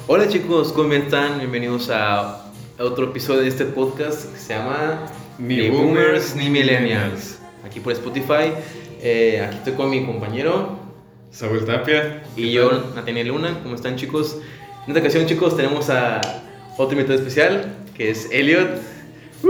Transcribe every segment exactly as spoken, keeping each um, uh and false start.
Hola chicos, ¿cómo están? Bienvenidos a otro episodio de este podcast que se llama Ni Boomers ni Millennials. Aquí por Spotify. Eh, aquí estoy con mi compañero Saúl Tapia. y yo, Nathaniel Luna. ¿Cómo están chicos? En esta ocasión chicos tenemos a otro invitado especial que es Elliot. ¡Uh!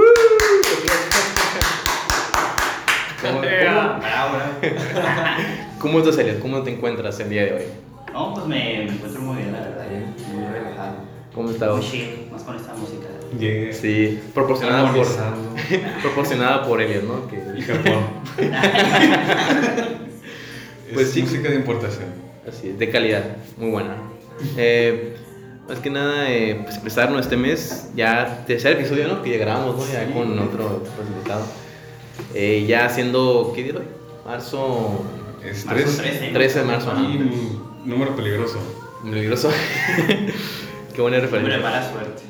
¿Cómo, cómo, ¿Cómo estás, Elliot? ¿Cómo te encuentras el día de hoy? No, pues me, me encuentro muy bien, la verdad, muy relajado. ¿Cómo estás? Muy chill, más con esta música. Yeah. Sí, proporcionada por, Armonizando. proporcionada por Elliot, ¿no? Que, Y Japón. Pues es sí. música de importación. Así es, de calidad, muy buena. Eh, más que nada, eh, pues empezarnos este mes, ya tercer episodio, ¿no? Que ya grabamos, ¿no? Ya Sí. con otro pues, invitado. Eh, ya haciendo, ¿qué día? Marzo, Es Marzo tres. trece, ¿no? trece de marzo, ajá. Y un número peligroso. Peligroso. Qué buena Hombre, referencia. mala suerte.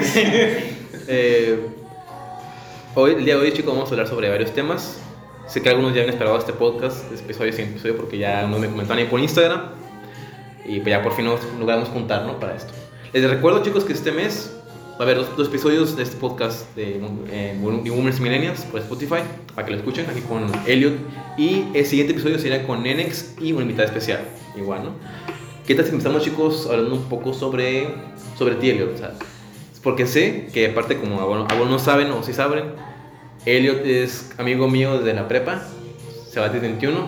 Eh, hoy, el día de hoy, chicos, vamos a hablar sobre varios temas. Sé que algunos ya han esperado este podcast, este episodio sin episodio, porque ya unos me comentaron ahí por Instagram. Y pues ya por fin nos logramos juntar, ¿no? Para esto. Les recuerdo, chicos, que este mes va a haber dos, dos episodios de este podcast de eh, Boomers Millennials por Spotify, para que lo escuchen, aquí con Elliot. Y el siguiente episodio sería con Nenex y una invitada especial, igual, ¿no? ¿Qué tal si empezamos, chicos, hablando un poco sobre, sobre ti, Elliot? O sea, porque sé que, aparte, como algunos no saben o sí saben, Elliot es amigo mío desde la prepa, se va desde veintiuno.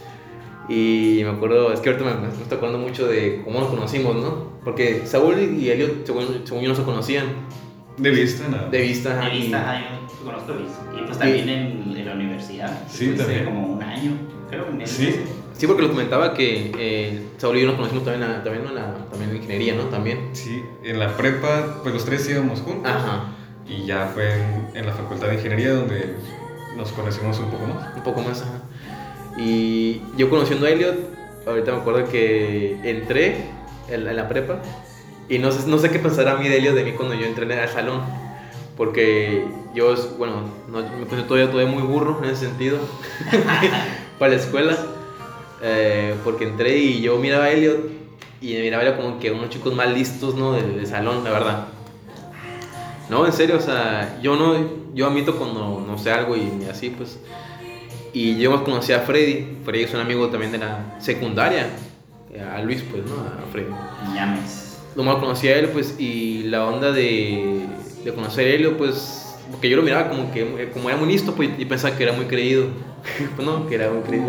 Y me acuerdo, es que ahorita me, me estoy acordando mucho de cómo nos conocimos, ¿no? Porque Saúl y Elliot, según, según yo, no se conocían De vista, nada. de vista. ajá, De y- vista, ah, yo conozco de vista. Y pues también en, en la universidad. Sí, Estuviste también. como un año, creo. En el- Sí. Sí, porque lo comentaba que eh, Saúl y yo nos conocimos también, a- también, en la, también en ingeniería, ¿no? También. Sí, en la prepa, pues los tres íbamos juntos. Ajá, Y ya fue en, en la facultad de ingeniería donde nos conocimos un poco más. un poco más, ajá. Y yo conociendo a Elliot, ahorita me acuerdo que entré en, en la prepa y no sé, no sé qué pensará a mí de Elliot de mí cuando yo entré al salón. Porque yo, bueno, no, me puse todavía, todavía muy burro en ese sentido para la escuela. Eh, porque entré y yo miraba a Elliot y miraba era como que unos chicos más listos, ¿no? Del, del salón, la verdad. No, en serio, o sea, yo no, yo admito cuando no sé algo y así, pues. Y yo más conocí a Freddy. Freddy es un amigo también de la secundaria. A Luis, pues, ¿no? A Freddy. Ñames. Lo más conocí a él, pues, y la onda de, de conocer a Helio, pues, porque yo lo miraba como que, como era muy listo, pues, y pensaba que era muy creído. Pues no, que era muy creído.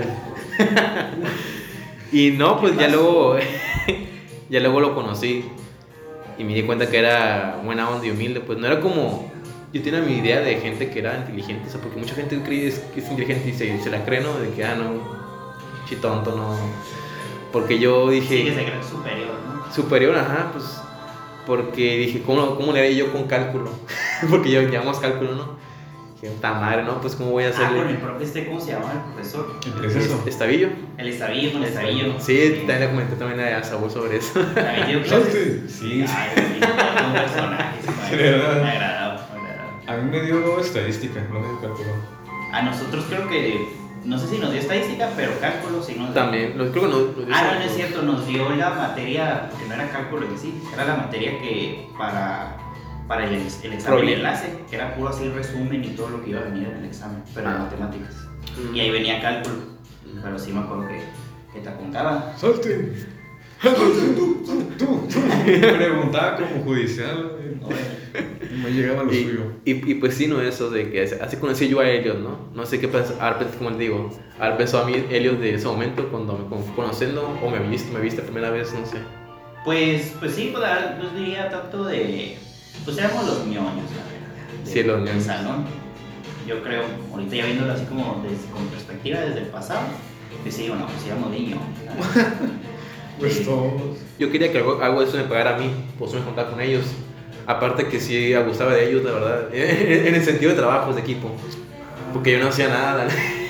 Y no, pues ya luego, ya luego lo conocí y me di cuenta que era buena onda y humilde, pues no era como, yo tenía mi idea de gente que era inteligente, o sea, porque mucha gente cree que es inteligente y se, se la cree, ¿no? De que, ah, no, chitonto, no. Porque yo dije... Sí, que se cree superior, ¿no? Superior, ajá, pues porque dije, ¿cómo, cómo le haré yo con cálculo? Porque yo llevamos cálculo, ¿no? Dije, puta madre, ¿no? Pues ¿cómo voy a Ah, hacerle? con el profe este, ¿cómo se llama el profesor? ¿Qué es eso? ¿Estabillo? El estabillo, con el estabillo. Sí, también le comenté también a Saúl sobre eso. También dio clases. Salte. Sí. Ay, sí, era un personaje. Sí, Me ¿verdad? me agradaba, me agradaba. A mí me dio estadística, no me dio cálculo. A nosotros creo que, no sé si nos dio estadística, pero cálculo sí nos dio. También, lo, creo que no. Lo dio Ah, no, Saúl. no es cierto, nos dio la materia, porque no era cálculo en sí, era la materia que para, para el, ex- el examen de Problema. enlace, que era puro así resumen y todo lo que iba a venir en el examen, pero en Ah. matemáticas. Mm. Y ahí venía cálculo, pero sí me acuerdo que, que te apuntaba. Salte. Tú, tú, tú, tú. Preguntaba como judicial. No me llegaba lo Y, suyo. y, y pues sí, no eso de que así conocí yo a Elliot, ¿no? No sé qué pensó, ahora pensé, como les digo, ahora pensó a mí Elliot de ese momento cuando me fue conociendo o me viste, me viste primera vez, no sé. Pues, pues sí, pues la verdad, no diría tanto de, pues éramos los ñoños, la verdad, de- Sí, los del ñoños. salón. Yo creo, ahorita ya viéndolo así como desde, con perspectiva desde el pasado, pues sí, bueno, pues éramos niños. Pues todos. Yo quería que algo, algo de eso me pagara a mí, pues me juntaba con ellos. Aparte que sí abusaba de ellos, la verdad, en el sentido de trabajos de equipo. Porque yo no hacía nada.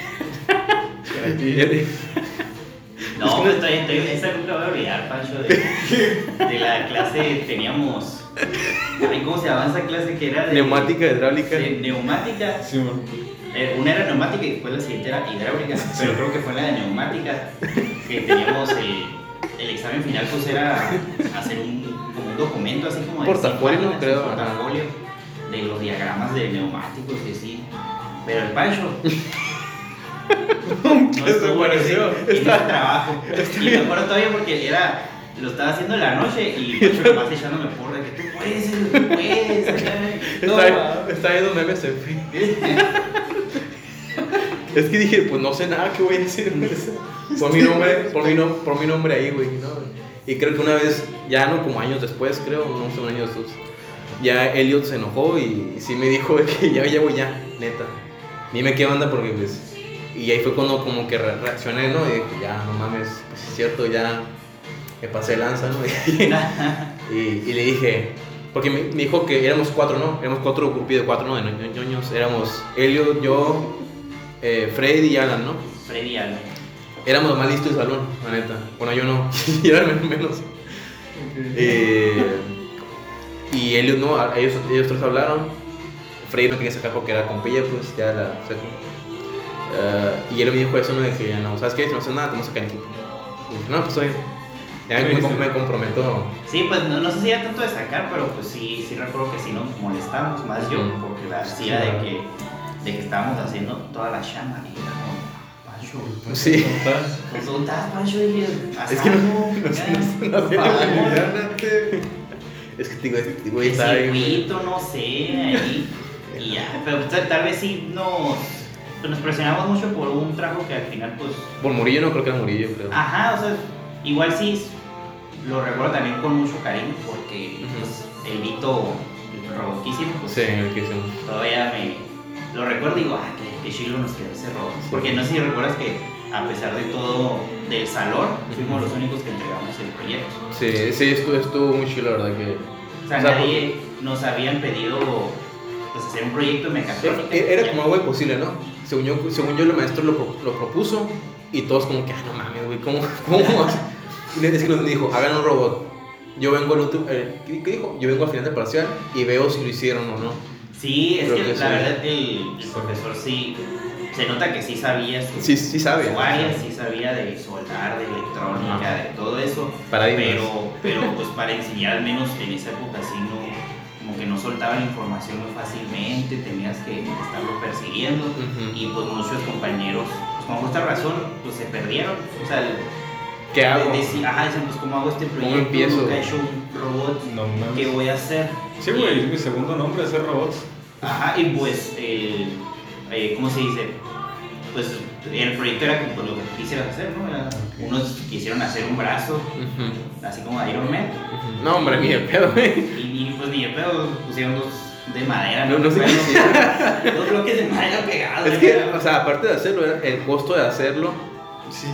No, pues estoy, estoy, esa nunca voy a olvidar, Pancho, de, de la clase teníamos, ay, ¿cómo se llama esa clase que era de Neumática, hidráulica. de neumática? Sí, man. Eh, una era neumática y después la siguiente era hidráulica, pero creo que fue la de neumática que teníamos el, el examen final, pues era hacer un, como un documento así como de portafolio, cien páginas, creo, un portafolio de los diagramas de neumáticos y así. Pero el Pancho no estuvo en ese, en ese trabajo. Y me acuerdo todavía porque era, lo estaba haciendo en la noche y Pancho nomás echándome porra que tú puedes, tú puedes. Está, está viendo memes en fin. Es que dije, pues no sé nada, ¿qué voy a decir? Por mi nombre, por mi, no, por mi nombre ahí, güey, ¿no? Y creo que una vez, ya no como años después, creo, no sé, un año después, ya Elliot se enojó y sí me dijo que ya llevo ya, neta. Dime qué onda porque pues... Y ahí fue cuando como que re reaccioné, ¿no? Y dije, ya, no mames, pues es cierto, ya me pasé lanza, ¿no? y, y le dije... Porque me, me dijo que éramos cuatro, ¿no? Éramos cuatro grupos de cuatro, ¿no? De ñoños. Éramos Elliot, yo, eh, Freddy y Alan, ¿no? Freddy y Alan. Éramos los más listos del salón, la neta. Bueno, yo no. Yo era menos. menos. Okay. Eh, y Elliot, no, ellos, ellos tres hablaron. Freddy no quería sacar porque era compilla, pues ya la sacó. Uh, y él me dijo eso, ¿no? De que ya no, ¿sabes qué? Si no haces nada, te vamos a sacar en equipo. Y dije, no, pues soy. Ya me, me, me comprometo. Sí, pues no, no sé si era tanto de sacar, pero pues sí, sí recuerdo que sí nos molestamos, más yo, mm. porque la hacía sí, de, que, de que estábamos haciendo toda la chamba y era como, Pancho, pues, sí. Pues ¿dónde estás, Pancho? Y es que no, no, no, no, no, es que te digo, este güey está ahí. Circuito, no sé, ahí, y ya, pero tal, tal vez sí nos... Pues nos presionamos mucho por un trabajo que al final pues... Por Murillo, no creo que era Murillo, creo. Ajá, o sea, igual sí lo recuerdo también con mucho cariño porque uh-huh. pues, el Vito, el robotísimo, pues sí, el que hicimos. Todavía me lo recuerdo y digo, ah, que, que chilo nos quedó ese robot. Sí. Porque no sé si recuerdas que a pesar de todo del salón, uh-huh. fuimos los únicos que entregamos el proyecto. Sí, sí, estuvo, estuvo muy chilo, la verdad que... O sea, o sea nadie por... nos habían pedido pues, hacer un proyecto de mecatrónica. Era, era como algo imposible, ¿no? Según yo, según yo, el maestro lo, lo propuso y todos como que, ah, no mames, güey, ¿cómo? ¿Cómo? Y es que nos dijo, hagan un robot. Yo vengo al último, eh, ¿qué dijo? Yo vengo al final del parcial y veo si lo hicieron o no. Sí, es que, que la sí. verdad el, el profesor sí, se nota que sí sabía su, sí, sí sabe, su área, sí sabía de soldar, de electrónica, ajá. de todo eso. Paradigmas. Pero, pero pues para enseñar al menos en esa época sí no... como que no soltaba la información muy fácilmente, tenías que estarlo persiguiendo uh-huh. y pues muchos compañeros, pues con justa razón, pues se perdieron, o sea, el, ¿qué hago? De, de, ajá, dicen, pues ¿cómo hago este proyecto? ¿Cómo empiezo? Nunca he hecho un robot, no, no, ¿qué voy a hacer? Sí, güey, es mi segundo nombre, hacer robots. Ajá, y pues, eh, eh, ¿cómo se dice? Pues el proyecto era pues, lo que quisieras hacer, ¿no? Era, okay. Unos quisieron hacer un brazo, uh-huh. así como Iron Man. Uh-huh. No, hombre, ni de pedo, güey. Y, y pues ni de pedo pusieron dos de madera. No, no, no sé qué dos bloques de madera pegados. Es que, o sea, aparte de hacerlo, era el costo de hacerlo. Sí.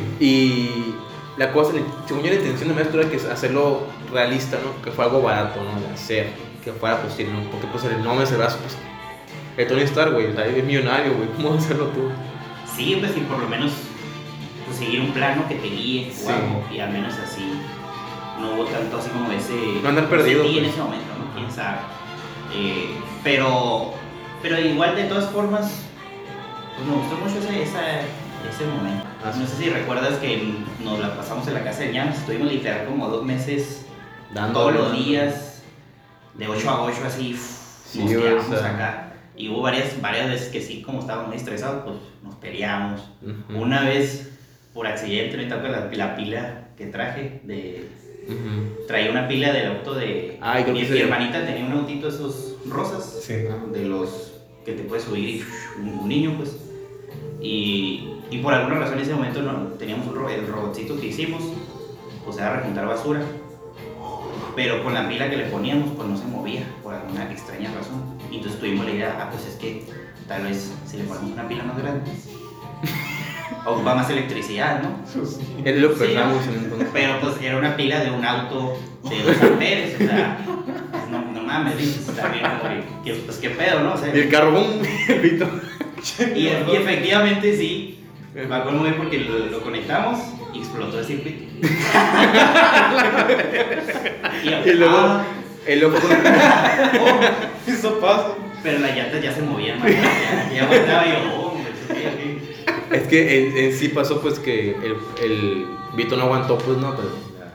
Y la cosa, según yo, la intención del maestro era que hacerlo realista, ¿no? Que fue algo barato, ¿no? De hacer, que fuera posible, ¿no? Porque pues el nombre es el brazo, pues. El Tony Stark, güey, o sea, es millonario, güey. ¿Cómo vas a hacerlo tú? Sí, pues y por lo menos pues, seguir un plano que te guíe, sí. o algo, y al menos así no hubo tanto así como ese... No andar perdido. Pues. En Pues. ese momento, ¿no? Quién sabe. Eh, pero, pero igual de todas formas, pues me gustó mucho ese, esa, ese momento. Ah, no sé si recuerdas que nos la pasamos en la casa de Ñams, estuvimos literal como dos meses Dando todos los días, de ocho a ocho así, sí, nos quedamos o sea. acá. Y hubo varias, varias veces que sí, como estábamos muy estresados, pues nos peleamos. Uh-huh. Una vez, por accidente, me tocó la, la pila que traje de... Uh-huh. Traía una pila del auto de... Ay, mi, mi hermanita tenía un autito de esos rosas, sí. de los que te puedes subir, un, un niño, pues. Y, y por alguna razón en ese momento no, teníamos un ro el robotcito que hicimos, pues era rejuntar basura. Pero con la pila que le poníamos, pues no se movía, por alguna extraña razón. Y entonces tuvimos la idea, ah, pues es que tal vez si le ponemos una pila más grande, ocupa más electricidad, ¿no? Sí. Es lo que sí, pensamos ¿no? entonces. Pero pues era una pila de un auto de dos amperes, o sea, no, no mames, dices, está bien, que, pues qué pedo, ¿no? O sea, y el carro, boom, el pito. Y, y efectivamente sí, me acuerdo muy bien porque lo, lo conectamos y explotó el circuito. y, y luego, ah, el loco con oh, eso pasa. Pero las llantas ya se movían más, ya, ya mandaba yo, oh, okay, okay. Es que en, en sí pasó pues que el, el Vito no aguantó, pues no, pero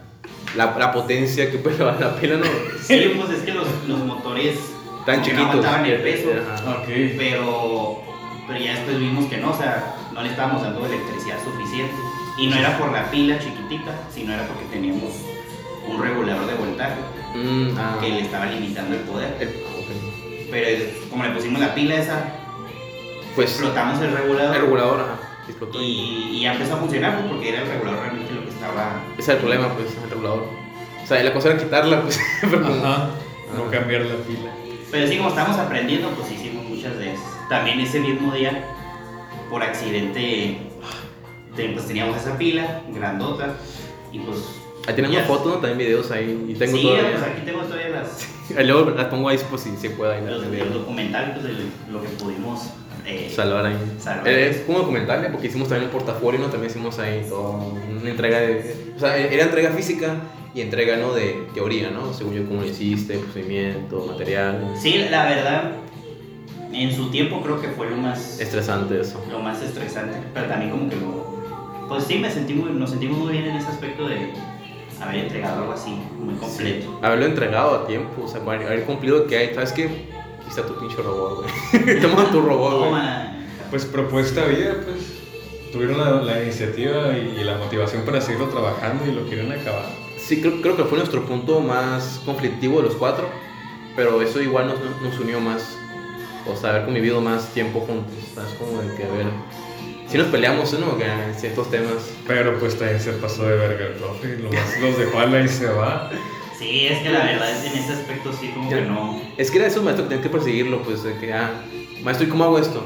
la, la potencia que puede llevar la pila, ¿no? Sí, pues es que los, los motores Tan como que chiquitos. no aguantaban el peso, Ajá. Ok. pero, pero ya después vimos que no, o sea, no le estábamos dando electricidad suficiente. Y no era por la pila chiquitita, sino era porque teníamos un regulador de voltaje Mm, ah. que le estaba limitando el poder. El- ok. Pero es- como le pusimos la pila esa, Pues explotamos el regulador. el regulador, ajá, explotó. Y, y ya empezó a funcionar pues, porque era el regulador realmente lo que estaba. Ese es el problema, pues, el regulador. O sea, la cosa era quitarla, pues. pero como- Ajá. No Ajá. cambiar la pila. Pero sí, como estábamos aprendiendo, pues hicimos muchas de esas. También ese mismo día, por accidente, te- pues teníamos esa pila grandota y pues. Ahí tenemos ya- fotos, ¿no? También videos ahí. Y tengo sí, todavía. pues aquí tengo todavía las, Ahí luego las pongo ahí por si se puede ahí. los, las el videos. documental pues, de lo que pudimos eh, Salvar ahí. salvar. Eh, Es como documental, ¿eh? Porque hicimos también un portafolio, ¿no? También hicimos ahí todo, una entrega de... O sea, era entrega física y entrega, ¿no? De teoría, ¿no? Según yo, cómo lo hiciste, procedimiento, material. Sí, la verdad, en su tiempo creo que fue lo más, Estresante eso. lo más estresante, pero también como que lo... Pues sí, me sentí muy, nos sentimos muy bien en ese aspecto de haber entregado algo así, muy completo. Haberlo entregado a tiempo, o sea, haber haber cumplido que hay. ¿Sabes qué? Aquí está tu pinche robot, güey. Toma tu robot, güey. Toma. Pues propuesta había, pues. Tuvieron la, la iniciativa y, y la motivación para seguirlo trabajando y lo quieren acabar. Sí, creo, creo que fue nuestro punto más conflictivo de los cuatro, pero eso igual nos, nos unió más. O sea, haber convivido más tiempo juntos. ¿Sabes? Como de que, a ver, si nos peleamos, ¿no? Que en ciertos temas. Pero pues también se pasó de verga el profe. Lo más los dejó a la y se va. Sí, es que la verdad es en ese aspecto sí como que no... Es que era esos maestros que tenían que perseguirlo, pues, de que, ah, maestro, ¿y cómo hago esto?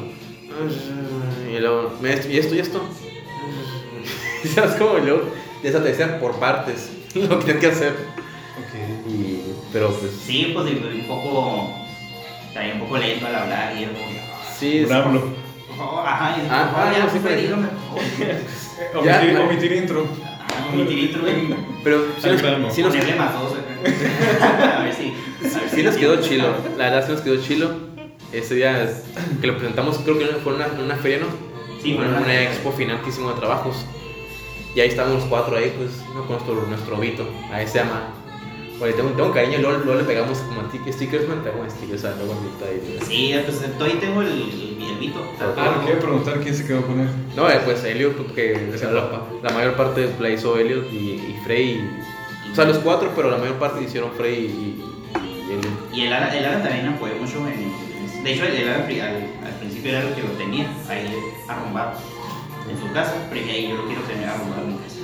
Y luego, maestro, ¿y esto y esto? ¿Sabes cómo? Y luego, de esa te decían por partes lo que tenían que hacer. Ok. Y, pero pues, Sí, pues y- un poco... También un poco lento al hablar y era como... sí. es- Un hablo. Oh, ajá, y Ah, oh, ah, ya, no, sí, pues, pero- dígame. Ya, Omitir, no. omitir intro. Ah, omitir intro y Pero sí nos, Al grano. sí nos, ponerle más dos. acá. A ver si... a ver sí si nos quedó entiendo. chilo. La verdad sí nos quedó chilo. Ese día es- que lo presentamos, creo que fue una, una feria, ¿no? Sí, fue una, una una feria. expo final que hicimos de trabajos. Y ahí estábamos los cuatro ahí, pues, ¿no? Con nuestro, nuestro Vito. Ahí se llama. Oye, tengo, tengo cariño, luego, luego le pegamos como tic- stickers, man, tengo stickers, o sea, luego Vito ahí. Sí, pues todavía tengo el, el, el Vito. Ah, quiero preguntar quién se quedó con él. No, eh, pues Elliot, porque o sea, la, papá. la mayor parte la hizo Elliot y, y Frey. Y, o sea, los cuatro, pero la mayor parte hicieron Frey y, y, y Elliot. Y el Alan, el Alan también apoyó mucho en, en- de hecho el Alan pri- al, al principio era el que lo tenía ahí arrumbado en su casa, pero dije, "Ey, yo lo quiero tener arrumbado en mi casa".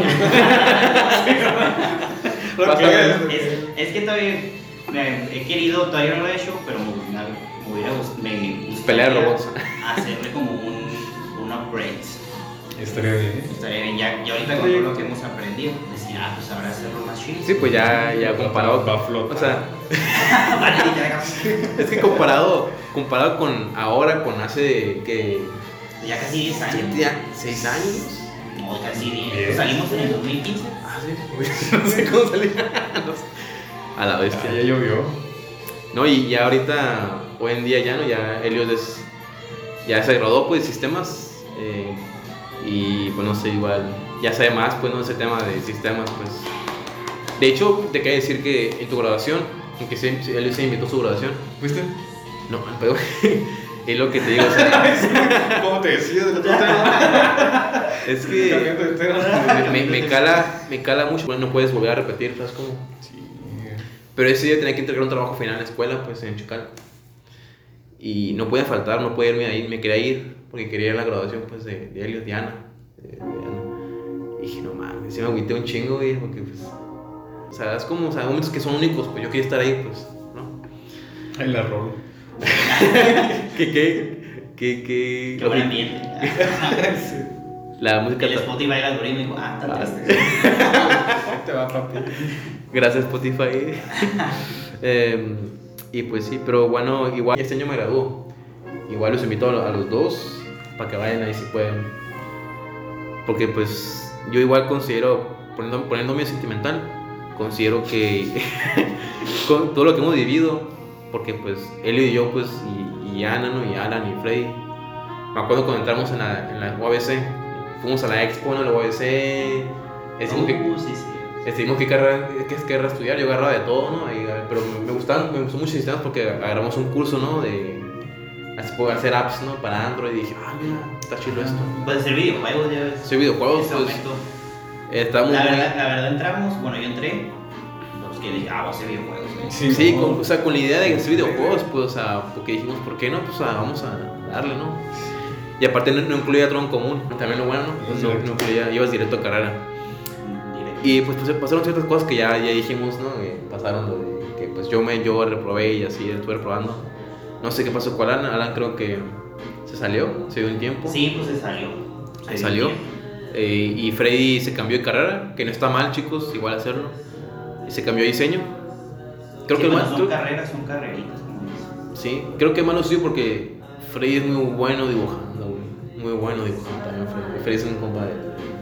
es, es que todavía me, he querido, todavía no lo he hecho, pero me, me hubiera gust- me gustaría Pelear robots. hacerle como un, un upgrade. Estaría bien. Estaría bien, ya, ya ahorita con todo lo que hemos aprendido, decía, ah, pues ahora hacerlo más chido. Sí, pues ya, ya comparado. Va a flotar. O sea, Vale, ya, ya. es que comparado, comparado con ahora, con hace que. Ya casi diez años. Ya, seis años. No, casi diez. Diez. Salimos en el dos mil quince. Ah, sí, no sé cómo salía. A la Ah, bestia. ya llovió. No, y ya ahorita, hoy en día ya no, ya Elliot es, ya se graduó pues de sistemas eh, y pues no sé, igual, ya sabe más pues no ese tema de sistemas pues. De hecho, te quería decir que en tu graduación, en que se, Elliot se invitó a su graduación, ¿Fuiste? no, pero es lo que te digo, o sea, ¿Cómo te decía del otro tema? es que Cambiando de tema. me, me cala, me cala mucho, bueno, no puedes volver a repetir, ¿sabes cómo? Sí. Pero ese día tenía que entregar un trabajo final en la escuela, pues en Chucal. Y no podía faltar, no podía irme ahí, me quería ir, porque quería ir a la graduación pues de, de Elliot, de Ana. de- de Ana. Y dije, no mames, sí me agüité un chingo, güey, porque pues... O sea, es como, o sea, momentos que son únicos, pues yo quería estar ahí, pues, ¿no? Ahí la rolo. Que, que, que, que... Qué buen ambiente. La música... El ta- Spotify el algoritmo dijo, ah, tan triste. Ahí te va, papi. Gracias Spotify. Em, y pues sí, pero bueno, igual este año me graduó. Igual los invito a los, a los dos para que vayan ahí si pueden. Porque pues yo igual considero, poniendo, poniéndome sentimental, considero que con todo lo que hemos vivido, porque pues él y yo pues y, y Ana, ¿no? Y Alan y Freddy. Me acuerdo cuando entramos en la, en la U A B C, fuimos a la expo, ¿no? La U A B C. Es como que Uh, sí, sí. decidimos qué carrera, qué carrera estudiar. Yo agarraba de todo, ¿no? Y, pero me, me gustaban, me gustó mucho sistemas porque agarramos un curso, ¿no? De así poder hacer apps, ¿no? Para Android y dije, ah, mira, está chido esto. Puede ser videojuegos, ya ves. Soy videojuegos, Ese pues. momento. Está muy La muy- verdad, la verdad entramos, bueno, yo entré, pues que dije, ah, voy a hacer videojuegos, güey. Sí, Sí, no. con, o sea, con la idea de hacer videojuegos, pues, o sea, porque dijimos, ¿por qué no? Pues, ah, vamos a darle, ¿no? Y aparte no, no incluía tronco común, también lo bueno, ¿no? Pues, no, no incluía, ibas directo a carrera. Directo. Y pues, pues pasaron ciertas cosas que ya, ya dijimos, ¿no? Que pasaron, lo de que pues yo me yo reprobé y así estuve reprobando. No sé qué pasó con Alan, Alan creo que se salió, se dio un tiempo. Sí, pues se salió. Se dio salió. tiempo. Eh, y Freddy se cambió de carrera, que no está mal, chicos, igual hacerlo. Y se cambió a diseño. Creo Sí, que el bueno, más, son creo- carreras, son carreritas, como dices. sí, creo que más lo suyo porque Freddy es muy bueno dibujando, güey. Muy bueno dibujando también, Freddy. Freddy es un compadre.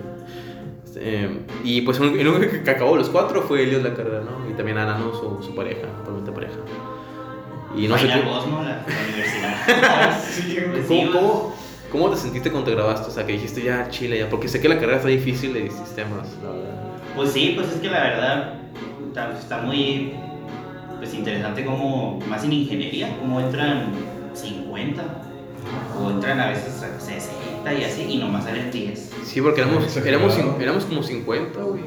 Eh, y pues el único que que acabó los cuatro fue Elios la carrera, ¿no? Y también Ana, ¿no? Su, su pareja, probablemente pareja. Y no sé Final qué- Boss, ¿no? La, la universidad. Sí, Pues sí, ¿Cómo, pues, cómo, ¿Cómo te sentiste cuando te grabaste? O sea, que dijiste ya Chile, ya. Porque sé que la carrera está difícil de sistemas, la verdad. Pues sí, pues es que la verdad está, está muy pues interesante como, más en ingeniería, como entran cincuenta o entran a veces sesenta y así, y nomás salen diez. Sí, porque éramos, Exagerado. éramos, cin- éramos como cincuenta, güey.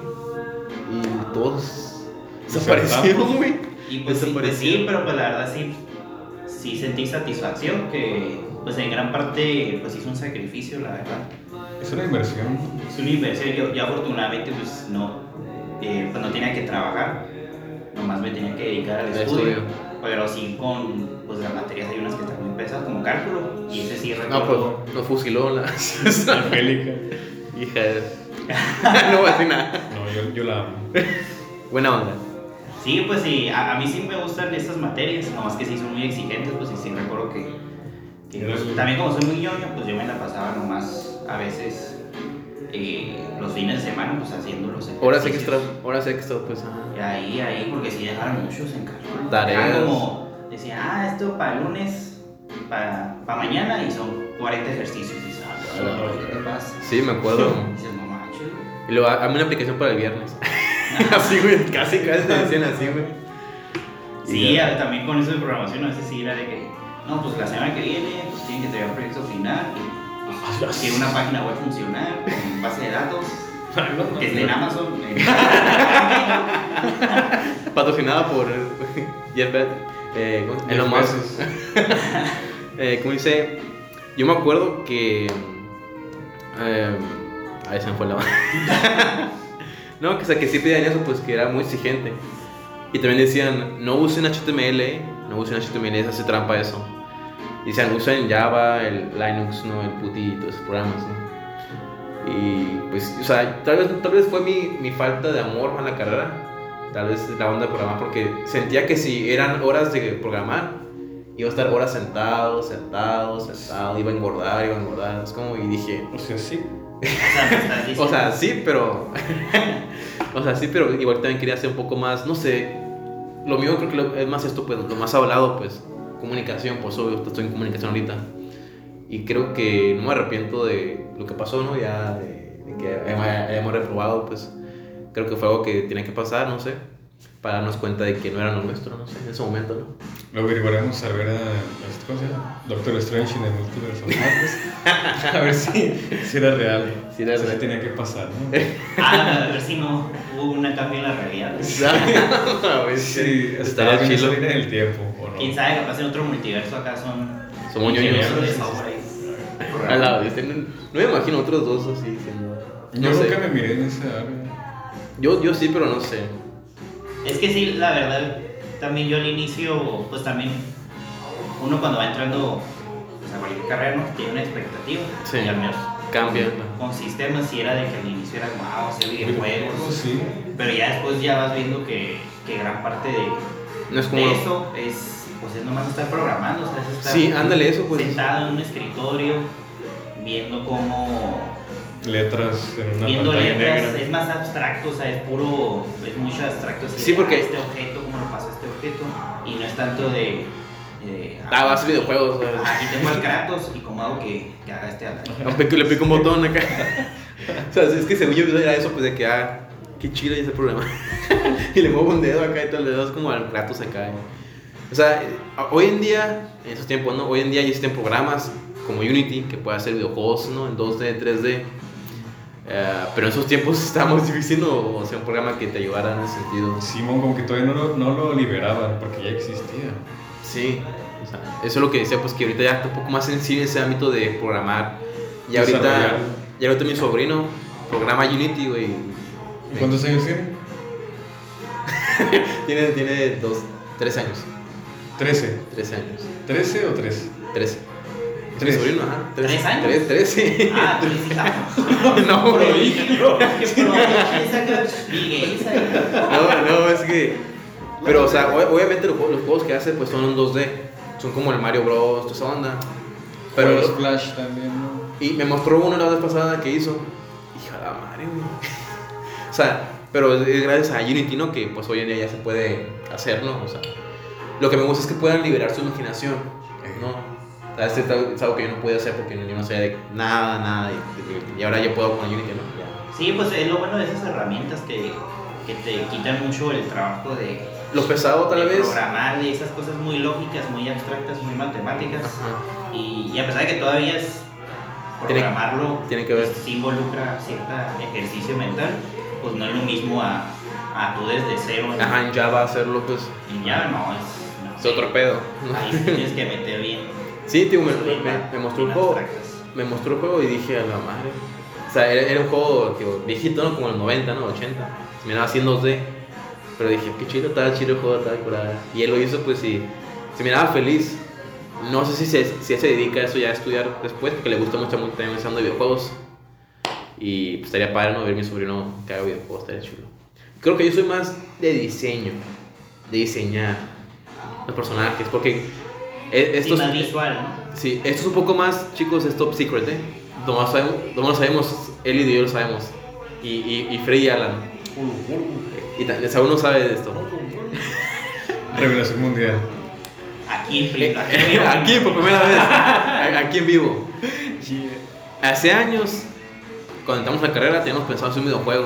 Y todos Desertamos. desaparecieron, güey. Y pues sí, pues Desaparecieron. sí, pero pues la verdad sí, sí sentí satisfacción, que pues en gran parte pues hizo un sacrificio, la verdad. Es una inversión. Es una inversión, yo, yo afortunadamente pues no, eh, pues no tenía que trabajar, nomás me tenía que dedicar al Al estudio, estudio. pero sí con pues las materias hay unas que están muy pesadas, como cálculo, y ese sí No, recuerdo. pues nos fusiló la Angélica. hija de... No voy a decir nada. No, yo, yo la amo. Buena onda. Sí, pues sí, a, a mí sí me gustan estas materias, nomás que sí son muy exigentes, pues sí, sí recuerdo que, que, Era pues, el- también como soy muy ñoño, pues yo me la pasaba nomás a veces eh, los fines de semana pues haciendo los Horas ejercicios. extra, horas extra, pues. ah. Y ahí, ahí, porque sí dejaron muchos en cálculo. Tareas. Dejaban como, decía, ah, esto para el lunes, para, para mañana, y son cuarenta ejercicios. Y dices, ah, A la ¿qué madre. te pasa? Sí, me acuerdo. Y dices, no manches, güey. Y luego, hazme una aplicación para el viernes. Así, güey, casi, casi te decían así, güey. Y Sí, ya. a- también con eso de programación, a veces sí era de que, no, pues la semana que viene, pues tienen que tener un proyecto final, y pues, que una página web funcionar, con base de datos, que esté en Amazon. eh. Patrocinada por Jeff Bezos. Eh, ¿cómo? Elon Musk. Besos. Eh, como dice, yo me acuerdo que. Eh, ahí se me fue la. No, que, o sea, que sí pedían eso, pues que era muy exigente. Y también decían, no usen H T M L, no usen H T M L, es hace trampa eso. Decían, usen Java, el Linux, ¿no? El Putty y todos esos programas, ¿no? Y pues, o sea, tal vez, tal vez fue mi, mi falta de amor a la carrera. Tal vez la onda de programar, porque sentía que si eran horas de programar, iba a estar horas sentado, sentado, sentado, iba a engordar, iba a engordar. Es como, y dije, O sea, sí. O sea, me estás diciendo. o sea, sí, pero. O sea, sí, pero igual también quería hacer un poco más, no sé. Lo mío creo que lo- es más esto, pues, lo más hablado, pues, comunicación, por eso yo estoy en comunicación ahorita. Y creo que no me arrepiento de lo que pasó, ¿no? Ya, de, de que hayamos, hayamos reprobado, pues, creo que fue algo que tenía que pasar, no sé, para darnos cuenta de que no era lo nuestro, no sé, en ese momento, ¿no? Lo averiguaremos a ver a, este, ¿cómo se llama? Doctor Strange en el Multiverso of Madness. A ver si, si era real. Si era Si real. tenía que pasar, ¿no? Ah, a ver si no hubo una cambio en la realidad. A ver, Sí, estaría estaba bien esa chido. línea del tiempo, ¿o no? Quién sabe, capaz en otro multiverso acá son. Somos ingenieros ñoños. de software ahí. Al lado, este, no, no me imagino otros dos así siendo. Yo No sé. nunca me miré en esa área. Yo, yo sí, pero no sé. Es que sí, la verdad, también yo al inicio, pues también, uno cuando va entrando pues, a cualquier carrera, ¿no? Tiene una expectativa. Sí. Y al menos Cambia. con sistemas sí era de que al inicio era wow, hacer videojuegos. Sí. Pero ya después ya vas viendo que, que gran parte de, No es como. de eso es, pues es nomás estar programando, o sea, es estar Sí, ándale, eso pues. sentado en un escritorio, viendo cómo, Letras en una viendo pantalla letras, negra. es más abstracto, o sea, es puro, es mucho abstracto. así Sí, de, porque- ah, este objeto, cómo lo pasa este objeto, y no es tanto de, de Ah, vas a videojuegos. ¿sabes? aquí tengo al Kratos y cómo hago que, que haga este ataque. Aunque le pico un botón acá. O sea, es que según yo era eso, pues de que, ah, qué chido es el programa. Y le muevo un dedo acá y todo el dedo es como al plato se cae. O sea, hoy en día, en esos tiempos, ¿no? Hoy en día ya existen programas como Unity que puede hacer videojuegos, ¿no? En dos D, tres D. Uh, pero en esos tiempos estaba muy difícil, ¿no? O sea, un programa que te ayudara en ese sentido. Simón, como que todavía no lo, no lo liberaban porque ya existía. Sí, o sea, eso es lo que decía, pues que ahorita ya está un poco más sensible ese ámbito de programar. Y ahorita, ya ahorita mi sobrino programa Unity, güey. ¿Y cuántos años tiene? tiene? Tiene dos, tres años. Trece. Trece años. ¿Trece o tres? Trece. ¿Tres? Mi sobrino, ajá. Trece. ¿Tres años? Tres, trece. Ah, tú dices, no, güey. prodigio. ¿Qué prodigio? Saca Bill Gates ahí. No, no, es que... Pero, o sea, o- obviamente los, juegos- los juegos que hace pues son en dos D. Son como el Mario Bros, toda esa onda. Pero Pero... los Flash también, ¿no? Y me mostró uno la vez pasada que hizo. Hija de la madre, güey. O sea, pero es gracias a Unity, ¿no? Que pues hoy en día ya se puede hacer, ¿no? O sea, lo que me gusta es que puedan liberar su imaginación, ¿no? O sea, este es algo que yo no podía hacer porque yo no sabía de nada, nada. Y, y ahora ya puedo con Unity, ¿no? Ya. Sí, pues es lo bueno de esas herramientas que, que te quitan mucho el trabajo de, Lo pesado tal de vez. programar, de esas cosas muy lógicas, muy abstractas, muy matemáticas. Ajá. Y, y a pesar de que todavía es Tiene- programarlo, tiene que ver. pues, sí involucra cierto ejercicio mental, pues no es lo mismo a, a tú desde cero. en- Ajá, en Java hacerlo, pues. En Java no, es, no Es sé, otro pedo. ahí sí tienes que meter bien. Sí, tío, me, pues, me, bien, me mostró el bien juego. abstractas. Me mostró el juego y dije a la madre. O sea, era, era un juego tío, viejito, ¿no? Como el noventa, ¿no? ochenta. Se miraba así en dos D. Pero dije, qué chido, estaba chido el juego, estaba curada. Y él lo hizo, pues, y se miraba feliz. No sé si, se, si él se dedica a eso ya a estudiar después, porque le gusta mucho mucho también usando videojuegos. Y pues estaría padre, ¿no? Ver a mi sobrino que haga videojuegos, estaría chulo. Creo que yo soy más de diseño, de diseñar los personajes, porque e- Sí, estos... más visual, ¿no? Sí, esto es un poco más, chicos, es top secret, ¿eh? Nomás sabemos, nomás lo sabemos, él y yo lo sabemos. Y, y, y Freddy y Alan. Y ta- o sea, uno sabe de esto. Revelación mundial. Aquí en Play- aquí en vivo. Aquí por primera vez. a- Aquí en vivo. Hace años, cuando entramos a la carrera, teníamos pensado hacer un videojuego.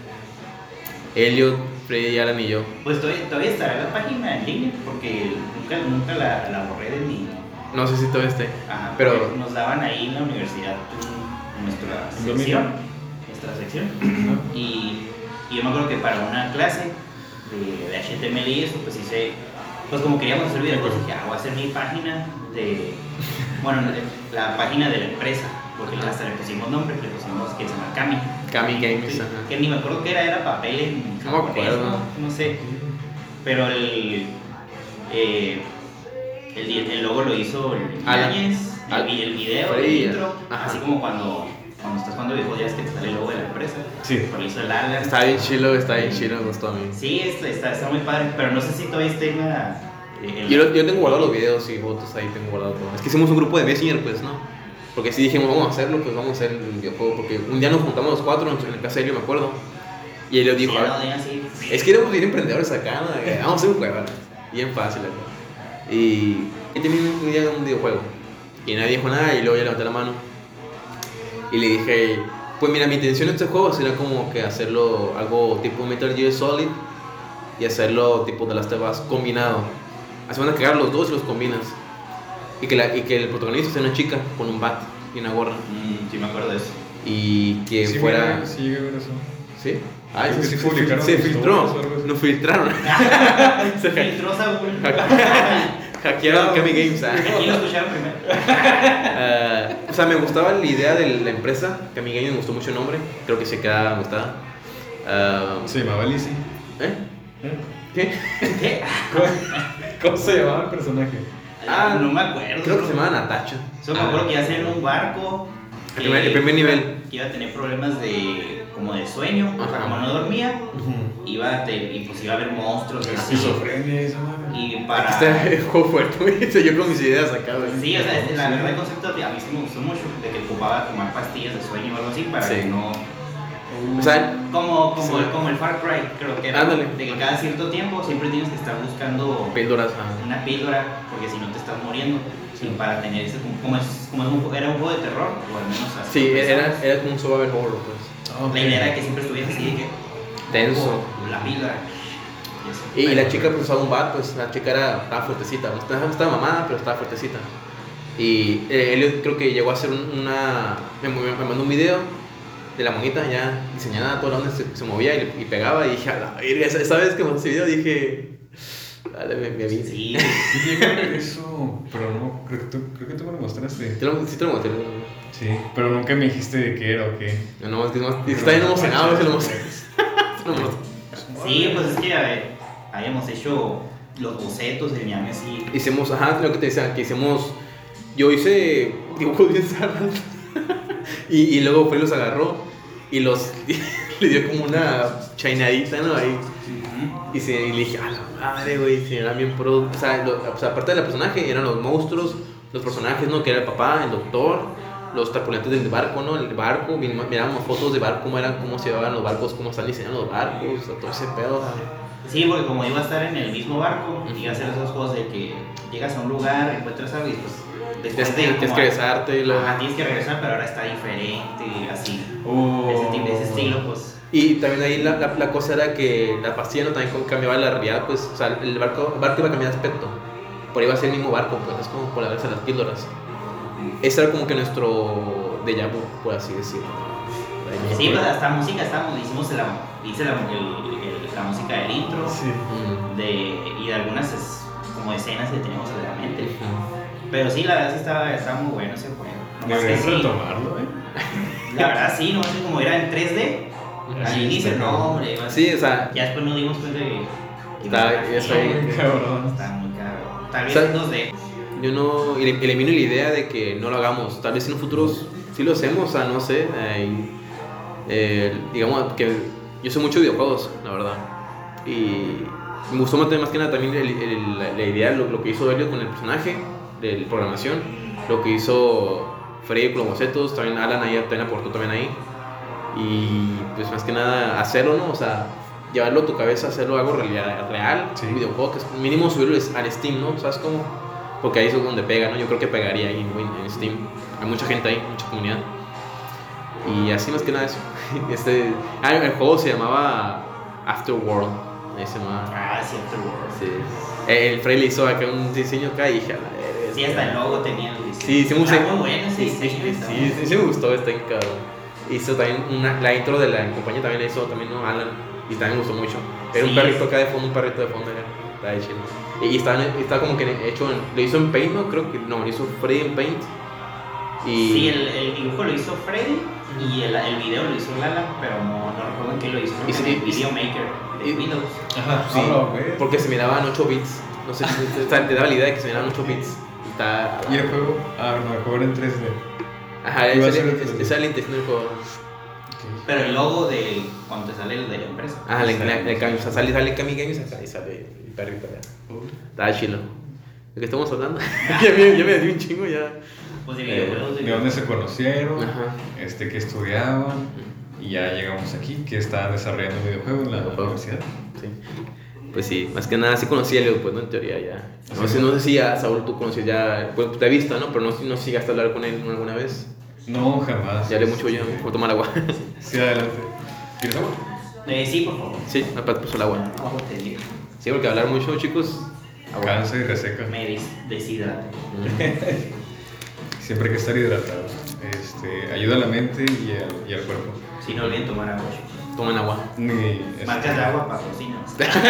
Elliot, Freddy, Alan y yo. Pues todavía, todavía estará la página en línea, porque nunca, nunca la, la borré de mi... No sé si todo este. Ajá, Pero- porque nos daban ahí en la universidad un- nuestra ¿En dominio? sección, nuestra sección, y, y yo me acuerdo que para una clase de, de H T M L y eso, pues hice, pues como queríamos hacer videojuegos, dije, ah, voy a hacer mi página de, bueno, de- la página de la empresa, porque hasta le pusimos nombre, le pusimos que se llama Kami. Kami Games, Sí, ajá. que ni me acuerdo qué era, era papel en No me japonés, acuerdo. ¿no? No sé, pero el... Eh, el, el logo lo hizo el Alan. Yáñez, el, Al- vi- el video, Freddy, el intro, ajá. así como cuando, cuando estás jugando videojuegos ya es que te sale el logo de la empresa. Sí. Pues lo hizo el Alan. Está bien chilo, está bien chilo, me gustó a mí. Sí, está, está, está muy padre, pero no sé si todavía está en la... en Yo, la- lo- yo tengo guardados los videos y fotos ahí, tengo guardado todo. Es que hicimos un grupo de Messenger, pues, ¿no? Porque si dijimos, vamos a hacerlo, pues vamos a hacer el videojuego. Porque un día nos juntamos los cuatro en el casa de Elio, me acuerdo. Y él Sí, dijo, no, "Ah, de así. es que éramos bien emprendedores acá, ¿no? Vamos a hacer un juego, ¿no? Bien fácil, acá. Y, y también un día un videojuego. Y nadie dijo nada y luego ya levanté la mano. Y le dije, pues mira, mi intención en este juego sería como que hacerlo algo tipo Metal Gear Solid y hacerlo tipo de las Tebas combinado. Así van a cagar los dos y los combinas. Y que, la, y que el protagonista sea una chica con un bat y una gorra. Mm, sí, me acuerdo de eso. Y que Sí, fuera... mira, sí llegué a ver eso. ¿Sí? Ah, Creo que se, sí se- publicaron se historias filtró. o algo así. Nos filtraron. Se ha- Filtró Saúl. hackearon Kami Games. ah. Aquí lo escucharon primero. Ah, o sea, me gustaba la idea de la empresa. Kami Games me gustó mucho el nombre. Creo que se queda gustada. Ah, Se llamaba Lizzie. ¿Eh? ¿Eh? ¿Qué? ¿Qué? ¿Cómo, cómo se llamaba el personaje? Ah, no me acuerdo. Creo que se llamaba Natacha. Solo me acuerdo que iba a ser en un barco. El primer- el primer nivel. Que iba a tener problemas de como de sueño, o sea, Ajá. como no dormía, iba a te- y pues iba a haber monstruos y así. Esquizofrenia esa madre. Y Aquí para está el juego fuerte, güey. Yo con mis ideas acá, güey. sí, o sea, es- la verdad el concepto a mí sí me gustó mucho de que ocupaba tomar pastillas de sueño o algo así para Sí. que no O sea, como como, Sí. como el Far Cry, creo que era Ándale. de que cada cierto tiempo siempre tienes que estar buscando píldoras. ah. una píldora porque si no te estás muriendo. Y para tener ese como es como es un, era un juego de terror o al menos así Sí, lo era, pensaba. era como un survival horror, pues. Ah, ok. La idea era que siempre estuvieras así de que Tenso. La pila. Y, y la chica pues usaba un bat, pues la chica era, estaba fuertecita, no estaba, no estaba mamada, pero estaba fuertecita. Y eh, él creo que llegó a hacer un- una, me, me- me mandó un video de la monita ya diseñada, toda la onda se, se movía y, y pegaba y dije, a la verga, esa, esa vez que me ese video dije, dale, me, me vi. Sí, Sí, llegué a ver eso, pero no, creo que tú, creo que tú me lo mostraste. Te lo, sí te lo mostré. Sí, pero nunca me dijiste de qué era o qué. No, no, es que no, está bien emocionado, se lo mostré. Se lo mostré. sí, pues es que a ver, habíamos hecho los bocetos de Miami así. Hicimos, ajá, lo que te decía, que hicimos, yo hice dibujos bien zarras y, y luego fue y los agarró y los, le dio como una chainadita, ¿no? Ahí. Ujú. Y, se, y le dije, a la madre, güey, si eran bien pro. O sea, lo- o sea, aparte del personaje, eran los monstruos, los personajes, ¿no? Que era el papá, el doctor, los tripulantes del barco, ¿no? El barco, mi- mirábamos fotos de barco, cómo eran, cómo se llevaban los barcos, cómo están diseñando los barcos, o sea, todo ese pedo. O sea, Sí, porque como iba a estar en el mismo barco, iba a hacer esos juegos de que llegas a un lugar, encuentras algo y pues tienes después que, de tienes como- que regresarte y lo... Ajá, tienes que regresar, pero ahora está diferente, así. Oh. Ese, tipo, ese estilo, pues. Y también ahí la, la, la cosa era que la pastilla, ¿no? También cambiaba la realidad, pues, o sea, el barco, el barco iba a cambiar de aspecto, pero iba a ser el mismo barco, pues, es como por haberse las píldoras. Ese era como que nuestro déjà vu, por así decirlo. Sí, pues hasta música estábamos, hicimos la, hice la, el- el- la música del intro Sí. Mm. de, y de algunas es- como escenas que teníamos en la mente. Ujú. Pero sí, la verdad sí estaba, estaba muy bueno ese juego. Nomás que Deberías sí, retomarlo, ¿eh? la verdad sí, no sé cómo era en tres D. Al Sí, inicio, está no, cabrón. hombre. iba a- Sí, o sea, Ya después nos dimos cuenta que. Está- eso ahí. Muy cabrón. Está muy caro. Tal vez ¿Sabes? en dos D. yo no elim- elimino la idea de que no lo hagamos. Tal vez en un futuro sí lo hacemos, o sea, no sé. eh, eh, digamos que yo soy mucho de videojuegos, la verdad. Y me gustó más, más que nada también el- el- la, la idea, lo, lo que hizo Elliot con el personaje de la programación, lo que hizo Freddy con los bocetos, también Alan ahí también aportó también ahí. Y pues más que nada hacerlo, ¿no? O sea, llevarlo a tu cabeza, hacerlo algo realidad, real, Sí. un videojuego, que es mínimo subirlo al Steam, ¿no? ¿Sabes cómo? Porque ahí es donde pega, ¿no? Yo creo que pegaría ahí en, en Steam. Hay mucha gente ahí, mucha comunidad. Y así más que nada eso. Este, ah, el juego se llamaba Afterworld. Ahí se llamaba. Ah, sí, Afterworld. Sí. El Frey le hizo acá un diseño acá y dije, a la verga, Sí, hasta el logo tenía el diseño. Sí, sí me Está gustó. muy bueno ese Sí, sí, diseño. sí, está sí, muy sí, sí me gustó, está bien cabrón. Hizo también una, la intro de la compañía también la hizo también, ¿no? Alan. Y también me gustó mucho. Era un Sí. perrito acá de fondo, un perrito de fondo acá. Está de chido. Y, y estaba, estaba como que hecho en, lo hizo en Paint, ¿no? Creo que no, lo hizo Freddy en Paint. Y Sí, el, el dibujo lo hizo Freddy y el, el video lo hizo Lala, pero no, no recuerdo en qué lo hizo. Creo Y que sí, en el y- Video Maker de y- Windows. Ajá, sí, ah, güey. porque se miraban ocho bits. No sé si te, te daba la idea de que se miraban ocho bits. Y está. ¿Y el juego? Ah, no, el juego era en tres D. Ajá, Iba a esa ser es, en tres D. esa es la intención del juego. Pero el logo de cuando te sale el de la empresa. Ah, la, la, la, la- o sea, sale, sale Kami Games acá y sale el perrito allá. Está chilo. ¿De qué estamos hablando? ya, me, ya me di un chingo ya. Pues de Eh, videojuegos. ¿De dónde se conocieron? Ajá. Este, ¿qué estudiaban? Y ya llegamos aquí, que estaban desarrollando un videojuego en la Videojuego. universidad. Sí. Pues sí, más que nada sí conocí a Leo, pues, ¿no? En teoría ya. No, Sí. sé, no sé si a Saúl tú conocías ya, pues te he visto, ¿no? Pero no, no sé si llegaste a hablar con él alguna vez. No, jamás. Ya hablé mucho yo, voy a tomar agua. Sí, adelante. ¿Quieres agua? Eh, sí, por favor. Sí, me puso el agua. Agua botella. Sí, porque hablar mucho, chicos. Agua. Cansa y reseca. Me des- deshidrate. Mm. Siempre hay que estar hidratado. Este, ayuda a la mente y al, y al cuerpo. Si no olviden tomar agua. Tomen agua. Ni, este, Marcas de agua, patrocinas.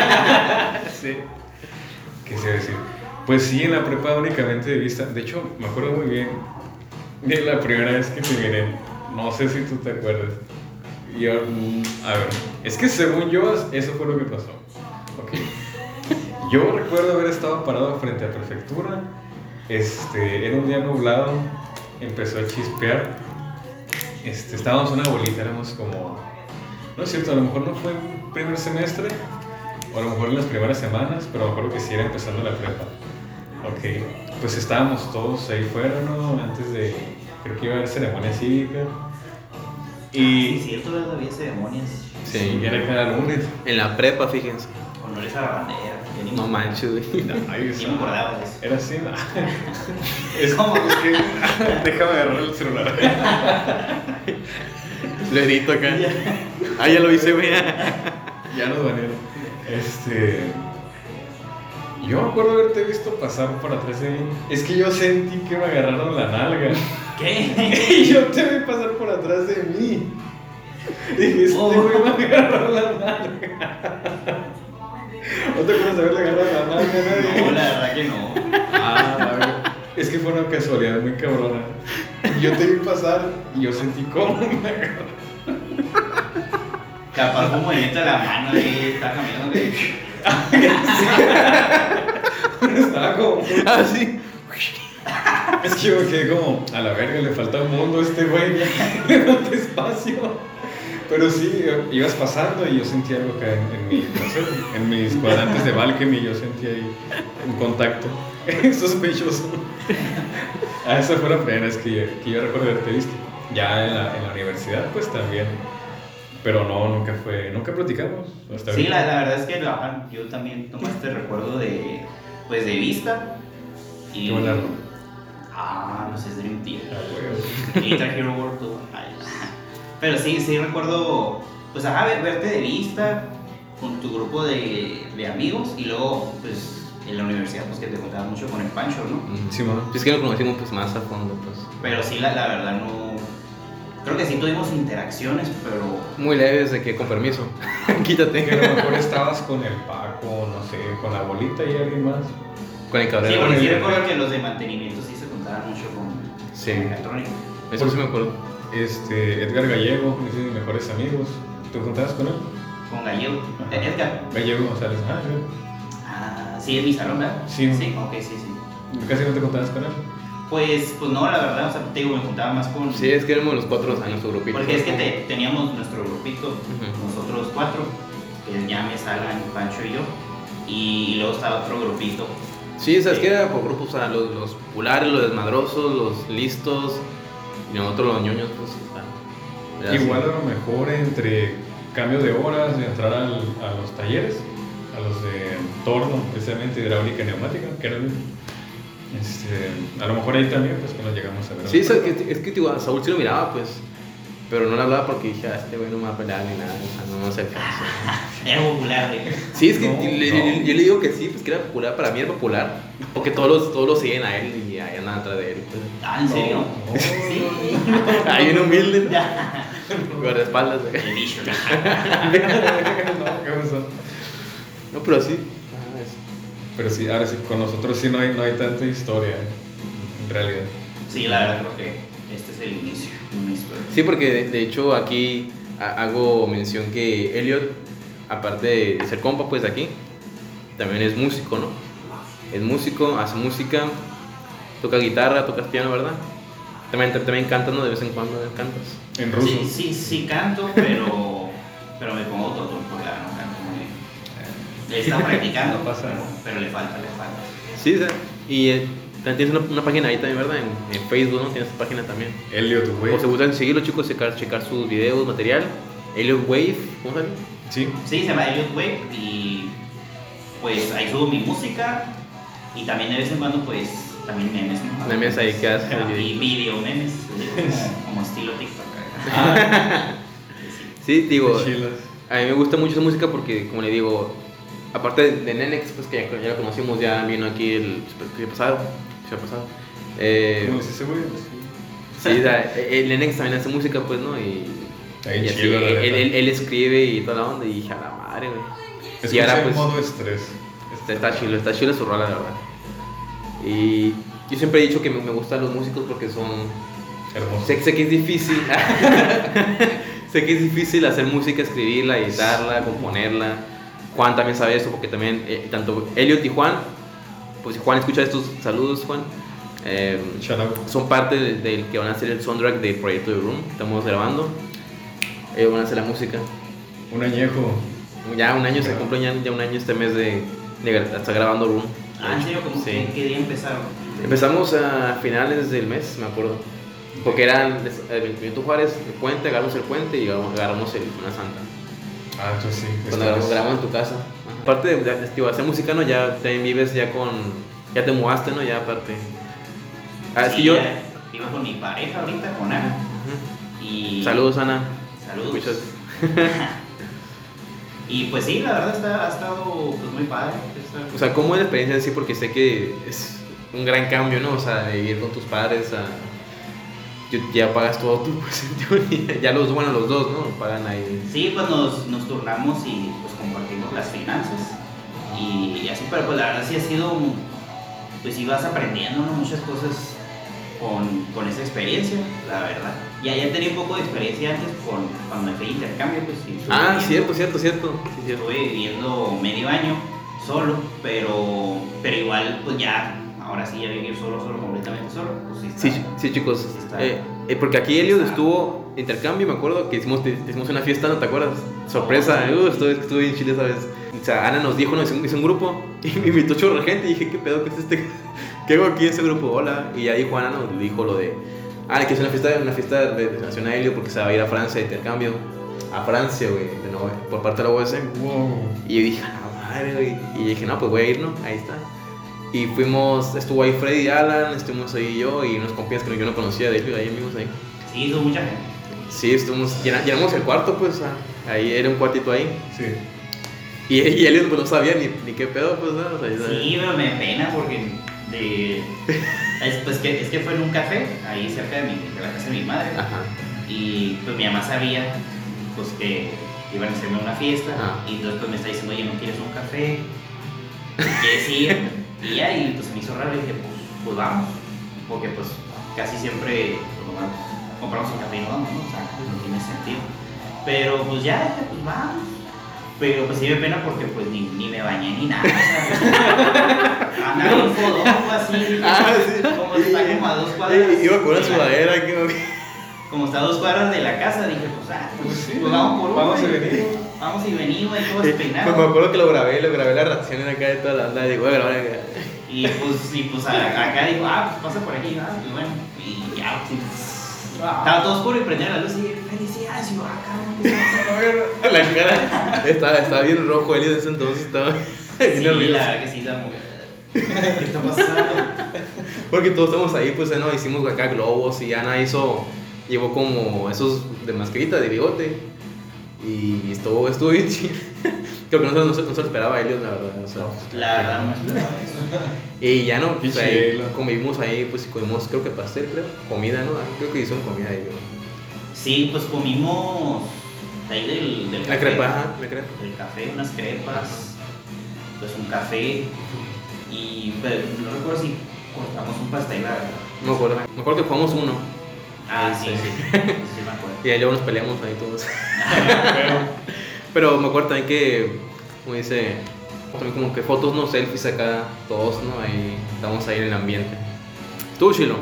Sí. ¿Qué se decir? Pues sí, en la prepa únicamente de vista. De hecho, me acuerdo muy bien de la primera vez que te miré. No sé si tú te acuerdas. Y yo, mm, a ver, es que según yo, eso fue lo que pasó. Ok. Yo recuerdo haber estado parado frente a prefectura. Este, era un día nublado. Empezó a chispear. Este, estábamos una bolita, éramos como. No es cierto, a lo mejor no fue en primer semestre. O a lo mejor en las primeras semanas, pero me acuerdo que sí era empezando la prepa. Ok, pues estábamos todos ahí fuera, ¿no? Antes de, creo que iba a haber ceremonia cívica. Sí, Y cierto, ¿verdad? Había ceremonias. Sí. y era cada lunes. En la prepa, fíjense. Honores a la bandera. Yo ni No me- manches, güey. Ay, Ni eso- me acordaba de eso. Era así, ¿no? Es como que, déjame agarrar el celular. Lo edito acá. Ah, ya lo hice, güey. Ya nos banearon. Este. Yo me acuerdo haberte visto pasar por atrás de mí. Es que yo sentí que me agarraron la nalga. ¿Qué? Y yo te vi pasar por atrás de mí. Dije, este Oh. güey me agarró la nalga. ¿No te acuerdas de haberle agarrado la nalga a nadie? No, la verdad que no. Ah, la verdad. Es que fue una casualidad muy cabrona. Yo te vi pasar y yo sentí cómo me agarró. Capaz fue un movimiento de la mano y estaba caminando de... Estaba como. Ah, sí. Es que yo me quedé como, a la verga, le falta un mundo a este güey, le falta espacio. Pero sí, ibas pasando y yo sentía algo acá en, en, mi, no sé, en mis cuadrantes de Valkyrie, yo sentía ahí un contacto sospechoso. Ah, esa fue la primera vez que yo, que yo recuerdo haberte visto. Ya en la, en la universidad, pues también. Pero no, nunca fue, nunca platicamos. Hasta Sí, ahorita. la, la verdad es que ajá, yo también tomé este recuerdo de, pues, de vista. Y... Qué buena rola. Ah, no sé, es Dream Team. Ah, güey. Guitar Hero World Tour. Ay, pero sí, sí recuerdo, pues, ajá, ver- verte de vista con tu grupo de, de amigos y luego, pues, en la universidad, pues, que te contabas mucho con el Pancho, ¿no? Sí, mamá. Es que lo conocimos pues más a fondo, pues. Pero sí, la, la verdad no... Creo que sí tuvimos interacciones, pero... Muy leves de que con permiso. Que a Quítate. lo mejor estabas con el Paco, no sé, con la bolita y alguien más. Con el Sí, cabrero. porque sí el- recuerdo que los de mantenimiento sí se contaban mucho con Sí. con mecatrónica. Eso sí me acuerdo. Este, Edgar Gallego, es de mis mejores amigos. ¿Te juntabas con él? Con Gallego. Ajá. Eh, Edgar. Gallego González. Ah, Ah, sí, es mi salón, ¿verdad? Sí. Sí, ok, sí, sí. sí. Casi no te juntabas con él. Pues, pues no, la verdad, o sea, te digo, me juntaba más con... Sí, es que éramos los cuatro años su grupito. Porque es que te- teníamos nuestro grupito, Ujú. nosotros cuatro, que es Yames, Alan, Pancho y yo. Y, y luego estaba otro grupito. Sí, sabes que era por grupos, o sea, los, los populares, los desmadrosos, los listos, y nosotros los ñoños, pues. O sea, era Igual así. a lo mejor entre cambio de horas, de entrar al, a los talleres, a los de torno, precisamente hidráulica y neumática, que era el mismo. Este, a lo mejor ahí también, pues que nos llegamos a ver. Sí, sabes que, es que digo, a Saúl sí lo miraba, pues. Pero no le hablaba porque dije, ah, este güey no me va a pelear ni nada, o sea, no me hace caso. Era popular, güey. Sí, es que No, le- no. le- yo le digo que sí, pues que era popular, para mí era popular. Porque todos los, todos lo siguen a él y ahí andan atrás de él. Pues. Ah, ¿en serio? No, no. Sí. Ahí en humilde, ¿no? Ya. Guardaespaldas, güey. El bicho. No, ¿qué pasó? No, pero sí. Ah, es- Pero sí, ahora sí, con nosotros sí no hay, no hay tanta historia, en realidad. Sí, la verdad creo que este es el inicio de una historia. Sí, porque de, de hecho aquí ha- hago mención que Elliot, aparte de ser compa, pues de aquí, también es músico, ¿no? Es músico, hace música, toca guitarra, tocas piano, ¿verdad? También, también cantas, ¿no? De vez en cuando cantas. En ruso. Sí, sí, sí canto, pero, pero me pongo autotune porque la verdad no canto muy bien. Le está practicando, No pasa pero, nada. pero le falta, le falta. Sí, o sea, y eh, también tienes una, una página ahí también, ¿verdad? En, en Facebook, ¿no? Tienes página también. Elliot, güey. O se gustan seguirlo, chicos, checar, checar sus videos, material. Elliot Wave, ¿cómo se llama? Sí. Sí, se llama Elliot Wave y pues ahí subo mi música y también de vez en cuando pues también memes, ¿no? Memes ahí que haces. Y video memes, como, como estilo TikTok. Ah, Sí, digo, chilas. a mí me gusta mucho esa música porque, como le digo, aparte de, de Nenex, pues que ya, ya lo conocimos, ya vino aquí el el pasado, el pasado. Eh, ¿Cómo es ese güey? sí, o sea, el Nenex también hace música, pues, ¿no? Y, Ahí y así, chido, la él, neta. él, él escribe y toda la onda, y dije, a la madre, güey. Es Y ahora, en pues, modo estrés. Está, está chido, está chido su rola, la verdad. Y yo siempre he dicho que me, me gustan los músicos porque son... Hermoso. Sé, sé que es difícil. Sé que es difícil hacer música, escribirla, editarla, componerla. Juan también sabe eso porque también, eh, tanto Elliot y Juan, pues si Juan escucha estos saludos, Juan, eh, Shout out. son parte del, del que van a hacer el soundtrack del proyecto de Room. Estamos grabando. Ellos van a hacer la música. Un añejo. Ya un año se cumple, ya, ya un año este mes de, de estar grabando Room. Ah, ¿en serio? ¿Cómo Sí. que, ¿Qué día empezaron? Empezamos a finales del mes, me acuerdo. Porque eran el Benito Juárez, el puente, agarramos el puente y agarramos agarramos el Semana Santa. Ah, entonces sí. Cuando esta grabamos, vez. grabamos en tu casa. Aparte de, de, de hacer música, ¿no? Ya también vives ya con... Ya te mudaste, ¿no? Ya aparte... Ah, es Sí, que yo... ya vivo con mi pareja ahorita, con Ana. Ujú. Y... Saludos, Ana. Saludos. Escuchas. Y pues sí, la verdad está, ha estado pues, muy padre. Está... O sea, ¿cómo es la experiencia en sí? Porque sé que es un gran cambio, ¿no? O sea, de vivir con tus padres a... Ya pagas todo tú, pues, ya los, bueno, los dos, ¿no? Pagan ahí. Sí, pues nos, nos turnamos y pues compartimos las finanzas y, y así, pero pues la verdad sí ha sido, pues sí vas aprendiendo, ¿no? Muchas cosas con, con esa experiencia, la verdad. Ya, ya tenía un poco de experiencia antes con, cuando me fui de intercambio, pues sí. Ah, cierto, cierto, cierto, sí, cierto. Estuve viviendo medio año solo, pero, pero igual pues ya... Ahora sí, ya vivir solo, solo, completamente solo. Pues sí, está, sí, sí, chicos. Sí eh, eh, porque aquí Elliot estuvo intercambio, me acuerdo que hicimos, hicimos una fiesta, ¿no te acuerdas? Sorpresa, uh, estuve, estuve en Chile esa vez. O sea, Ana nos dijo, nos hizo, hizo un grupo y me invitó chorro gente y dije, ¿qué pedo? ¿Qué es este? ¿Qué hago aquí en ese grupo? Hola. Y ya dijo Ana, nos dijo lo de, ah, que es una fiesta, una fiesta de Nacional Helio porque se va a ir a Francia de intercambio. A Francia, güey, de nuevo, por parte de la U S M. Wow. Y yo dije, ah, madre, güey. Y dije, no, pues voy a ir, ¿no? Ahí está. Y fuimos, estuvo ahí Freddy y Alan, estuvimos ahí yo y unos compitas que yo no conocía de ellos, ahí amigos ahí. Sí, hizo mucha gente. Sí, estuvimos, llenamos el cuarto, pues, ahí era un cuartito ahí. Sí. Y, y él pues, no sabía ni, ni qué pedo, pues, ¿no? O sea, sí, pero me pena porque de, es, pues, que, es que fue en un café, ahí cerca de, mi, de la casa de mi madre. Ajá. Y pues mi mamá sabía pues, que iban a hacerme una fiesta. Ajá. Y entonces pues, me está diciendo, oye, ¿no quieres un café? ¿Quieres ir? Y ya, y pues se me hizo raro y dije, pues, pues vamos, porque pues casi siempre pues, vamos, compramos un café y no vamos, ¿no? O sea, no tiene sentido. Pero pues ya, dije, pues vamos. Pero pues sí me pena porque pues ni, ni me bañé ni nada, o sea, andaba en un fodongo así, Ah, sí. como está como a dos cuadras. Iba con una de la- sudadera, que Como está a dos cuadras de la casa, dije, pues ah, pues, Pues sí, pues vamos por uno. vamos y y- venimos. Vamos y venimos y todo Pues despeinado. me acuerdo que lo grabé, lo grabé la reacción acá de toda la banda. Digo, voy a grabar acá. Y pues, y pues a- acá digo, ah, pues pasa por aquí, ¿no? Y bueno, y ya, pues, estaba todo oscuro y prendieron la luz y dije, felicidades, y yo, ah, cabrón, ¿qué se pasa? La cara estaba, estaba bien rojo él y desde entonces estaba bien Sí, nervioso. la verdad que sí, está muy... ¿Qué está pasando? Porque todos estamos ahí, pues, ¿no? Hicimos acá globos y Ana hizo, llevó como esos de mascarita, de bigote. Y estuvo, estuvo bien chido. Creo que no, se- no, se- no se lo esperaba a Elliot, la verdad. O sea, La verdad no esperaba eso. y ya no, pues ahí Pichelo. convivimos ahí, pues comimos, creo que pastel, creo. Comida, ¿no? Ah, creo que hicieron comida ahí. ¿no? Sí, pues comimos ahí del, del La café. crepa, ajá, la crepa. El café, unas crepas, pues un café y pero, no recuerdo si cortamos un pastel, la verdad. No me acuerdo. Me acuerdo que jugamos uno. Ah, sí, Sí. sí, sí, sí me acuerdo. Y ahí luego nos peleamos ahí todos. Pero, Pero me acuerdo también que, como dice, también como que fotos, no selfies acá, todos, ¿no? Ahí estamos ahí en el ambiente. Tú, Chilo.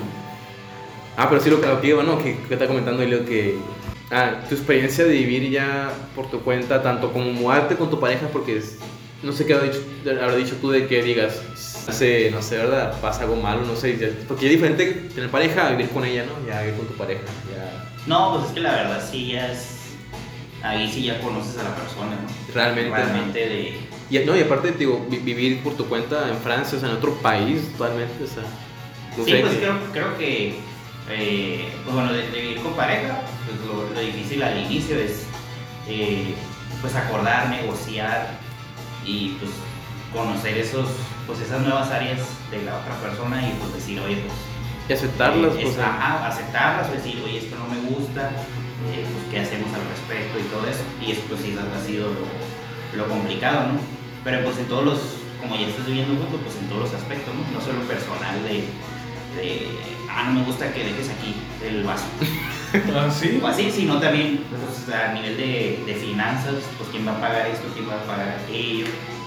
Ah, pero sí lo que lo que iba, ¿no? Que, que está comentando Elio que. Ah, tu experiencia de vivir ya por tu cuenta, tanto como mudarte con tu pareja, porque es, no sé qué habrá dicho, habrá dicho tú de que digas, hace, no sé, ¿verdad? Pasa algo malo, no sé, ya- porque es diferente tener pareja a vivir con ella, ¿no? Ya vivir con tu pareja, ya No, pues es que la verdad sí ya es. Ahí sí ya conoces a la persona, ¿no? realmente. Realmente de. Y, no, y aparte, digo, vi- vivir por tu cuenta en Francia, o sea, en otro país, totalmente, o sea, no Sí, sé, pues que- creo, creo que. eh, pues bueno, de, de vivir con pareja, pues lo, lo difícil al inicio es. eh, pues acordar, negociar y pues conocer esos. Pues esas nuevas áreas de la otra persona y pues decir, oye, pues. y aceptarlas, Eh, pues, es- ajá, aceptarlas, o decir, oye, esto no me gusta, eh, pues qué hacemos al respecto y todo eso. Y eso pues sí ha sido lo, lo complicado, ¿no? Pero pues en todos los, como ya estás viviendo juntos, pues en todos los aspectos, ¿no? No solo personal de, de ah, no me gusta que dejes aquí el vaso. ¿ah, sí? O así, sino también pues, a nivel de, de finanzas, pues quién va a pagar esto, quién va a pagar aquello.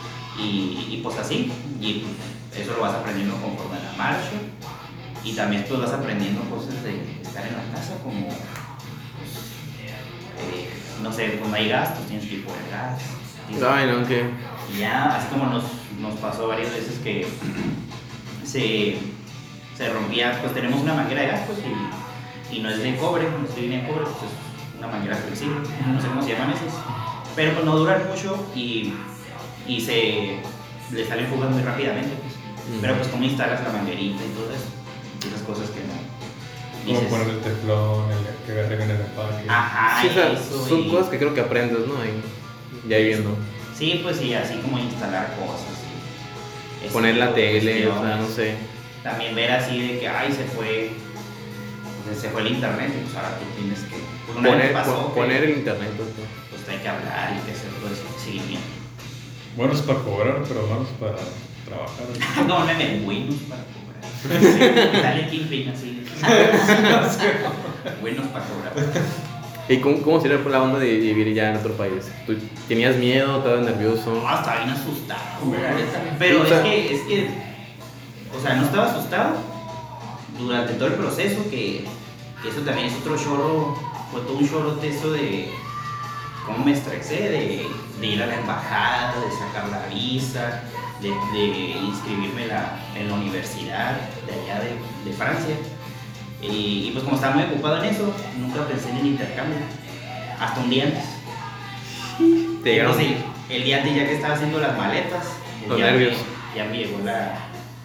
Y, y pues así, y pues, eso lo vas aprendiendo conforme a la marcha. Y también pues vas aprendiendo cosas de estar en la casa, como, pues, eh, no sé, cuando hay gas, pues tienes que ir por el gas. tienes- ay, no, que, Y ya, así como nos, nos pasó varias veces que se, se rompía, pues tenemos una manguera de gas, pues, y, y no es de cobre, no es de línea de cobre, pues es una manguera flexible, no sé cómo se llaman esas. Pero pues no duran mucho y, y se le salen fugas muy rápidamente, pues. Mm. Pero pues cómo instalas la manguerita y todo eso, esas cosas que no Como dices. poner el teflón, el que agarre bien el empaque. Ajá, sí, o sea, eso, son y- cosas que creo que aprendes, ¿no? Ahí. ya viviendo. Sí, pues sí, así como instalar cosas. Y poner la tele, o sea, no sé. También ver así de que, ay, se fue, se fue el internet, y pues ahora tú tienes que... Pues una poner, vez pasó po- poner que, el internet. Pues, pues hay que hablar y que hacer todo ese seguimiento. Buenos para cobrar, pero malos para trabajar. No, no me Windows para cobrar. Sí, dale Kingpin así. Windows para cobrar. ¿Y cómo, cómo sería la onda de vivir ya en otro país? ¿Tú tenías miedo, estabas nervioso? No, estaba bien asustado. Pero Sí, o es sea, que, es que, o sea, no estaba asustado durante todo el proceso, que, que eso también es otro chorro, fue todo un chorrote eso de cómo me estresé, de, de ir a la embajada, de sacar la visa, de, de inscribirme la, en la universidad de allá de, de Francia. Y, y pues como estaba muy ocupado en eso, nunca pensé en el intercambio, hasta un día antes. Te llegaron Entonces, el día antes ya que estaba haciendo las maletas, pues los ya nervios. Me, ya me llegó la...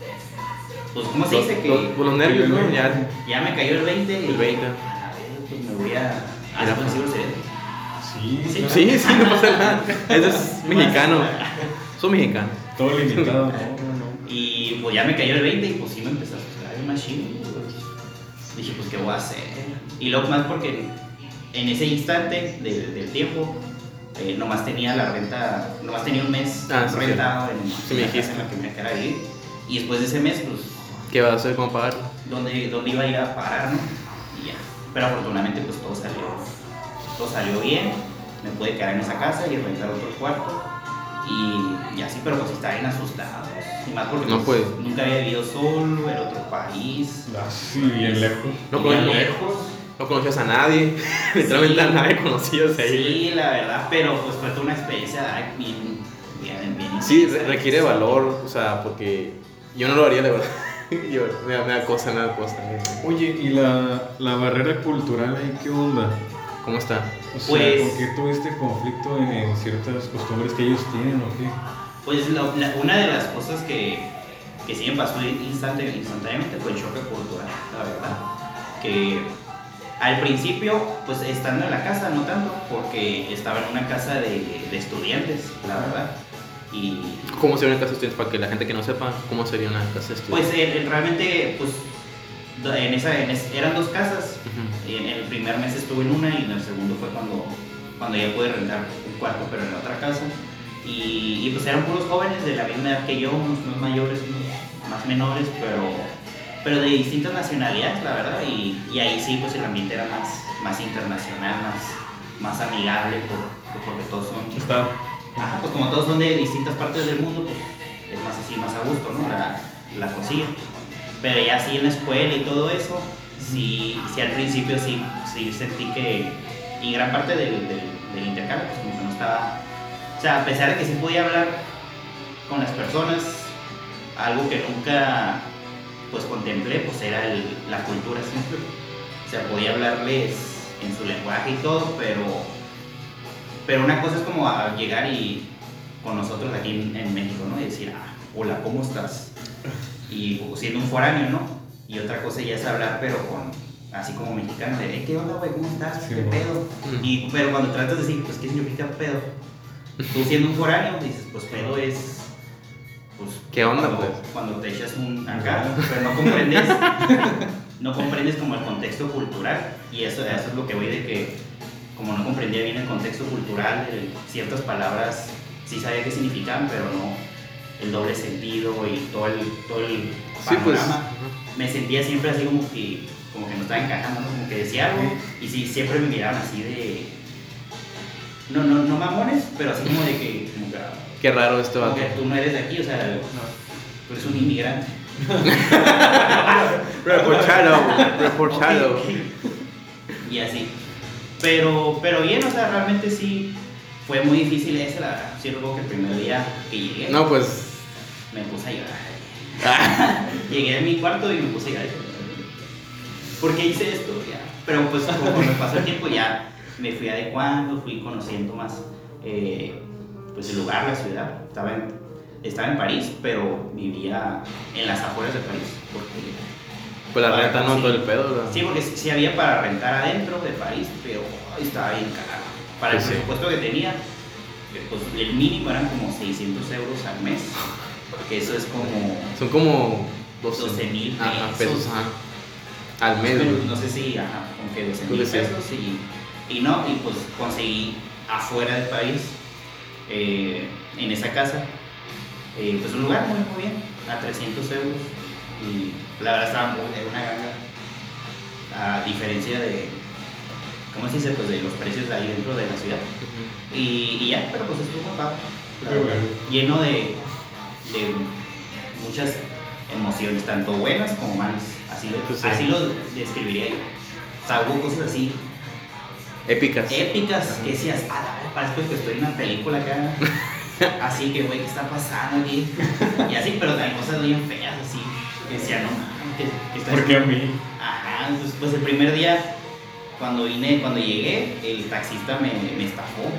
Pues ¿cómo se Los, dice? Que los, los nervios, ¿no? Ya, ya me cayó el veinte. el veinte. A ver, pues me voy a... Ah, Mira, pues pues. seguro seré. Sí, Sí. Sí, sí, no pasa nada. Eso es mexicano. Son mexicanos. todo limitado. No, no, no. Y pues ya me cayó el veinte y pues sí me empezó a asustar el machine. Pues, dije, pues ¿qué voy a hacer? Y luego más porque en ese instante del, del tiempo, eh, nomás tenía la renta, nomás tenía un mes Ah, sí, rentado en, Sí, en me la casa dijiste. en la que me quedara vivir. Y después de ese mes, pues, ¿Qué vas a hacer? ¿Cómo pagarlo? ¿dónde, dónde iba a ir a parar, no? Y ya. Pero afortunadamente, pues todo salió, todo salió bien. Me pude quedar en esa casa y rentar otro cuarto. Y, y así, pero pues estaba bien asustado. Y más porque No, pues, pues. nunca había vivido solo, era otro país. Así, bien lejos. No, bien conozco- lejos. No conocías a nadie. Literalmente a nadie conocías ahí. Sí, la verdad, pero pues fue toda una experiencia ay, bien, bien, bien Sí, intensa. re- requiere valor, o sea, porque yo no lo haría, la verdad. Yo, me, da, me da cosa, me da cosa. Oye, ¿y la, la barrera cultural ahí qué onda? ¿Cómo está? O sea, Pues- ¿por qué tuviste conflicto en, en ciertas costumbres que ellos tienen o qué? Pues la- la- una de las cosas que, que sí me pasó instante, instantáneamente fue el choque cultural, la verdad. Que al principio, pues estando en la casa, no tanto, porque estaba en una casa de, de estudiantes, la verdad. Y ¿Cómo sería una casa de estudiantes? Para que la gente que no sepa, ¿cómo sería una casa de estudiantes? pues eh, realmente, pues en esa, en es- eran dos casas. Ujú. En el primer mes estuve en una y en el segundo fue cuando, cuando ya pude rentar un cuarto, pero en la otra casa. Y, y pues eran puros jóvenes de la misma edad que yo, unos más mayores, unos más menores, pero, pero de distintas nacionalidades, la verdad. Y, y ahí sí, pues el ambiente era más, más internacional, más, más amigable, por, porque todos son... Está. Ajá, pues como todos son de distintas partes del mundo, pues es más así, más a gusto, ¿no? La, la cosilla. Pero ya así en la escuela y todo eso, sí, sí al principio sí, sí sentí que, y gran parte del, del, del intercambio, pues como que no estaba, o sea, a pesar de que sí podía hablar con las personas, algo que nunca, pues contemplé, pues era el, la cultura siempre. O sea, podía hablarles en su lenguaje y todo, pero, pero una cosa es como a llegar y con nosotros aquí en, en México, ¿no? Y decir, ah, hola, ¿cómo estás? Y siendo un foráneo, ¿no? Y otra cosa ya es hablar, pero con, así como mexicano, de, "Eh, ¿qué onda, güey? ¿Cómo estás? Sí, ¿Qué bueno. pedo?" Y, pero cuando tratas de decir, pues, ¿qué significa pedo? Tú siendo un foráneo, dices, pues, pedo es... Pues, ¿Qué onda, cuando, pues? Cuando te echas un acá, pero no comprendes, no comprendes como el contexto cultural. Y eso, eso es lo que voy de que, como no comprendía bien el contexto cultural, el- ciertas palabras sí sabía qué significaban, pero no el doble sentido y todo el, todo el Sí, pues. panorama. Ajá. Me sentía siempre así como que, como que no estaba encajando, ¿no? Como que decía algo y sí, siempre me miraban así de... No, no, no mamones, pero así como de que, como que, Qué raro esto, como vato. que tú no eres de aquí, o sea, tú eres un inmigrante. Reportado, reportado. Y así. Pero, pero bien, o sea, realmente sí fue muy difícil ese, la verdad. Sí recuerdo que el primer día que llegué No, pues. me puse a llorar. Llegué a mi cuarto y me puse a llorar. ¿Por qué hice esto? Ya. Pero pues conforme pasó el tiempo ya me fui adecuando, fui conociendo más eh, pues el lugar, la ciudad. Estaba en, estaba en París, pero vivía en las afueras de París. Porque, Pues la para- renta no, sí. todo el pedo, ¿verdad? Sí, porque sí había para rentar adentro de París, pero ay, estaba bien caro. Para el Pues sí. presupuesto que tenía, pues el mínimo eran como seiscientos euros al mes, que eso es como Son como doce mil ajá, pesos. pesos ajá, al mes. Pero güey. no sé si, ajá, como que doce mil Puede ser. pesos y, y no, y pues conseguí afuera del país, eh, en esa casa, eh, pues un lugar muy, muy bien, a trescientos euros, y la verdad estaba muy de una ganga, a diferencia de, ¿cómo se dice? Pues de los precios de ahí dentro de la ciudad, Ujú. y, y ya, pero pues estuvo padre, la Qué verdad, bueno. lleno de, de muchas emociones, tanto buenas como malas, así, lo- Pues sí. así lo describiría yo. O sea, hubo cosas así Épicas. épicas que decías, ah, la verdad, parece que estoy en una película acá, así que, güey, ¿qué está pasando aquí? Y así, pero también cosas bien feas, así, que decía, no mames, ¿qué, qué está ¿Por qué a mí? Ajá, pues, pues el primer día, cuando vine, cuando llegué, el taxista me, me estafó.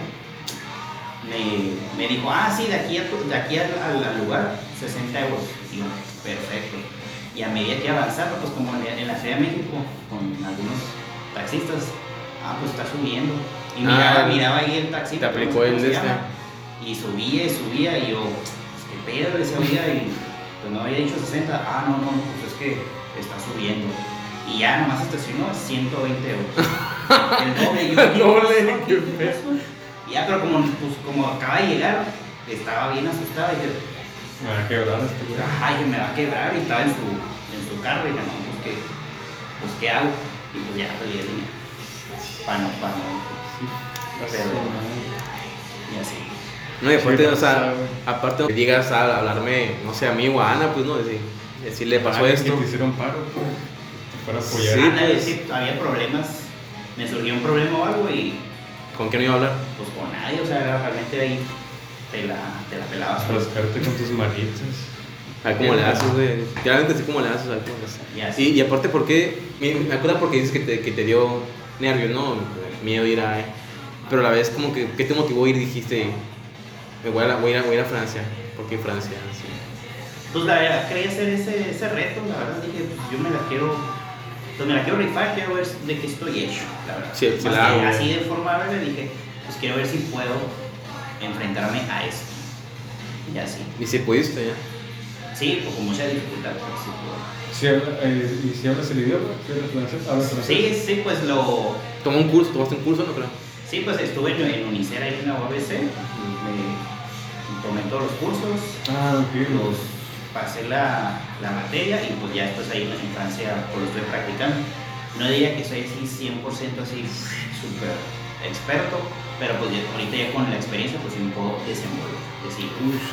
Me, me dijo, ah, sí, de aquí, a tu- de aquí al, al- al lugar, sesenta euros. Y yo, perfecto. Y a medida que avanzaba, pues como en, en la Ciudad de México, con algunos taxistas, ah, pues está subiendo. Y miraba, Ah, miraba ahí el taxista. te aplicó ¿cómo el se de llama? este. Y subía y subía, y yo, pues, qué pedo, le decía, oiga, y pues no había dicho sesenta. Ah, no, no, pues es que está subiendo. Y ya nomás estacionó ciento veinte euros. El doble. Y yo, El doble, ¿qué qué pasó? Y ya, pero como, pues, como acaba de llegar, estaba bien asustada. Y dije, Me va a quebrar este güey. ay, que me va a quebrar. Y estaba en su, en su carro. Y dije, no, pues qué, pues qué hago. Y pues ya salí de línea. Para no, para no. Pero, y así. No, y aparte, Sí, o sea, pasa, güey. aparte no llegas a hablarme, no sé, a mí o a Ana, pues no, decir, decirle pasó Ah, esto. que te hicieron paro, pues. Para apoyar. Sí, Ah, nadie, pues. sí, había problemas. Me surgió un problema o algo y ¿Con quién no iba a hablar? pues con nadie, o sea, era realmente ahí te la, te la pelabas. pues. Rascarte con tus manitas. A ver cómo le haces, güey. Realmente sé cómo le haces, a ver cómo le haces. Y así. Y, y aparte, ¿por qué? Me me acuerdo porque dices que te, que te dio nervios, ¿no? Miedo de ir a. Pero a la vez, como que, ¿qué te motivó a ir? Dijiste, me voy a, la- voy a, ir a, voy a ir a Francia. ¿Por qué Francia? Sí. Pues la verdad, quería hacer ese, ese reto, la verdad dije, pues yo me la quiero, pues me la quiero rifar, quiero ver de qué estoy hecho, la verdad. Sí, sí Más la que hago. así de forma breve dije, pues quiero ver si puedo enfrentarme a esto. Y así. Y si pudiste, ya. Sí, pues con mucha dificultad, pero sí puedo. Si habla- eh, ¿Y si hablas el idioma? ¿Si hablas francés? ¿Hablas francés? Sí, sí, pues lo, Tomó un curso, tomaste un curso, no creo. sí, pues estuve en, en Unicera ahí en la U A B C, me tomé todos los cursos, Ah, ok. los pasé la, la materia y pues ya después ahí en Francia pues lo estoy practicando. No diría que soy así cien por ciento así súper experto, pero pues ya, ahorita ya con la experiencia pues sí me puedo desenvolver. Decir,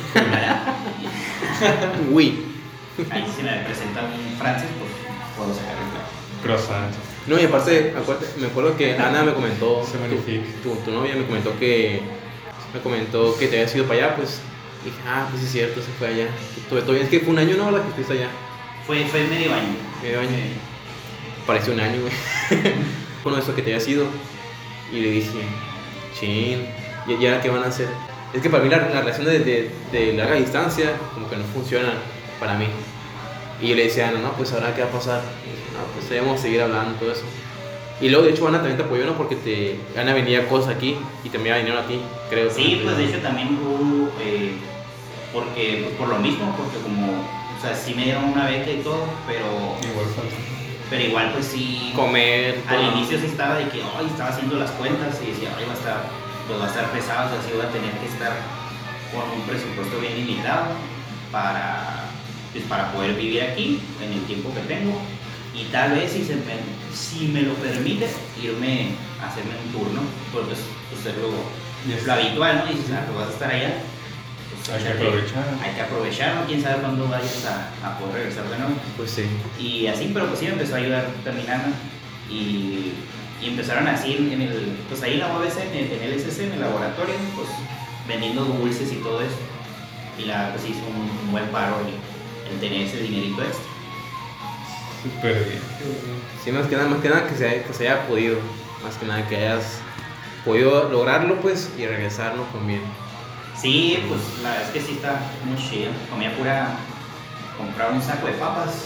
Uy. ahí si me presenta un francés pues puedo sacar el plan. Croissant. No, y aparte, acuérdate, me acuerdo que Ana me comentó, Se tu, magnifica. tu, tu novia me comentó que me comentó que te habías ido para allá, pues dije, ah, pues sí es cierto, se fue allá. Tuve todo, es que fue un año, ¿no? ¿Verdad? Que estuviste allá. Fue, fue medio año. Medio año. Pareció un año, güey. Bueno, eso que te habías ido. Y le dije, chin, ¿y y ahora qué van a hacer? Es que para mí la, la relación de, de, de larga distancia como que no funciona para mí. Y yo le decía a Ana, no, pues ahora qué va a pasar. Y dije, no, pues debemos seguir hablando y todo eso. Y luego, de hecho, Ana también te apoyó, ¿no? Porque te, Ana vendía cosas aquí y te enviaba dinero a ti, creo. Sí, pues de hecho también hubo, eh, porque, pues, por lo mismo, porque como, o sea, sí me dieron una beca y todo, pero, Igual falta. pero igual pues sí, Comer. al todo. inicio sí estaba de que, ay, estaba haciendo las cuentas y decía, ay, va a estar, pues va a estar pesado, o sea, sí voy a tener que estar con un presupuesto bien limitado para, pues, para poder vivir aquí en el tiempo que tengo y tal vez si, se me, si me lo permite irme a hacerme un turno, pues, pues es lo, Yes. lo habitual, ¿no? Y dices, ah, pues vas a estar allá, pues Hay que échate, aprovechar. hay que aprovechar, ¿no? Quién sabe cuándo vayas a, a poder regresar de nuevo. Pues sí. Y así, pero pues sí me empezó a ayudar terminando y, y empezaron así en, en el, pues ahí en la U A B C, en el, en el S C, en el laboratorio, pues vendiendo dulces y todo eso. Y la pues hizo un, un buen paro el, el tener ese dinerito extra. Súper bien. Sí, más que nada, más que nada que se, que se haya podido. Más que nada que hayas podido lograrlo, pues, y regresarlo con bien. Sí, pues la verdad es que sí está muy chido. Comía pura, compraba un saco de papas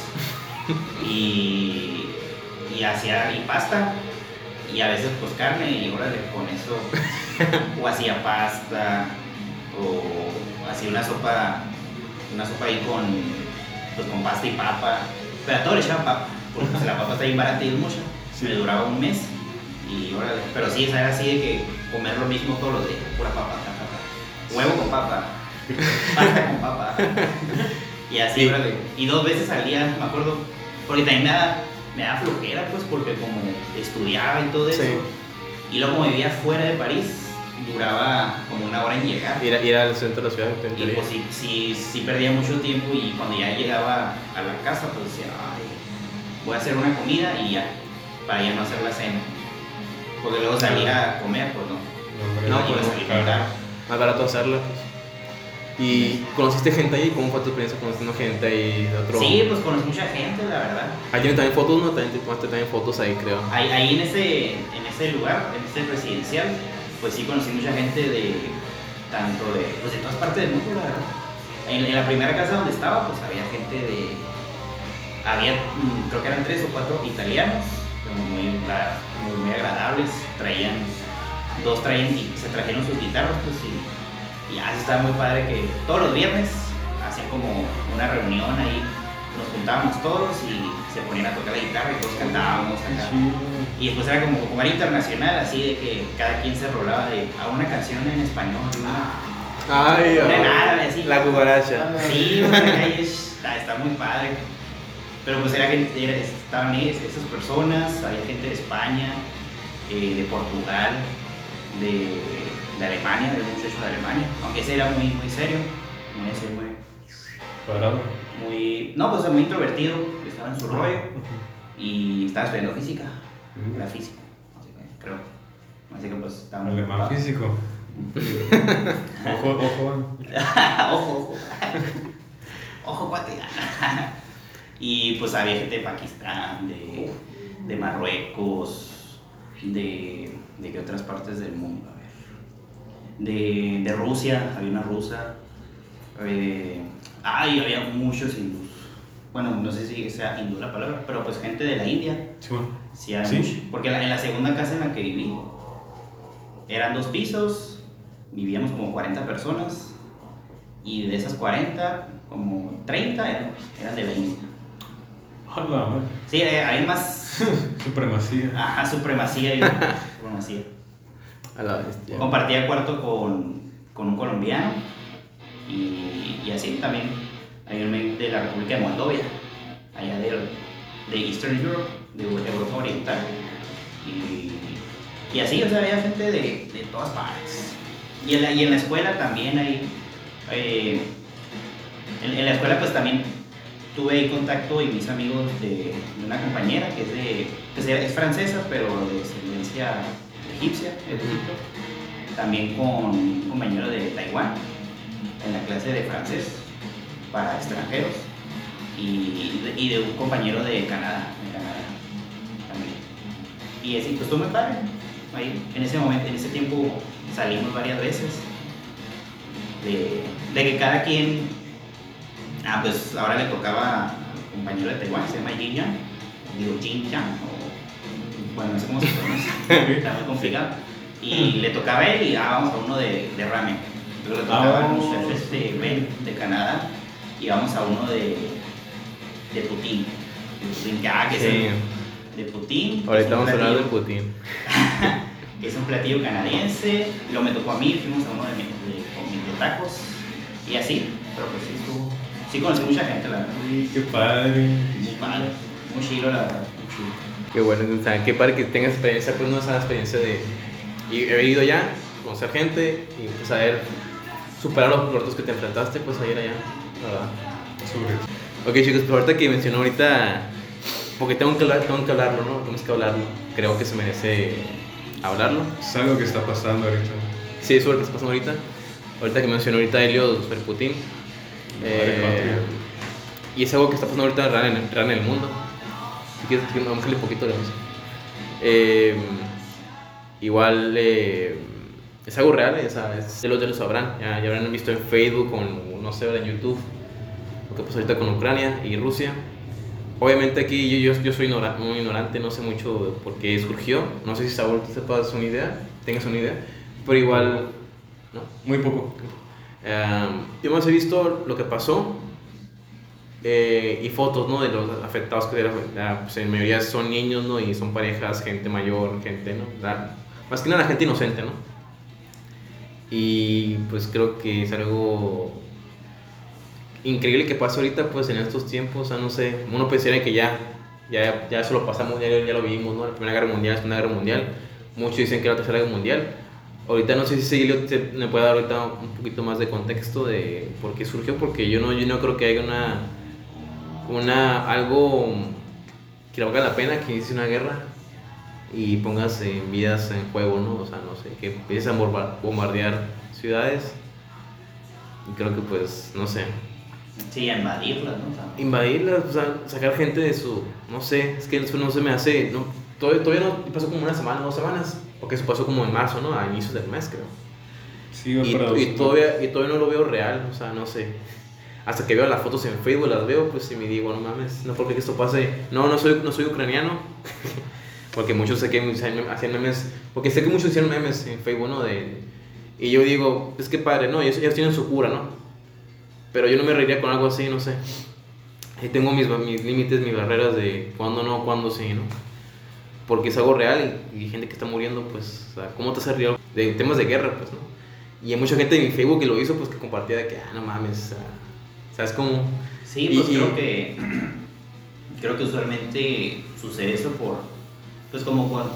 y, y hacía y pasta y a veces pues carne y órale con eso o hacía pasta o así una sopa, una sopa ahí con, pues, con pasta y papa, pero a todo le echaban papa, porque pues, la papa está bien barata y es mucha, Sí. me duraba un mes, y órale, pero sí, esa era así de que comer lo mismo todos los días, pura papa, papa, papa. Huevo con papa, pasta con papa, y así, Sí. órale, y dos veces al día, me acuerdo, porque también me da, me da flojera, pues, porque como estudiaba y todo eso, Sí. y luego como vivía fuera de París, duraba como una hora en llegar. Ir, a- ir al centro de la ciudad. en Y teoría. pues sí, sí, sí perdía mucho tiempo y cuando ya llegaba a la casa pues decía, ay, voy a hacer una comida y ya, para ya no hacer la cena. Porque luego salir a comer, pues no. hombre, No, iba a pues, salir muy claro. caro. Más barato hacerla, pues. ¿Y conociste gente ahí? ¿Cómo fue tu experiencia conociendo gente ahí de otro...? Sí, pues conocí mucha gente, la verdad. Ahí tienen también fotos, ¿no? También te tomaste también fotos ahí, creo. Ahí, ahí en, ese, en ese lugar, en ese residencial, pues sí conocí mucha gente de, tanto de, pues de todas partes del mundo, la verdad. En, en la primera casa donde estaba, pues había gente de, había, mm, creo que eran tres o cuatro italianos, como muy, la- muy, muy agradables, traían, dos traían, y se trajeron sus guitarras, pues y, y ya estaba muy padre que todos los viernes hacían como una reunión ahí, nos juntábamos todos y se ponían a tocar la guitarra y todos cantábamos, cantábamos. Y después era como, como era internacional, así de que cada quien se rolaba de a una canción en español, una, Ay, una en ay, árabe, así. la cucaracha. Sí, una calle está, está muy padre. Pero pues era gente, era- estaban es- esas personas, había gente de España, eh, de Portugal, de, de Alemania, de un muchacho de Alemania, aunque ese era muy, muy serio, muy serio, muy, Cuadrado. muy, no, pues muy introvertido, estaba en su rollo y estaba estudiando física, era físico, así que creo, así que pues estaba muy Alemán ocupado. físico. Ojo, ojo. ojo, ojo, ojo, cuate. Y pues había gente de Pakistán, de, de Marruecos, de, de qué otras partes del mundo, a ver, de, de Rusia, había una rusa, eh, ay, había muchos hindús, bueno, no sé si sea hindú la palabra, pero pues gente de la India, Sí, bueno. sí, había Sí. mucho, porque en la, en la segunda casa en la que viví, eran dos pisos, vivíamos como cuarenta personas, y de esas cuarenta, como treinta eran, eran de la India. Hola, madre. Sí, eh, había más Supremacía. ajá, supremacía y supremacía. A la bestia. Compartía cuarto con, con un colombiano y, y así también hay un men de la República de Moldovia, allá de, de Eastern Europe, de Europa Oriental. Y, y así, o sea, había gente de, de todas partes. Y en la, y en la escuela también hay, eh, en, en la escuela pues también tuve ahí contacto y mis amigos de, de una compañera que es de, que es, es francesa pero de descendencia egipcia, es de Egipto. También con un compañero de Taiwán en la clase de francés para extranjeros y de, y de un compañero de Canadá, de Canadá también. Y así, pues estuvo muy padre. Ahí, en ese momento, en ese tiempo salimos varias veces de, de que cada quien, ah, pues ahora le tocaba al compañero de Taiwán, se llama Jin Yang, digo Jin Yang, o bueno, no sé cómo se pronuncia, está muy complicado. Y le tocaba a él y ah, vamos a uno de, de ramen. Luego le tocaba Ah, a los chefs de Ben de Canadá y vamos a uno de, de Putin. De Putin, que, ah, que es Sí. el- de Putin. que Ahorita es un vamos a hablar de platillo- Putin. que es un platillo canadiense, lo me tocó a mí, fuimos a uno de, mi- de, con mis de tacos y así, pero pues sí estuvo, sí conocí mucha gente, la verdad, Uy, qué padre. muy padre, muy chido, la verdad, muy chido. Qué bueno, o sea, qué padre que tengas experiencia, pues no esa experiencia de y haber ido allá, conocer gente y pues saber superar los retos que te enfrentaste, pues a ir allá, ¿verdad? Sobre. Ok chicos, pues ahorita que mencionó ahorita, porque tengo que, hablar, tengo que hablarlo, ¿no? Tenemos que hablarlo, creo que se merece hablarlo. Es algo que está pasando ahorita. Sí, eso es lo que está pasando ahorita. Ahorita que mencionó ahorita Helio sobre Putin. Eh, y es algo que está pasando ahorita real en, el- real en el mundo. Si quieres, vamos a darle un poquito de eso. Eh, igual eh, es algo real, o sea, es, ya, lo, ya lo sabrán. Ya, ya habrán visto en Facebook, o en, no sé, ahora en YouTube, lo que pasó ahorita con Ucrania y Rusia. Obviamente aquí yo, yo, yo soy ignora- muy ignorante, no sé mucho de por qué surgió. No sé si Saúl tú sepas una idea, tengas una idea, pero igual, ¿no? Muy poco. Um, yo más he visto lo que pasó eh, y fotos, ¿no? De los afectados que eran, la, pues, en mayoría son niños, ¿no? Y son parejas, gente mayor, gente, ¿no? La, más que nada gente inocente, ¿no? Y pues creo que es algo increíble que pasa ahorita, pues en estos tiempos, o sea, no sé, uno pensaría que ya, ya, ya eso lo pasamos, ya, ya lo vivimos, ¿no? La Primera Guerra Mundial, la Segunda Guerra Mundial, muchos dicen que la Tercera Guerra Mundial. Ahorita no sé si Seguilio me puede dar ahorita un poquito más de contexto de por qué surgió, porque yo no, yo no creo que haya una, una, algo que valga la pena que inicie una guerra y pongas eh, vidas en juego, ¿no? O sea, no sé, que empieces a bombardear ciudades y creo que pues, no sé. Sí, a invadirlas, ¿no? O sea, Invadirlas, o sea, sacar gente de su, no sé, es que eso no se me hace, no, todavía, todavía no, pasó como una semana, dos semanas, porque eso pasó como en marzo, ¿no? A inicios del mes, creo. Sí, y, para y, todavía, y todavía no lo veo real, o sea, no sé. Hasta que veo las fotos en Facebook, las veo, pues y me digo, no mames, no porque esto pase. No, no soy, no soy ucraniano, porque muchos sé que hacían memes, porque sé que muchos hicieron memes en Facebook, ¿no? De, y yo digo, es que padre, no, ellos, ellos tienen su cura, ¿no? Pero yo no me reiría con algo así, no sé. Y tengo mis, mis límites, mis barreras de cuándo no, cuándo sí, ¿no? Porque es algo real y, y gente que está muriendo, pues, o sea, ¿cómo te hace reír de temas de guerra, pues, no? Y hay mucha gente en mi Facebook que lo hizo, pues, que compartía de que, ah, no mames, o sea, ¿sabes cómo? sí, pues y, creo y, que creo que usualmente sucede eso por, pues como con,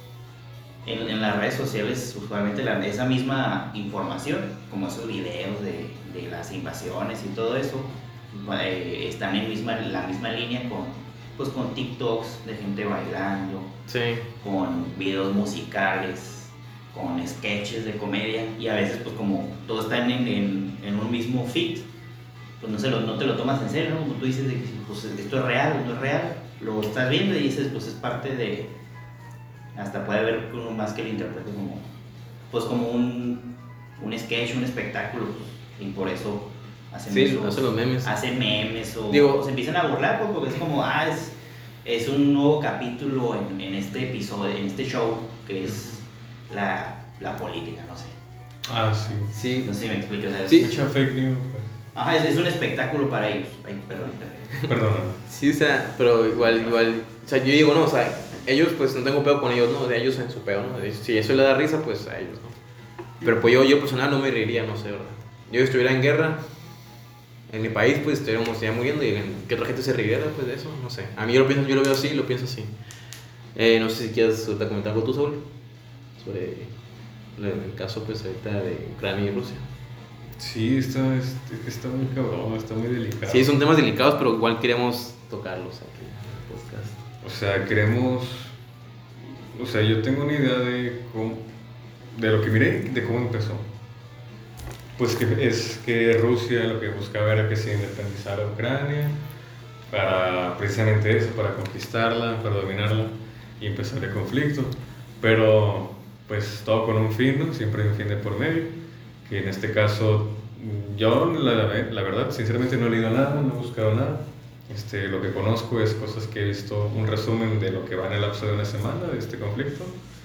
en, en las redes sociales, usualmente la, esa misma información, como esos videos de, de las invasiones y todo eso, eh, están en misma, la misma línea con, pues con TikToks de gente bailando, sí. con videos musicales, con sketches de comedia, y a veces pues como todos están en, en, en un mismo feed, pues no, se lo, no te lo tomas en serio, ¿no? Como tú dices, de que pues, esto es real, no es real, lo estás viendo y dices, pues es parte de, hasta puede haber uno más que lo interprete como, pues como un, un sketch, un espectáculo, pues, y por eso hacen sí, esos, hacen los memes. Hacen memes o, Digo, o se empiezan a burlar, pues, porque es como, ah, es, es un nuevo capítulo en, en este episodio, en este show, que es la, la política, no sé. Ah, sí. Sí. No sé si me explico. O sea, Sí. Mucha fake news, pues. Ajá, es, es un espectáculo para ellos. Ay, perdón. Perdón. Sí, o sea, pero igual, igual, o sea, yo digo, no, o sea, ellos, pues, no tengo pedo con ellos, ¿no? De ellos en su pedo, ¿no? Si eso le da risa, pues, a ellos, ¿no? Pero pues yo, yo personal no me reiría, no sé, ¿verdad? Yo estuviera en guerra, en mi país, pues, estuviéramos ya muriendo y que otra gente se riera, pues, de eso, no sé. A mí yo lo pienso, yo lo veo así, lo pienso así. Eh, no sé si quieres comentar algo tú, Saúl, sobre el caso, pues, ahorita de Ucrania y Rusia. Sí, está, está muy cabrón, está muy delicado. Sí, son temas delicados, pero igual queremos tocarlos aquí en el podcast. O sea, queremos... O sea, yo tengo una idea de cómo... De lo que miré, de cómo empezó. Pues que es que Rusia lo que buscaba era que se independizara Ucrania para precisamente eso, para conquistarla, para dominarla y empezar el conflicto. Pero pues todo con un fin, ¿no? Siempre hay un fin de por medio. Que en este caso, yo la, la verdad, sinceramente no he leído nada, no he buscado nada. Este, lo que conozco es cosas que he visto, un resumen de lo que va en el lapso de una semana de este conflicto.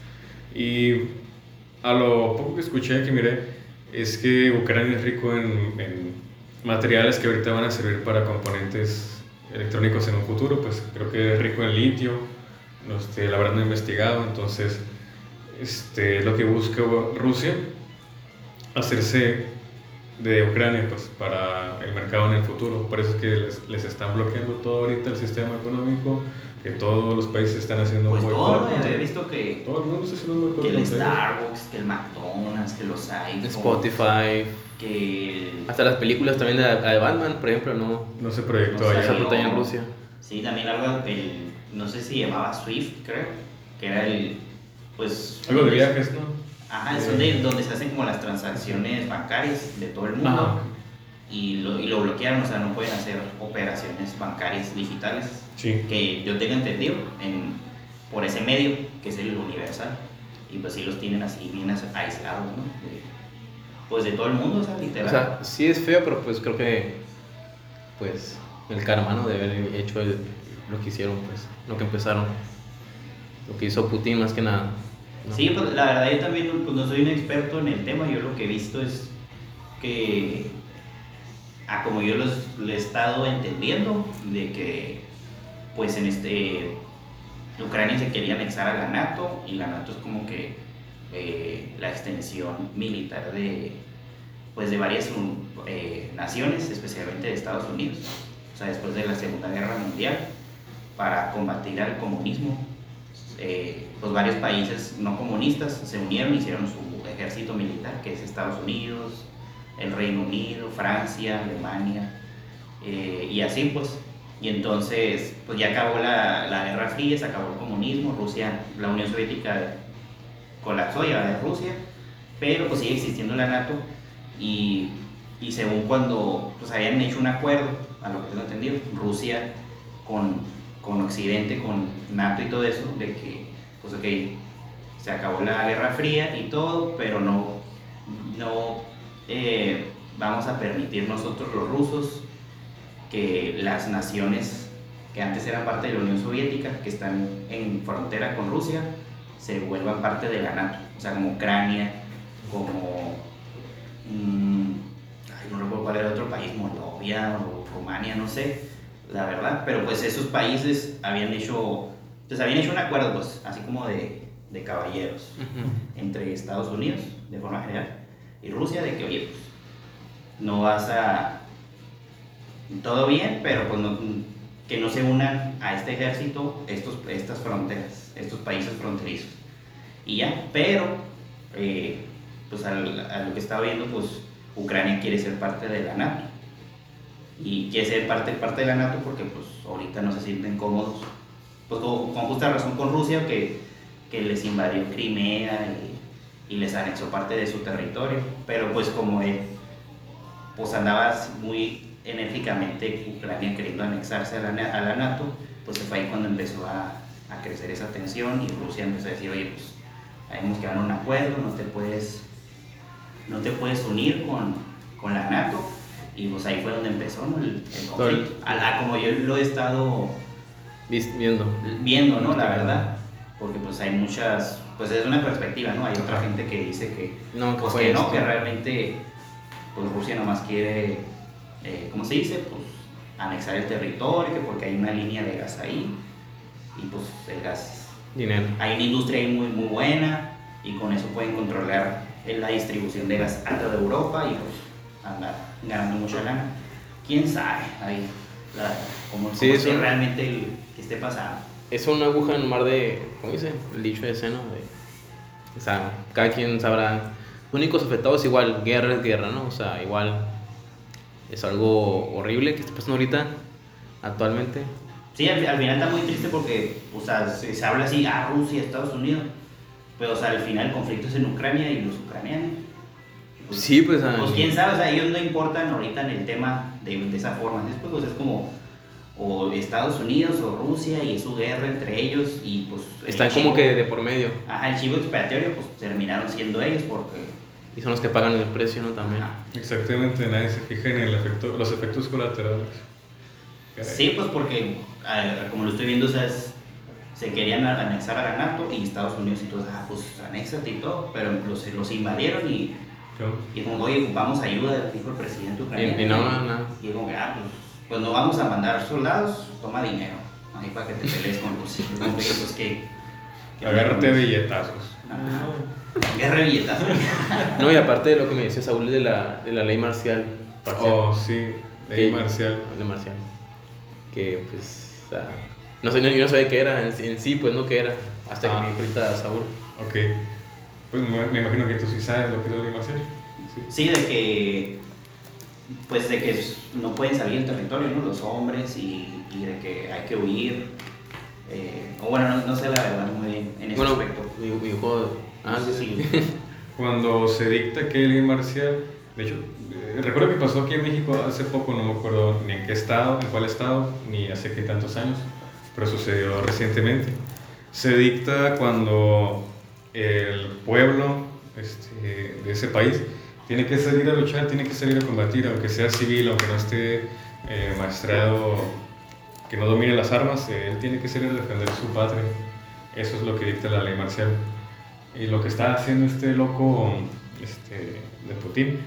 Y a lo poco que escuché, que miré, es que Ucrania es rico en, en materiales que ahorita van a servir para componentes electrónicos en un futuro. Pues creo que es rico en litio, este, la verdad no he investigado, entonces este, lo que busca Rusia hacerse de Ucrania, pues, para el mercado en el futuro. Por eso es que les, les están bloqueando todo ahorita el sistema económico, que todos los países están haciendo pues un todo, boicot. he visto que, Todo el mundo está haciendo un boicot. que el con Starbucks, que el McDonald's, que los iPhones, Spotify, que el... hasta las películas también de, de Batman, por ejemplo, no, No se proyectó No sé, allá. se proteína en Rusia. Sí, también algo, el, no sé si llamaba Swift, creo, que era el, pues... Algo de viajes, ¿no? Ajá, es donde, donde se hacen como las transacciones bancarias de todo el mundo. Ajá. Y lo, y lo bloquearon, o sea, no pueden hacer operaciones bancarias digitales. Sí. Que yo tenga entendido en, por ese medio, que es el universal. Y pues sí los tienen así bien aislados, ¿no? De, pues de todo el mundo, o sea, literal. O sea, sí es feo, pero pues creo que, pues, el karma, ¿no? De haber hecho el, lo que hicieron, pues, lo que empezaron. Lo que hizo Putin más que nada. ¿no? Sí, pues la verdad yo también pues, no soy un experto en el tema, yo lo que he visto es que, a como yo los, lo he estado entendiendo, de que pues en este Ucrania se quería anexar a la NATO, y la NATO es como que eh, la extensión militar de, pues de varias eh, naciones, especialmente de Estados Unidos, o sea, después de la Segunda Guerra Mundial, para combatir al comunismo. Eh, pues varios países no comunistas se unieron y hicieron su ejército militar, que es Estados Unidos, el Reino Unido, Francia, Alemania, eh, y así pues. Y entonces pues ya acabó la, la Guerra Fría, se acabó el comunismo, Rusia, la Unión Soviética colapsó, ya de Rusia, pero pues sigue existiendo la NATO, y, y según cuando pues habían hecho un acuerdo, a lo que tengo entendido, Rusia con, con Occidente, con NATO y todo eso, de que pues ok, se acabó la Guerra Fría y todo, pero no, no eh, vamos a permitir nosotros los rusos que las naciones que antes eran parte de la Unión Soviética, que están en frontera con Rusia, se vuelvan parte de la NATO, o sea, como Ucrania, como mmm, ay, no recuerdo cuál era otro país, Moldavia o Rumania, no sé, la verdad, pero pues esos países habían hecho, pues habían hecho un acuerdo, pues, así como de, de caballeros, uh-huh, entre Estados Unidos, de forma general, y Rusia, de que, oye, pues, no vas a, todo bien, pero pues no, que no se unan a este ejército estos, estas fronteras, estos países fronterizos, y ya, pero, eh, pues al, a lo que estaba viendo, pues, Ucrania quiere ser parte de la NATO, y quiere ser parte, parte de la NATO porque, pues, ahorita no se sienten cómodos, pues, con, con justa razón con Rusia, que, que les invadió Crimea y, y les anexó parte de su territorio, pero pues como él, pues andaba muy enérgicamente Ucrania queriendo anexarse a la, a la NATO, pues fue ahí cuando empezó a, a crecer esa tensión, y Rusia empezó a decir, oye, pues tenemos que dar un acuerdo, no te puedes, no te puedes unir con, con la NATO, y pues ahí fue donde empezó, ¿no? el, el conflicto, a la, como yo lo he estado viendo, viendo, ¿no? La verdad, porque pues hay muchas, pues es una perspectiva, ¿no? Hay otra gente que dice que no, pues que no, que realmente pues Rusia nomás quiere, eh, ¿cómo se dice? Pues anexar el territorio, que porque hay una línea de gas ahí, y pues el gas, dinero, hay una industria ahí muy, muy buena, y con eso pueden controlar la distribución de gas a toda Europa, y pues andar ganando mucha lana. ¿Quién sabe? Ahí, la, cómo, sí, cómo es un, realmente el, que esté pasando. Es una aguja en un mar de, ¿cómo dice? El dicho de seno, de, o sea, cada quien sabrá. Únicos afectados igual, guerra es guerra, ¿no? O sea, igual es algo horrible que está pasando ahorita, actualmente. Sí, al, al final está muy triste porque, o sea, se, se habla así, ah, Rusia, Estados Unidos, pero, o sea, al final el conflicto es en Ucrania y los ucranianos. Pues, sí, pues... Pues quién sabe, o sea, ellos no importan ahorita en el tema de, de esa forma. Después, pues es como, o Estados Unidos o Rusia, y es su guerra entre ellos, y pues... Están como chivo, que de por medio. Ajá, el chivo expiatorio, pues terminaron siendo ellos porque... Y son los que pagan el precio, ¿no? También. Ajá. Exactamente, nadie se fija en el efecto, los efectos colaterales. Sí, pues porque, como lo estoy viendo, o sea, es, se querían anexar a la NATO, y Estados Unidos y todo, ah, pues anéxate y todo, pero los, los invadieron, y, y como, oye, vamos a ayuda, dijo el presidente ucraniano. Y, y no, no. Y como que, ah, pues, pues no vamos a mandar soldados, toma dinero, ahí para que te pelees con Rusia. Como que, pues que... que agárrate de billetazos. Ajá. Guerra de billetazos. No, y aparte de lo que me decía Saúl de la, de la ley marcial. Parcial. Oh, sí, ley que, marcial. Ley marcial. Que, pues, o sea, no sé, yo no sabía qué era en, en sí, pues no qué era, hasta ah. que me dijo ahorita Saúl. Ok, pues me, me imagino que tú sí sabes lo que es la ley marcial. Sí. Sí, de que, pues de que no pueden salir del territorio, ¿no? Los hombres, y, y de que hay que huir. Eh, o bueno, no, no sé la verdad muy bien en ese bueno, aspecto. Mi, mi hijo, ah, sí, sí. Cuando se dicta que hay ley marcial, de hecho, eh, recuerdo que pasó aquí en México hace poco, no me acuerdo ni en qué estado, en cuál estado, ni hace qué tantos años, pero sucedió recientemente. Se dicta cuando el pueblo este, de ese país tiene que salir a luchar, tiene que salir a combatir, aunque sea civil, aunque no esté eh, maestrado, que no domine las armas, eh, él tiene que salir a defender su patria. Eso es lo que dicta la ley marcial. Y lo que está haciendo este loco este, de Putin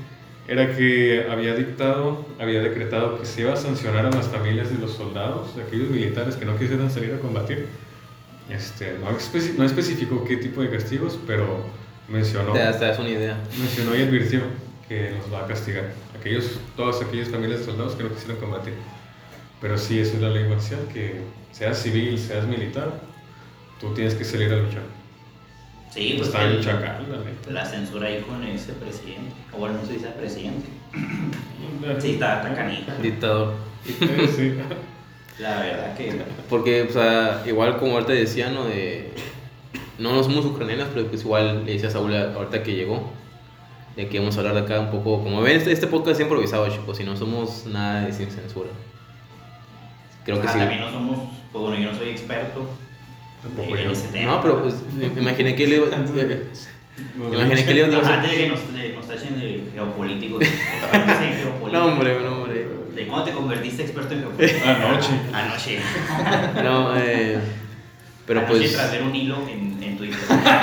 era que había dictado, había decretado que se iba a sancionar a las familias de los soldados, de aquellos militares que no quisieran salir a combatir. Este, no, especi no especificó qué tipo de castigos, pero mencionó, Te das, te das una idea. mencionó y advirtió que nos va a castigar. Aquellos, todas aquellas familias de soldados que no quisieran combatir. Pero sí, esa es la ley marcial, que seas civil, seas militar, tú tienes que salir a luchar. Sí, pues Está en el- chacal, la neta. la censura ahí con ese presidente. O bueno, no se dice presidente. Sí, está tan canija. Dictador. Eh, sí. La verdad que. Porque, o sea, igual como ahorita decía, ¿no? De, no, no somos ucranianos, pero pues igual le decía a Saúl ahorita que llegó, de que vamos a hablar de acá un poco. Como ven, este, este podcast es improvisado, chicos, y no somos nada de sin censura. Creo que Ah, sí. También no somos. Pues bueno, yo no soy experto Tampoco en yo. ese tema. No, pero pues me me imaginé que le iba. Nos Me imaginé que le iba No, a antes de que nos, de- nos tachen de geopolíticos. geopolíticos. No, hombre, no, hombre. ¿De cuándo te convertiste experto en geopolítica? Anoche. Anoche. No, eh. Pero Anoche pues. tras ver un hilo en, en Twitter.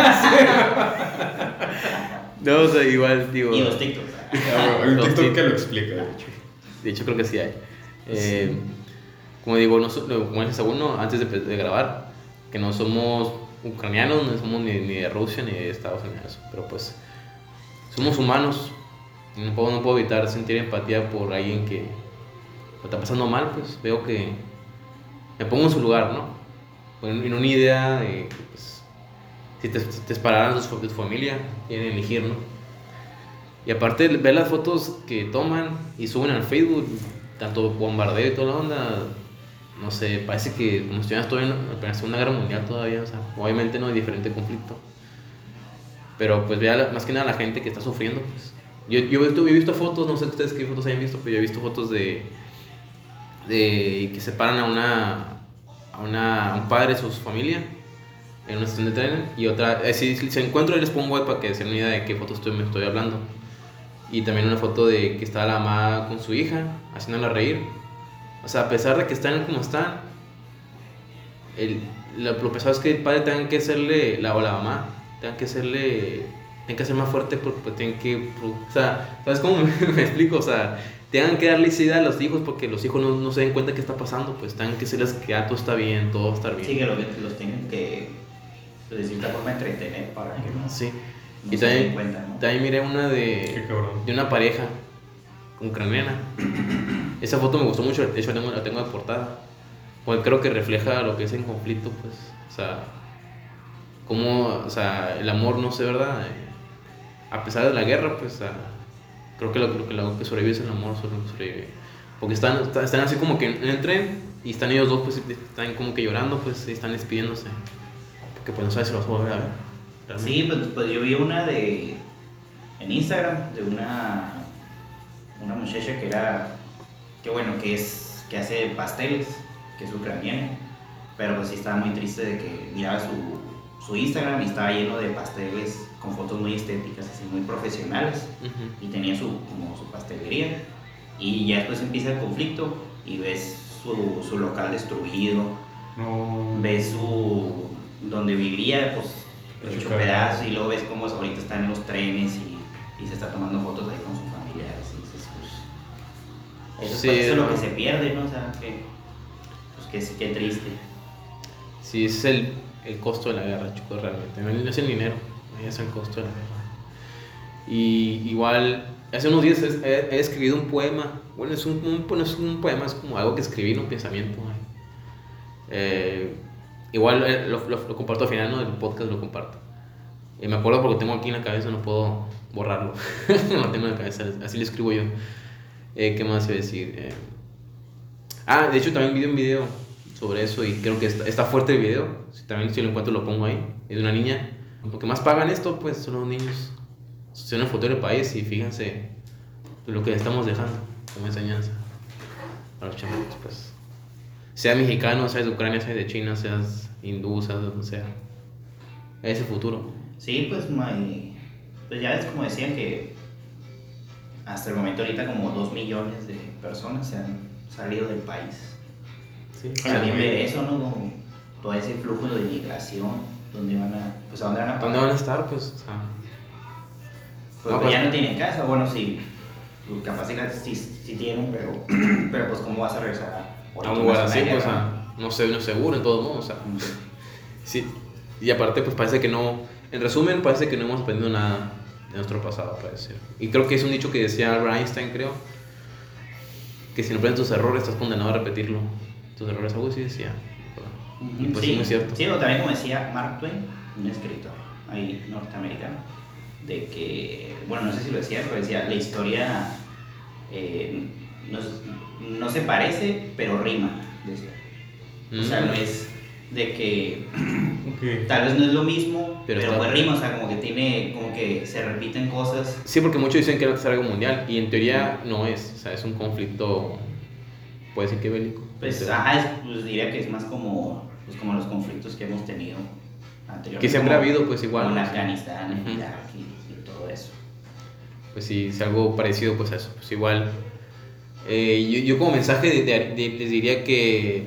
No, o sea, igual, digo. Y dos TikToks. Ah, Hay un Los TikTok tic- que lo explica, de hecho. De hecho, creo que sí hay. Eh, como digo, no, so- como dices uno antes de, de grabar, que no somos ucranianos, no somos ni, ni de Rusia ni de Estados Unidos, pero pues somos humanos. Y no puedo, no puedo evitar sentir empatía por alguien que lo está pasando mal, pues veo que me pongo en su lugar, ¿no? En, en una idea de que, pues, si te, si te dispararan de tu, de tu familia, quieren elegir, ¿no? Y aparte ver las fotos que toman y suben al Facebook, tanto bombardeo y toda la onda, no sé, parece que como si estuvieran en la Segunda Guerra Mundial todavía, o sea, obviamente no hay diferente conflicto. Pero pues vea la- más que nada la gente que está sufriendo, pues. Yo, yo, he visto, yo he visto fotos, no sé ustedes qué fotos hayan visto, pero yo he visto fotos de, de que separan a una, a una a un padre de su familia en una estación de tren y otra, eh, si, si se encuentro ahí les pongo ahí para que se den una idea de qué fotos estoy, me estoy hablando. Y también una foto de que está la mamá con su hija, haciéndola reír. O sea, a pesar de que están como están, el, lo, lo pesado es que el padre tenga que hacerle, la, o la mamá, tenga que hacerle, tenga que ser más fuerte porque pues, tienen que, o sea, ¿sabes cómo me, me explico? O sea, tengan que darle idea a los hijos porque los hijos no, no se den cuenta de qué está pasando, pues tengan que decirles que ya todo está bien, todo va a estar bien. Sí, que, lo que los tengan que, pues, de cierta forma, entretener para que no, Sí. no Y se también, den cuenta, ¿no? también miré una Qué de, cabrón. de una pareja ucraniana. Esa foto me gustó mucho, de hecho la tengo, la tengo de portada. Porque creo que refleja lo que es en conflicto, pues. O sea, cómo, o sea, el amor, no sé, ¿verdad? Eh, a pesar de la guerra, pues, o sea, creo que lo, lo que lo que sobrevive es el amor, solo lo que sobrevive. Porque están, están, están así como que en el tren y están ellos dos, pues, están como que llorando, pues, y están despidiéndose. Porque, pues, no sabes si los vas a volver a ver. realmente. Sí, pues, pues yo vi una de en Instagram de una una muchacha que era que bueno que es que hace pasteles, que es ucraniana, pero pues sí estaba muy triste de que miraba su, su Instagram y estaba lleno de pasteles con fotos muy estéticas, así muy profesionales, Ujú. y tenía su como su pastelería y ya después empieza el conflicto y ves su, su local destruido, No. ves su donde vivía pues Hecho hecho cagado. pedazos y luego ves cómo ahorita están en los trenes y, y se está tomando fotos ahí con sus familiares y dices pues eso, Sí, es, eso es lo no. que se pierde, ¿no? O sea que pues que, qué triste. Sí, ese es el, el costo de la guerra, chicos, realmente. No es el dinero, es el costo de la guerra. Y igual, hace unos días he, he- he escrito un poema. Bueno, es un, un- no es un poema, es como algo que escribí, un pensamiento. ¿eh? Eh, igual eh, lo, lo- lo comparto al final, ¿no? Del podcast lo comparto. Y me acuerdo porque tengo aquí en la cabeza, no puedo borrarlo. No lo tengo en la cabeza, así lo escribo yo. Eh, ¿Qué más iba a decir? Eh, ah, de hecho también vi un video sobre eso y creo que está, está fuerte el video. Si también si lo encuentro lo pongo ahí. Es de una niña. Lo que más pagan esto pues son los niños. Son el futuro del país y fíjense lo que le estamos dejando como enseñanza a los chamacos pues. Sea mexicano, seas de Ucrania, seas de China, seas hindú, seas de donde sea. Es el futuro. Sí, pues, ma- y- pues ya es como decían que hasta el momento ahorita como dos millones de personas se han salido del país. Sí. También ver eso, ¿no? Como todo ese flujo de migración, donde van a, pues a dónde van a ¿Dónde parar? van a estar? Pues, o sea, Pues No, pues, pues- ya no tienen casa, bueno, si, pues, capaz sí, la- sí, sí tienen, pero, pero pues cómo vas a regresar a A un lugar así, una pues, guerra? a, no sé, no seguro en todos modos, o sea, sí. Y aparte, pues parece que no, en resumen, parece que no hemos aprendido nada de nuestro pasado, parece. Y creo que es un dicho que decía Albert Einstein, creo, que si no aprendes tus errores, estás condenado a repetirlo. Tus errores, algo así decía. Y pues sí, sí, muy cierto. sí, o también como decía Mark Twain, un escritor ahí norteamericano, de que, bueno, no sé si lo decía, pero decía, la historia eh, no, no se parece, pero rima, decía. O sea, Mm. no es de que Ok. tal vez no es lo mismo, Pero pero, está- pues rima, o sea, como que tiene, como que se repiten cosas. Sí, porque muchos dicen que era la tercera guerra mundial y en teoría no es, o sea, es un conflicto, puede ser que bélico. Pues, Pero- ajá, es- pues diría que es más como, pues, como los conflictos que hemos tenido anteriormente. Que siempre ha como- habido, pues igual. Como en ¿no? Afganistán, en Ujú. Irak y, y todo eso. Pues sí, es algo parecido pues a eso, pues igual. Eh, yo, yo como mensaje de- de- de- les diría que,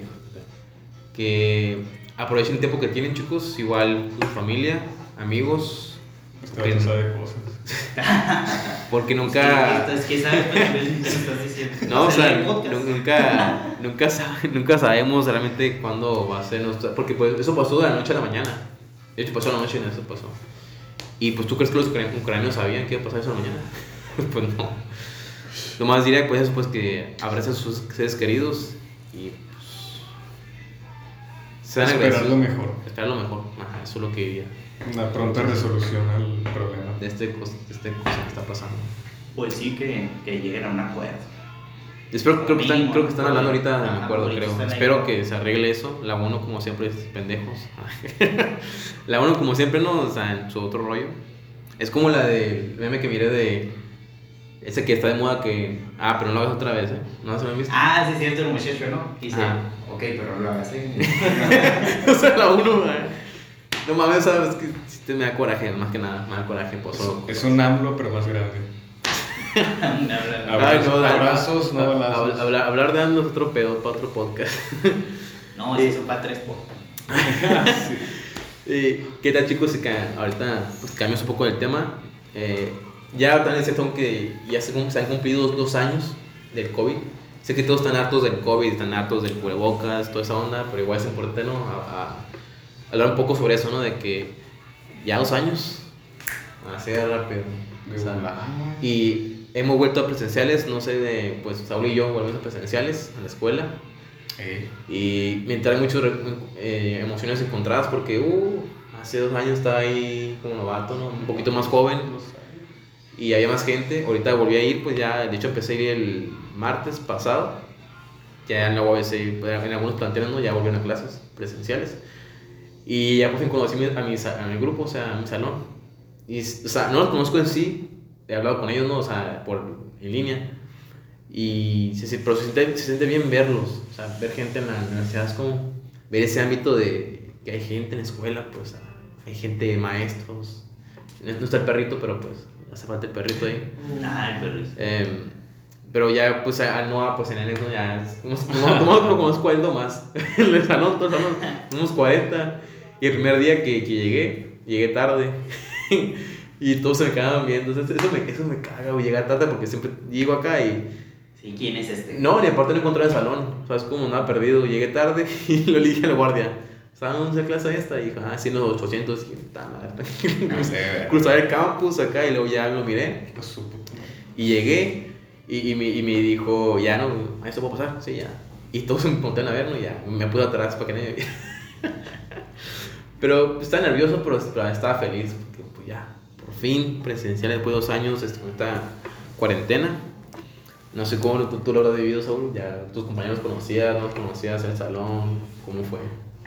que aprovechen el tiempo que tienen, chicos, igual con su familia, amigos, Este que- vato sabe cosas. porque nunca... Es que sabes, pues, lo estás diciendo. No, o Hacer sea, el podcast. nu- nunca, nunca, sabe- nunca sabemos realmente cuándo va a ser nuestra... Porque pues eso pasó de la noche a la mañana. De hecho pasó a la noche y eso pasó. Y pues tú crees que los ucra- ucranianos sabían que iba a pasar eso a la mañana. Pues no. Lo más diría pues es pues que abracen a sus seres queridos y pues... Sean Esperar agradecidos. lo mejor. Esperar lo mejor. Ajá, eso es lo que diría Una pronta resolución al problema. de este, cos- de este cosa que está pasando. Pues sí, que, que lleguen a un acuerdo. Espero, creo que están, Mínimo, creo que están ¿no? hablando ahorita, Ajá, me acuerdo, ahorita creo. están ahí. Espero que se arregle eso. La ONU, como siempre, es pendejos. La ONU, como siempre, no, o sea, en su otro rollo. Es como la del meme que miré de ese que está de moda que. Ah, pero no lo hagas otra vez, ¿eh? ¿No se lo han visto? Ah, sí, es cierto, el muchacho, ¿no? Dice, Ajá. ok, pero lo hagas. ¿eh? O sea, la ONU, ¿eh? No mames, sabes que sí te me da coraje, más que nada, me da coraje por Es, solo. es un AMLO, pero más grande. Una verdad. Ay, no, Abrazos, no hab- balazos. hab- Hablar, hablar de AMLO es otro pedo para otro podcast. No, ese es para tres por. Eh, ¿Qué tal, chicos? Si ca- ahorita pues, cambiamos un poco del tema. Eh, ya también es cierto que ya se, cum- se han cumplido dos, dos años del COVID. Sé que todos están hartos del COVID, están hartos del cubrebocas, toda esa onda, pero igual es importante, ¿no? A, a- hablar un poco sobre eso, ¿no? De que ya dos años, así de rápido. De O sea, volada. y hemos vuelto a presenciales, no sé, de, pues Saúl y yo volvemos a presenciales a la escuela. Eh, Y me entraron muchas eh, emociones encontradas porque uh, hace dos años estaba ahí como novato, ¿no? Un poquito más joven y había más gente. Ahorita volví a ir, pues ya, de hecho empecé a ir el martes pasado. Ya en la U A B C, en algunos planteles, ¿no? Ya volvieron a clases presenciales. Y ya por fin conocí a mi, sa- a mi grupo, o sea, a mi salón. Y, o sea, no los conozco en sí, he hablado con ellos, ¿no? O sea, por, en línea. Y se, se- pero se siente, se siente bien verlos, o sea, ver gente en la universidad es como ver ese ámbito de que hay gente en la escuela, pues hay gente, maestros. No no está el perrito, pero pues hace falta el perrito ahí. Ah, el perrito. Eh, pero ya, pues al Noah, pues en el ¿no? Ya es, somos, no, no, no conozco a él nomás. En el salón, todos somos, somos cuarenta. Y el primer día que, que llegué, llegué tarde. Y todos se me quedaban viendo. Entonces, eso me, eso me caga, güey, llegar tarde porque siempre llego acá y. Sí, ¿quién es este? No, ni aparte no encontré el salón. O sea, es como nada perdido. Llegué tarde y lo dije al guardia. ¿Saben dónde es la clase esta? Y dijo, ah, sí, en los ochocientos. Y puta madre. no sé, Cruzar el campus acá y luego ya lo miré. pues su puta madre. Y llegué y, y, me, y me dijo, ya no, ¿a eso puede pasar? Sí, ya. Y todos se me montaron a verlo y ya. Me puse atrás para que nadie me viera. Pero estaba nervioso, pero, pero estaba feliz. Porque pues ya, por fin, presencial después de dos años, esta cuarentena. No sé cómo tú, tú lo habrás vivido, Saúl. Ya tus compañeros conocías, no los conocías, el salón, ¿cómo fue?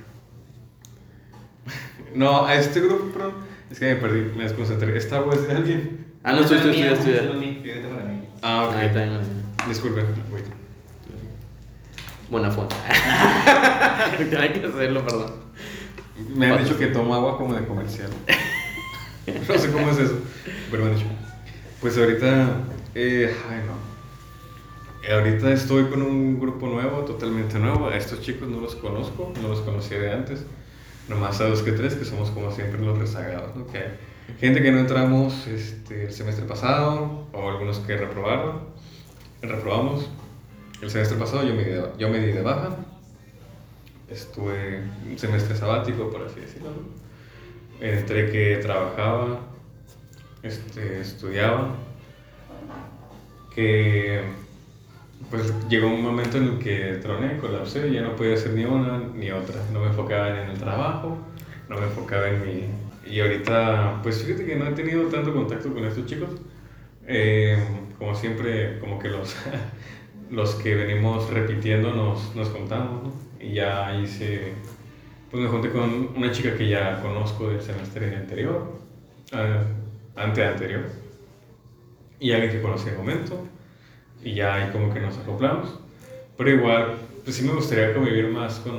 No, a este grupo, perdón, es que me perdí, me desconcentré. ¿Esta voz de alguien? Ah, no, estoy, estoy, estoy, estoy. Fíjate para mí. Ah, ok. Ahí está, ahí está. Disculpen, güey. Buena fuente. Hay que hacerlo, perdón. Me han dicho que tomo agua como de comercial. No sé cómo es eso, pero me han dicho. Pues ahorita, eh, ay no. Eh, Ahorita estoy con un grupo nuevo, totalmente nuevo. A estos chicos no los conozco, no los conocía de antes. Nomás a dos que tres, que somos como siempre los rezagados, ¿no? Que hay gente que no entramos este, el semestre pasado, o algunos que reprobaron. reprobamos. El semestre pasado yo me, di de, yo me di de baja. Estuve un semestre sabático, por así decirlo. Entre que trabajaba, este, estudiaba, que pues llegó un momento en el que troné, colapsé, ya no podía hacer ni una ni otra. No me enfocaba ni en el trabajo, no me enfocaba en mi... Y ahorita, pues fíjate que no he tenido tanto contacto con estos chicos. Eh, como siempre, como que los, los que venimos repitiendo nos, nos contamos, ¿no? Y ya hice, pues me junté con una chica que ya conozco del semestre anterior, uh, ante anterior, y alguien que conocí en el momento, y ya ahí como que nos acoplamos. Pero igual, pues sí me gustaría convivir más con,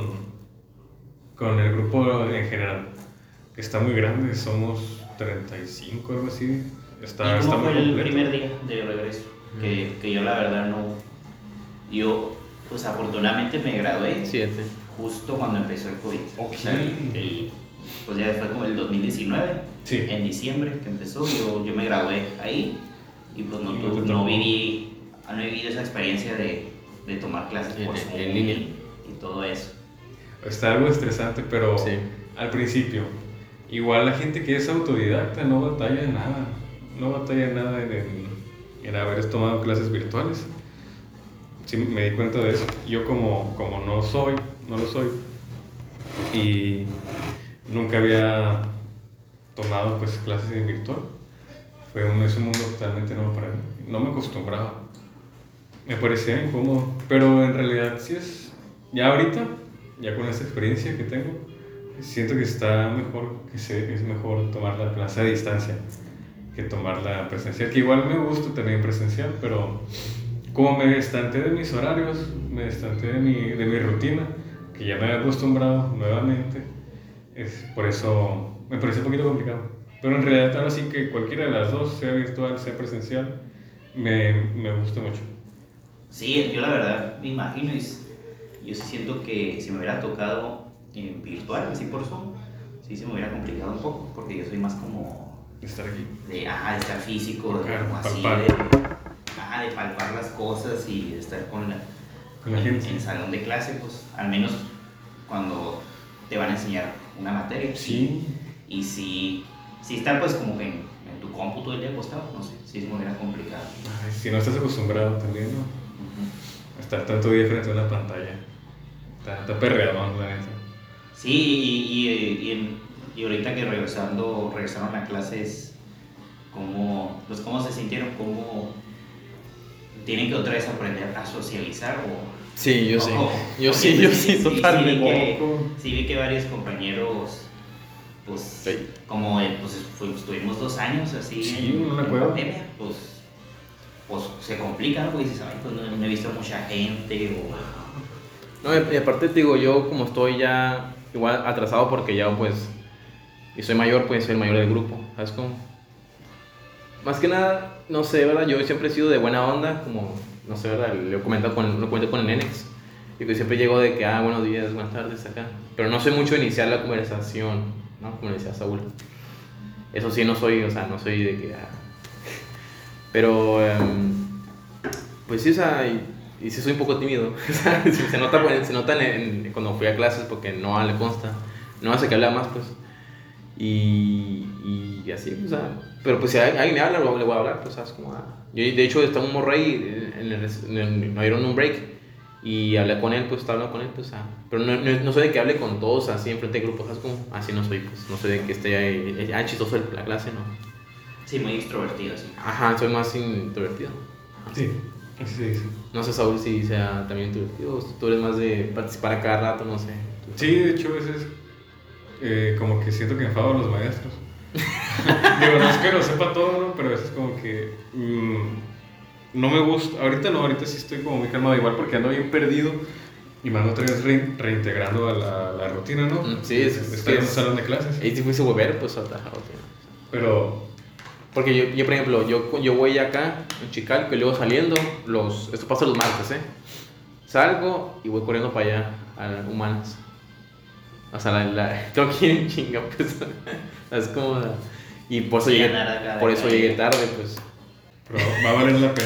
con el grupo en general, que está muy grande, somos treinta y cinco, algo así. Está, ¿Y cómo está fue muy el completo. primer día de regreso? Mm. Que, que yo la verdad no... Yo, pues afortunadamente me gradué Siete. justo cuando empezó el COVID. Ok. O sea, el, pues ya fue como el dos mil diecinueve, Sí. en diciembre que empezó, yo, yo me gradué ahí y pues no, Y tu, no te no, tocó. viví, no he vivido esa experiencia de, de tomar clases En- por en Zoom línea. y, y todo eso. Está algo estresante, pero Sí. al principio. Igual la gente que es autodidacta no batalla en nada. No batalla en nada en, en, en haber tomado clases virtuales. Sí, me di cuenta de eso. Yo como, como no soy, no lo soy, y nunca había tomado pues clases en virtual. Fue un, es un mundo totalmente nuevo para mí. No me acostumbraba. Me parecía incómodo, pero en realidad sí es... Ya ahorita, ya con esta experiencia que tengo, siento que está mejor, que se, es mejor tomar la clase a distancia que tomar la presencial, que igual me gusta también presencial, pero como me distanté de mis horarios, me distanté de mi, de mi rutina, que ya me había acostumbrado nuevamente, es, por eso me parece un poquito complicado. Pero en realidad ahora sí que cualquiera de las dos, sea virtual, sea presencial, me, me gusta mucho. Sí, yo la verdad me imagino, y s- yo sí siento que si me hubiera tocado en virtual, así por Zoom, sí se me hubiera complicado un poco, porque yo soy más como Estar aquí. de, ah, de estar físico, de, Tocar, como así, palpar. de, ah, de palpar las cosas y de estar con la, Con la en, gente. en salón de clase, pues al menos cuando te van a enseñar una materia. Sí. Y si, si estar pues como que en, en tu compu todo el día acostado, no sé, sí se me hubiera complicado. Ay, si no estás acostumbrado también, ¿no? Ujú. Estar tanto día frente a una pantalla. Está, está perreadón, la neta. Sí, y, y, y, en- y ahorita que regresando, regresaron a clases, ¿cómo, pues, ¿cómo se sintieron? ¿Cómo tienen que otra vez aprender a socializar? O, Sí, yo o- sí. o- Yo porque, sí, pues, yo sí, vi totalmente. que- Poco. Sí, vi que varios compañeros, pues, Sí. como eh, pues, fu- estuvimos dos años así Sí, en, no me en acuerdo. pandemia, pues, pues se complica, ¿no? Porque dices, ay, pues no, no he visto mucha gente, o... No, y y aparte te digo, yo como estoy ya igual atrasado porque ya pues, y soy mayor, pues soy el mayor del grupo, ¿sabes cómo? Más que nada, no sé, ¿verdad? Yo siempre he sido de buena onda, como, no sé, ¿verdad? Lo he comentado con, lo comenté con el Nenex, y pues siempre llego de que, ah, buenos días, buenas tardes, acá. Pero no soy mucho de iniciar la conversación, ¿no? Como le decía Saúl. Eso sí, no soy, o sea, no soy de que, ah. Pero, em, pues sí, o sea, y, y sí soy un poco tímido. O sea, se se nota, pues, se nota en, en- cuando fui a clases porque no le consta. No hace que hable más, pues. Y, y así, o sea. Pero pues si alguien me habla, le voy a hablar, pues, ¿sabes? Como, ah. Yo, de hecho, estaba un morro ahí, en el, en el- me dieron un break. Y hablé con él, pues, estaba hablando con él, pues, ah. Pero no, no, no soy de que hable con todos así enfrente de grupos, ¿sabes? Como, así no soy, pues. No soy de que esté ahí, ah, chistoso el- la clase, no. Sí, muy extrovertido, sí. Ajá, soy más introvertido. Sí, sí, sí. No sé, Saúl, si sea también introvertido. O tú eres más de participar a cada rato, no sé. Sí, de hecho, a veces eh, como que siento que enfado a los maestros. Digo, no es que lo sepa todo, ¿no? Pero a veces como que mm, no me gusta. Ahorita no, ahorita sí estoy como muy calmado, igual porque ando bien perdido y me ando otra vez re- reintegrando a la, la rutina, ¿no? Mm, sí, es- De es estar que en un es- salón de clases. Ahí si fuese volver, pues atajado. Pero Porque yo, yo, por ejemplo, yo, yo voy acá en Chicalco y luego saliendo, los, esto pasa los martes, ¿eh? Salgo y voy corriendo para allá, a Humanas. O sea, la, la, tengo que ir en chinga, pues. Es como. Y por eso, Sí, llegué, andar acá de por eso calle. llegué tarde, pues. Pero va a valer la pena.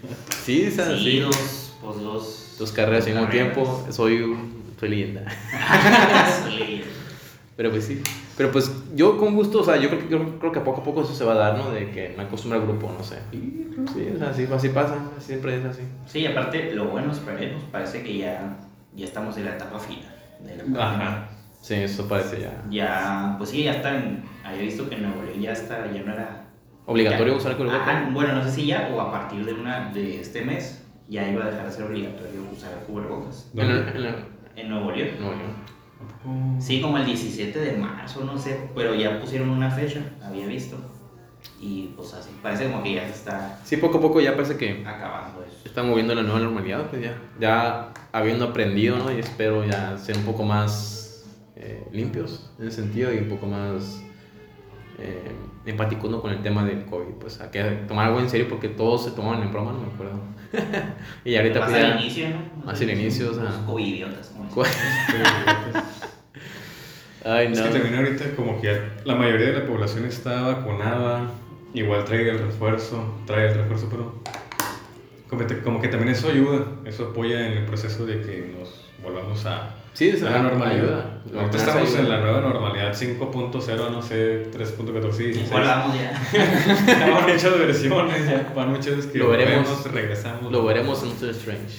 Sí, o sea, Sí, sí. dos, pues dos. Dos carreras al mismo carreras. tiempo. Soy, un- soy leyenda. Solía. Pero pues sí. Pero pues yo con gusto, o sea, yo creo que, yo creo que poco a poco eso se va a dar, ¿no? De que me acostumbro al grupo, no sé. Sí, o sea, así, así pasa. Siempre es así. Sí, aparte, lo bueno es para él, parece que ya, ya estamos en la etapa final de la pandemia. Ajá. Sí, eso parece ya. Ya, pues sí, ya están. Había visto que en Nuevo León ya está, ya no era. ¿Obligatorio ya- usar el cubrebocas? Ajá, bueno, no sé si ya o a partir de, una, de este mes ya iba a dejar de ser obligatorio usar cubrebocas. En el- en el- En Nuevo León. no, yo. Sí, como el diecisiete de marzo, no sé, pero ya pusieron una fecha, había visto. Y pues así, parece como que ya se está Sí, poco a poco ya parece que acabando eso. están moviendo la nueva normalidad, pues ya. Ya habiendo aprendido, ¿no? Y espero ya ser un poco más eh, limpios en ese sentido y un poco más eh, empáticos, ¿no? Con el tema del COVID. Pues hay que tomar algo en serio porque todos se tomaban en broma, no me acuerdo. Y ahorita Más pues ya. al inicio, ¿no? Más al inicio, o sea. Los covidiotas, como Cu- dicen. Ay, Es no. que también ahorita como que ya la mayoría de la población está vacunada, igual trae el refuerzo, trae el refuerzo, pero como que, como que también eso ayuda, eso apoya en el proceso de que nos volvamos a, Sí, a esa la normalidad. ayuda. La Ahorita vacunarse estamos ayuda. en la nueva normalidad cinco punto cero, no sé, tres punto catorce, ¿Y dieciséis. cuál vamos ya? Ya van muchas versiones, ya van muchas que Lo veremos. volvemos, regresamos. Lo veremos en Doctor Strange.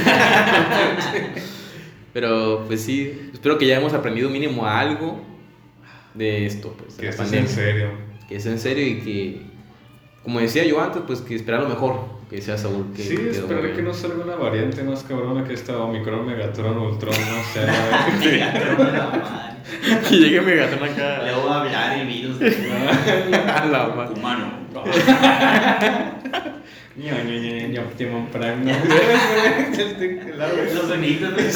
Pero pues sí, espero que ya hemos aprendido mínimo algo de esto, pues, de Que la esto es pandemia. en serio. Que es en serio y que, como decía yo antes, pues que esperar lo mejor, que decía Saúl. Que Sí, quedó muy esperaré bien. que no salga una variante más cabrona que esta Omicron, Megatron, Ultron, no sé. a ver. Megatron de la madre. Que llegue Megatron acá. Le voy a hablar el virus. A la madre. Humano. Ño, ño, ño, ño, Optimum Prime, ¿no? Los sonidos de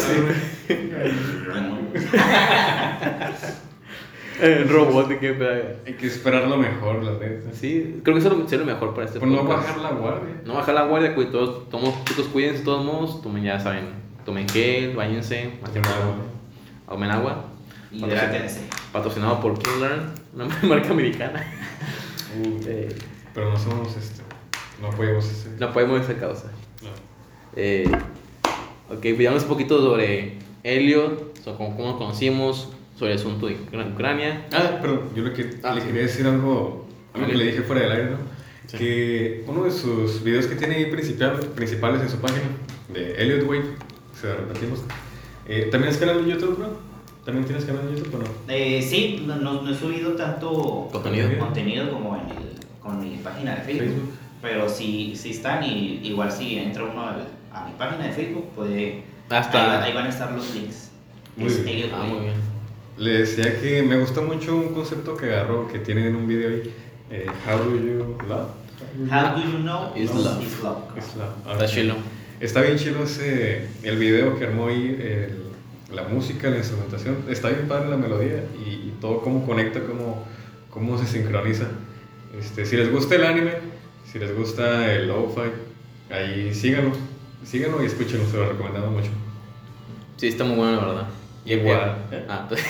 El robot de que pega. Hay que esperar lo mejor, la neta. Sí, creo que eso es lo- sería lo mejor para este Pues no podcast. bajar la guardia. No bajar la guardia, pues todos, todos, chicos, cuídense de todos modos, tomen, ya saben, tomen gel, bañense, Tomen agua. tomen agua. Hidrátense. Patrocinado por Kinglearn, una marca americana. Uh, Eh, pero no somos este. No apoyamos ese. no apoyamos esa causa. No. Eh, ok, pues ya hablamos un poquito sobre Elliot, sobre cómo, cómo nos conocimos, sobre el asunto de Ucra- Ucrania. Ah, perdón, yo le, que- Ah, le sí. quería decir algo, algo que Ok. le dije fuera del aire, ¿no? Sí. Que uno de sus videos que tiene ahí principal, principales en su página, de Elliot Wave, se lo repetimos. Eh, ¿También es canal de YouTube, bro? ¿También tienes canal de YouTube o no? Eh, sí, no, no- no he subido tanto Contenido. contenido como en el, con mi página de Facebook, Facebook. pero sí, sí están y igual si entra uno al- a mi página de Facebook puede... Hasta- Ahí, ahí van a estar los links. Muy Es bien. Elliot Ah, Wave. muy bien. Le decía que me gustó mucho un concepto que agarró, que tiene en un video ahí, eh, How do you love? How do you know Is love love. is love? Es la- Está chilo. Está bien chido ese, el video que armó ahí, el- la música, la instrumentación. Está bien padre la melodía y, y todo cómo conecta, cómo, cómo se sincroniza. Este, si les gusta el anime, si les gusta el lo-fi, ahí síganlo. Síganlo y escúchenlo, se lo recomendamos mucho. Sí, está muy bueno, la verdad. Igual. Ah, pues.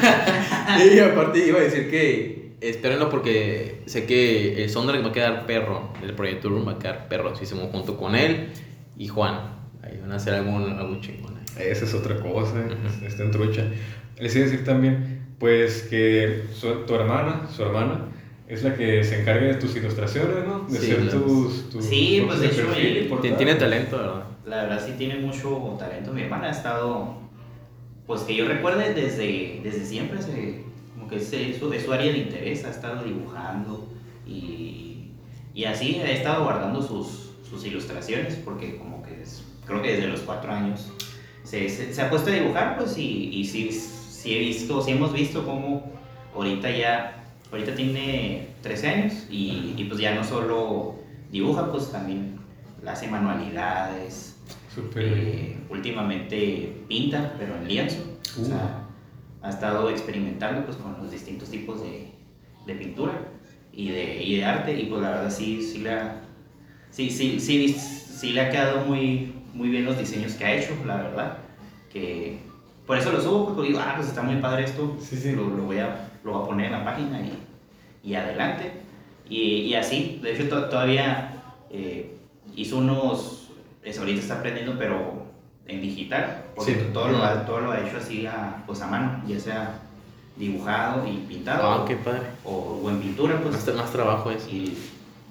Y aparte iba a decir que espérenlo porque sé que el soundtrack va a quedar perro. El proyecto Room va a quedar perro. Si hicimos junto con él y Juan. Ahí van a hacer algo, algo chingón. ahí. Esa es otra cosa, Ujú. está en trucha. Les iba a decir también, pues que su- tu hermana, su hermana, es la que se encarga de tus ilustraciones, ¿no? De Sí, hacer las- tus, tus Sí, fotos pues, de hecho, perfil y él- Tien- portada. Tiene talento, ¿verdad? La verdad sí tiene mucho talento. Mi hermana ha estado, pues que yo recuerde desde, desde siempre, se, como que es su, de su área de interés, ha estado dibujando y, y así ha estado guardando sus, sus ilustraciones porque como que es- creo que desde los cuatro años se, se, se ha puesto a dibujar pues y, y sí, sí he visto, sí hemos visto cómo ahorita ya, ahorita tiene trece años y, y pues ya no solo dibuja, pues también hace manualidades. Súper Eh, últimamente pinta, pero en lienzo. O sea, ha estado experimentando pues, con los distintos tipos de, de pintura y de, y de arte. Y pues la verdad sí, sí, le ha, sí, sí, sí, sí le ha quedado muy, muy bien los diseños que ha hecho, la verdad. Que por eso lo subo, porque digo, ah, pues está muy padre esto. Sí, sí. Lo, lo voy, a, lo voy a poner en la página y, y adelante. Y, y así, de hecho to- todavía... eh, hizo unos, es, ahorita está aprendiendo, pero en digital, porque Sí. todo, lo, ha- todo lo ha hecho así a, pues a mano, ya sea dibujado y pintado, Ah, qué padre. o, o en pintura, pues. Más, más trabajo es. Y,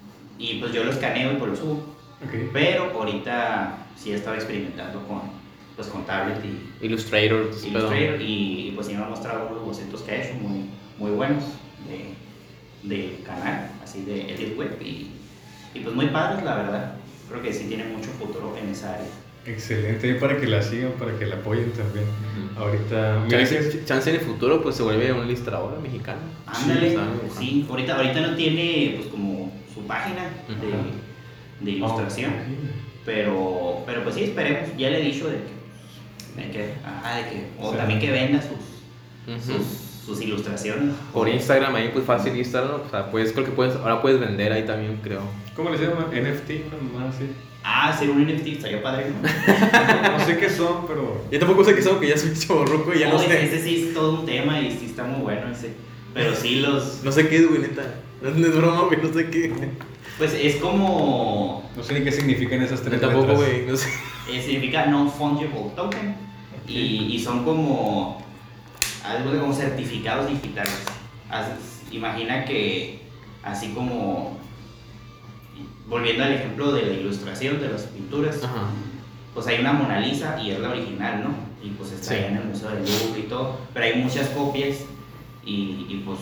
y pues yo lo escaneo y pues lo subo. Ok. Pero ahorita sí he estado experimentando con, pues, con tablet y Illustrator, todo ese pedo. Illustrator y, y pues sí me ha mostrado unos bocetos que ha hecho muy, muy buenos de, de canal, así de edit web y, y pues muy padres la verdad. Creo que sí tiene mucho futuro en esa área. Excelente, y para que la sigan, para que la apoyen también. Ujú. Ahorita, mira que es- Chance, chance en el futuro pues se vuelve una ilustradora mexicana. Ándale, Sí, ¿sabes? Ajá. sí, ahorita, ahorita no tiene pues como su página de, Ajá. de ilustración, Ah, ok. pero, pero pues sí, esperemos, ya le he dicho de que, de que, ajá, de que o Sí. también que venda sus, Ujú. sus, sus ilustraciones. Por Instagram ahí pues fácil Instagram, o sea, pues creo que puedes, ahora puedes vender ahí también creo. ¿Cómo les llaman? N F T, no más así. Ah, hacer un N F T estaría padre, ¿no? No sé qué son, pero Yo tampoco sé qué son, que ya soy chavorruco y ya no Oh, sé. ese sí es todo un tema y sí está muy bueno ese. Pero sí los... No sé qué es, güey, neta. No es broma, güey, no sé qué. Pues es como... no sé ni qué significan esas tres Tampoco, letras. güey, no sé. eh, significa non-fungible token. Y, y son como... Algo de como certificados digitales. Haz- imagina que así como... Volviendo al ejemplo de la ilustración, de las pinturas. Ajá. Pues hay una Mona Lisa y es la original, ¿no? Y pues está Sí. ahí en el Museo del Louvre y todo, pero hay muchas copias y, y pues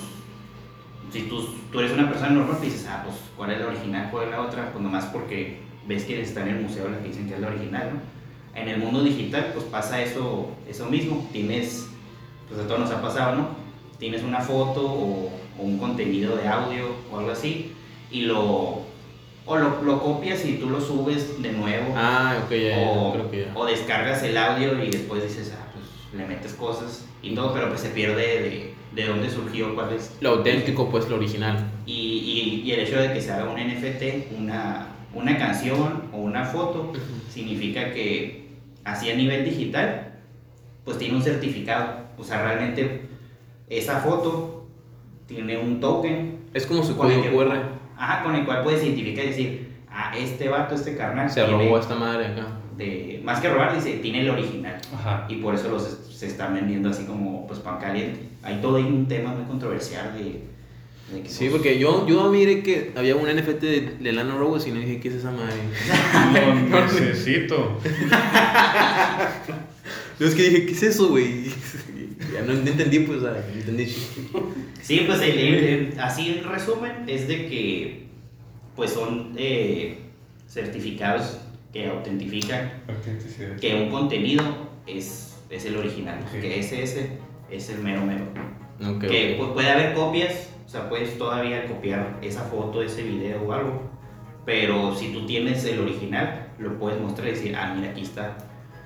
si tú, tú eres una persona normal, pues dices, ah, pues ¿cuál es la original, cuál es la otra? Pues nomás porque ves que está en el museo la que dicen que es la original, ¿no? En el mundo digital pues pasa eso, eso mismo, tienes, pues a todos nos ha pasado, ¿no? Tienes una foto o, o un contenido de audio o algo así y lo... O lo, lo copias y tú lo subes de nuevo. Ah, ok, ya, ya, o, creo que ya. o descargas el audio y después dices, ah, pues le metes cosas y todo, pero pues se pierde de, de dónde surgió, cuál es. Lo auténtico, pues lo original. Y, y, y el hecho de que se haga un N F T, una, una canción o una foto, significa que así a nivel digital, pues tiene un certificado. O sea, realmente esa foto tiene un token. Es como su con el código que- Q R. Ajá, con el cual puedes identificar y decir, ah, este vato, este carnal. Se tiene- robó a esta madre acá. de, más que robar, dice, tiene el original. Ajá. Y por eso los es- se están vendiendo así como pues pan caliente. Hay todo ahí un tema muy controversial de, de que, Sí, pues, porque yo, yo miré que había un N F T de, de Lana Rhodes y no dije, ¿qué es esa madre? Lo necesito. Yo es que dije, ¿qué es eso, güey? Ya no, no entendí, pues, o sea, no entendí. Sí, pues el- el- así en resumen es de que pues son eh, certificados que autentifican Autenticidad. que un contenido es, es el original, Sí. que ese, ese es el mero mero. Ok, Que ok. pu- puede haber copias, o sea, puedes todavía copiar esa foto, ese video o algo, pero si tú tienes el original, lo puedes mostrar y decir, ah, mira, aquí está.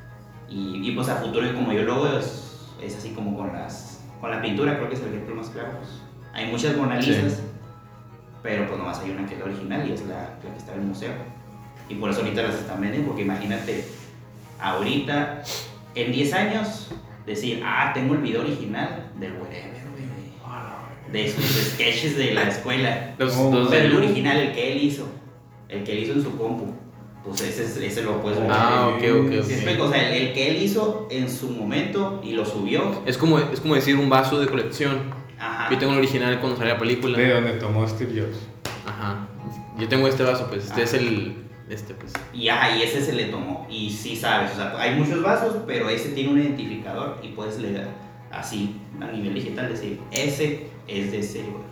Y, y pues a futuro, como yo lo veo, es, es así como con, las, con la pintura, creo que es el ejemplo más claro. Pues, hay muchas Mona Lisas, Sí. pero pues nomás hay una que es la original y es la, la que está en el museo. Y por eso ahorita las están vendiendo, porque imagínate, ahorita, en diez años, decir, ah, tengo el video original del wherever, güey, de, de sus sketches de la escuela. Los, No, los Pero de el original, el que él hizo, el que él hizo en su compu, pues ese, es- ese lo puedes ver. Ah, ok, ok, ¿Sí me ok. explico? O sea, el, el que él hizo en su momento y lo subió, Es como, es como decir un vaso de colección. ajá. Yo tengo el original cuando salió la película. De donde tomó Steve Jobs. Ajá. Yo tengo este vaso, pues, este Ah. es el... Este, pues. Y, ajá, y ese se le tomó. Y sí sabes, o sea, hay muchos vasos, pero ese tiene un identificador y puedes leer así a nivel digital decir, ese es de ese güey.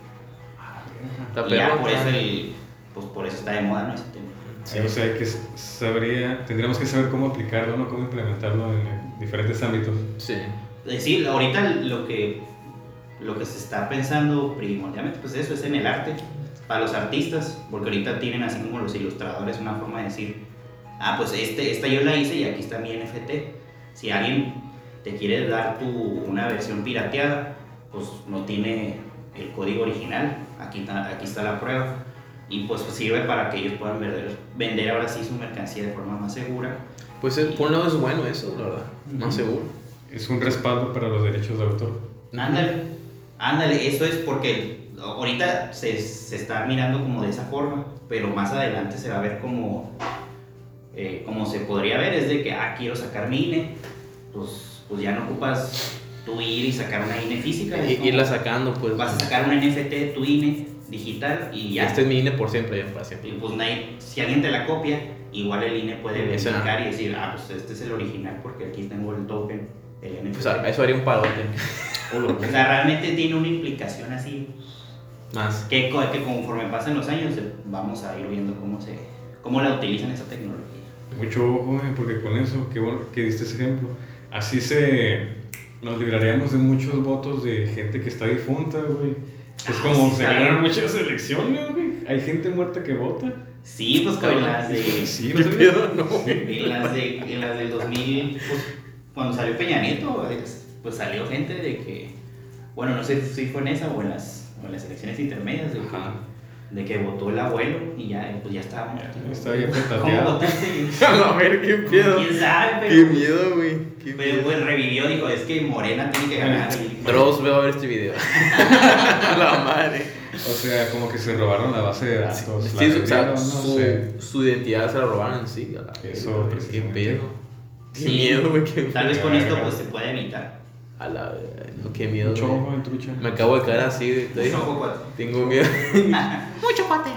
Está Y ya perro, por está. eso, el, pues por eso está de moda, ¿no? Ese tema. Sí, o sea, que s- sabría, tendríamos que saber cómo aplicarlo, ¿no? Cómo implementarlo en eh, diferentes ámbitos. Sí. Eh, Sí, ahorita lo que, lo que se está pensando primordialmente, pues eso es en el arte, para los artistas, porque ahorita tienen así como los ilustradores una forma de decir, ah, pues este, esta yo la hice y aquí está mi N F T. Si alguien te quiere dar tu, una versión pirateada, pues no tiene el código original, aquí, está- aquí está la prueba. Y pues sirve para que ellos puedan vender, vender ahora sí su mercancía de forma más segura. Pues eh, por un lado es bueno eso, la verdad. Más Ujú. seguro. Es un respaldo para los derechos de autor. Ándale, ándale, eso es porque ahorita se, se está mirando como de esa forma, pero más adelante se va a ver como, eh, como se podría ver, es de que, ah, quiero sacar mi I N E, pues, pues ya no ocupas tú ir y sacar una I N E física. Y, como, irla sacando, pues. vas a sacar un N F T de tu I N E digital y ya. Este es mi I N E por siempre, ya para siempre. Y pues nadie, si alguien te la copia, igual el I N E puede Sí, eso verificar no. y decir, ah, pues este es el original porque aquí tengo el token, el N F T. Pues a- eso haría un parote. O sea, realmente tiene una implicación así, Más. que, co- que conforme pasen los años eh, vamos a ir viendo cómo, se, cómo la utilizan esa tecnología. Mucho ojo, eh, porque con eso, qué bueno que diste ese ejemplo. Así se nos libraríamos de muchos votos de gente que está difunta, güey. Es Ah, como sí, se claro. ganan muchas elecciones, güey. Hay gente muerta que vota. Sí, pues como en las de, Sí, ¿Qué no sabía. pedo? No. Sí. en las de, en las del dos mil, pues, cuando salió Peña Nieto, pues, pues salió gente de que, bueno, no sé si fue en esa o en las, o en las elecciones intermedias, de que, Ajá. de que votó el abuelo y ya, pues ya estaba muerto. Estaba ya ¿Cómo petateado. votaste? A ver, qué pedo. ¿Quién sabe? Qué Pero, miedo, güey. Qué pero miedo. pues revivió, dijo, es que Morena tiene que ganar. Y, Dross, veo a ver este video. La madre. O sea, como que se robaron la base de datos. la Sí, su, o sea, vendieron, no su, sé. su identidad se la robaron en sí. a la Eso, verga, qué precisamente. pedo. Qué Sí, miedo, güey. Qué Tal vez miedo. con esto pues se puede evitar. A la verga, no, qué miedo. Mucho güey. ojo en trucha. Me acabo de caer así. güey, estoy- Mucho ojo, cuate. Tengo miedo. Mucho cuate.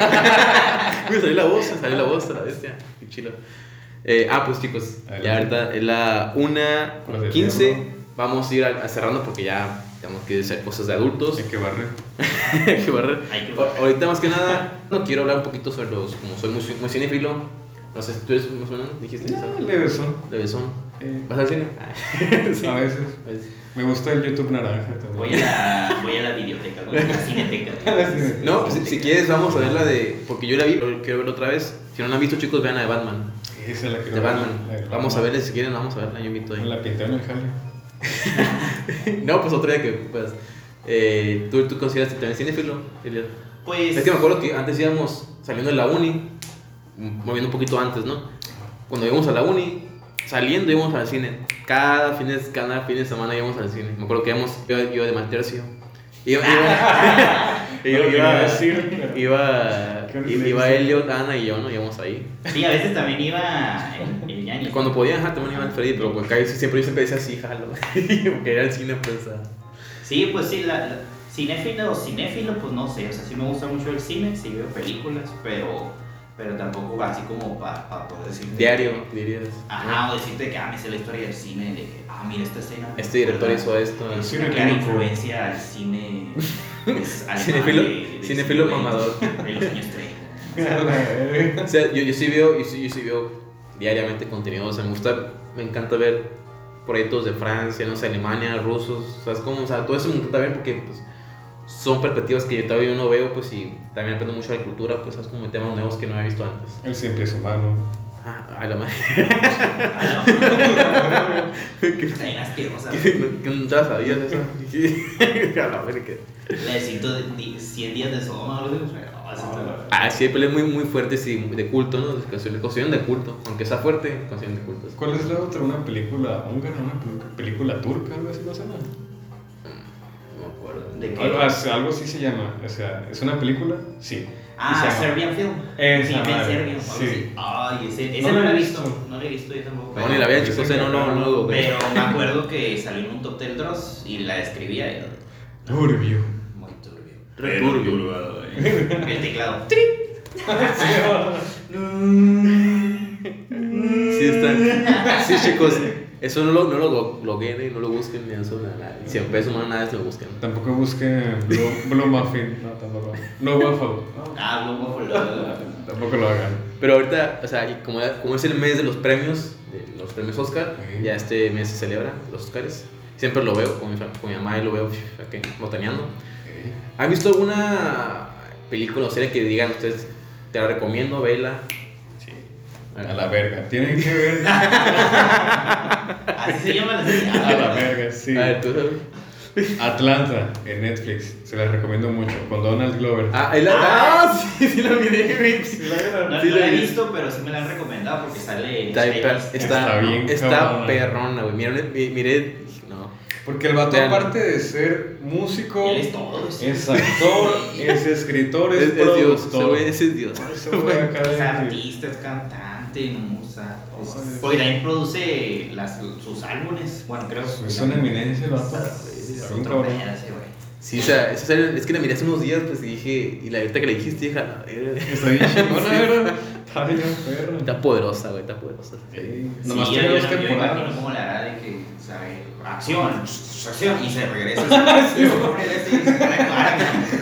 Me salió la voz, me salió la voz a la bestia. Qué chilo. Eh, ah, pues chicos, ya Adelante. ahorita es la una Con el quince. tiempo. Vamos a ir a, a cerrando porque ya tenemos que hacer cosas de adultos. Hay que barrer. Hay que barrer. Hay que O- barrer. Ahorita más que nada, no quiero hablar un poquito sobre los. Como soy muy, muy cinéfilo. No sé, ¿tú eres más o menos? ¿Dijiste? Ya, levesón. De besón. Eh, ¿Vas al cine? Sí. A veces. Pues, Me gusta el YouTube naranja también. Voy a la, voy a la videoteca, voy a la cineteca. no, pues, si, si quieres, vamos a ver la de. Porque yo la vi, pero quiero verla otra vez. Si no la han visto, chicos, vean la de Batman. Esa es la que De Batman. Vamos a verla si quieren, vamos a verla. Yo invito Me ahí. la pinté en el jale. No, pues otro día que, pues. Eh, ¿tú, ¿Tú consideras que también cinéfilo, Elías? Pues, Es que me acuerdo que antes íbamos saliendo de la uni, moviendo un poquito antes, ¿no? Cuando íbamos a la uni, saliendo íbamos al cine. Cada fin de, cada fin de semana íbamos al cine. Me acuerdo que íbamos, iba, iba de Maltercio. Iba, iba, No iba, lo quería iba, decir, pero- iba, Qué horrible iba eso. Elliot, Ana y yo, ¿no? Íbamos ahí. sí, a veces también iba el, el Yanni. Cuando podía, ajá, también iba el Freddy, pero pues casi siempre, yo siempre decía así, jalo. Porque era el cine, pues. ah. Sí, pues sí, la, la- cinéfilo o cinéfilo, pues no sé, o sea, sí me gusta mucho el cine, sí veo películas, pero, pero tampoco así como para pa poder decir. Diario, dirías. Ajá, o decirte que, ah, me sé la historia del cine, de que, ah, mira esta escena. Este director ¿verdad? hizo esto. Es Cine una clara clínico. influencia al cine. Pues, alemán Cinéfilo- de- de cinéfilo siglo mamador. veinte, De los años treinta. O sea, yo, yo sí veo, yo sí, yo sí veo diariamente contenido, o sea, me gusta, me encanta ver proyectos de Francia, no sé, Alemania, rusos, o sea, es como, o sea, todo eso me encanta ver porque, pues, son perspectivas que yo todavía no veo, pues, y también aprendo mucho de la cultura, pues, es como temas nuevos que no había visto antes. Él siempre es humano. Ah, a la madre. Ah, no. que, Está bien asquerosa. que, no- que no te la sabías eso. A la madre que... Necesito cien días de Sodoma, algo así. No, así está. Ah, sí, hay peleas muy, muy fuertes y de culto, ¿no? De consideración de culto, aunque sea fuerte, consideración de culto. ¿Cuál es la otra? ¿Una película húngara? ¿Una pel- película turca? ¿Algo así no se llama? No me acuerdo. ¿De qué? Algo, así- algo así se llama. O sea, ¿es una película? Sí. Ah, Y se llama- Serbian Film. Esa Film madre, Serbian, algo sí. así. Ay, ese, ese No no, la lo he he visto. visto. No lo he visto yo tampoco. No, ni la vean, chicos, eh, no, no, no lo dudo. Pero me acuerdo que salió en un top del Dross y la describía y Turbio. muy turbio. Re turbio. turbio, güey. El teclado. Sí, están. Sí, chicos, eso no lo, no lo blogueen, no lo busquen, ni eso, nada. cien pesos más nada, lo busquen. Tampoco busquen Blue, Blue Muffin. No, tampoco. No Waffle. No, Ah, Blue Waffle. tampoco lo hagan. Pero ahorita, o sea, y como, como es el mes de los premios, de los premios Oscar, Ok. ya este mes se celebra los Oscars. Siempre lo veo con mi, fa- con mi mamá y lo veo aquí, botaneando. ¿Han visto alguna película o serie que digan ustedes, te la recomiendo, vela? Sí. A la verga. Tienen que ver. Así se llama la serie. A la verga, sí. A ver, tú sabes. Atlanta en Netflix. Se la recomiendo mucho. Con Donald Glover. Ah, el, ah, sí, sí la miré, güey. No, Sí, no la he vi. visto, pero sí me la han recomendado porque sale. Está, Space. está, Está está, bien está cabrona. perrona, güey. Miré, mi- miré, dije, no. Porque el vato, Vean. aparte de ser músico, Él es todo. es actor, es escritor, es, Es, es Dios, ese productor. güey, ese es Dios. Ese güey acá Es de- artista, es cantante. cantante, no, o sea, es- porque también produce las, sus álbumes, bueno, creo. Es una eminencia, el vato. Es Está bien otro cabrón. pedo ese, güey. Sí, o sea, esa serie- es que la miré hace unos días, pues y dije, y la ahorita que la dijiste, dije, "Ah, eh, Está bien chingona, ¿verdad? Está bien perro. está poderosa, güey, está poderosa. Sí. Sí, Nomás yo, tiene yo, dos yo me imagino temporadas. cómo la hará de que, ¿sabe? Acción, acción, y se regresa. Y se pone de este y se pone a actuar.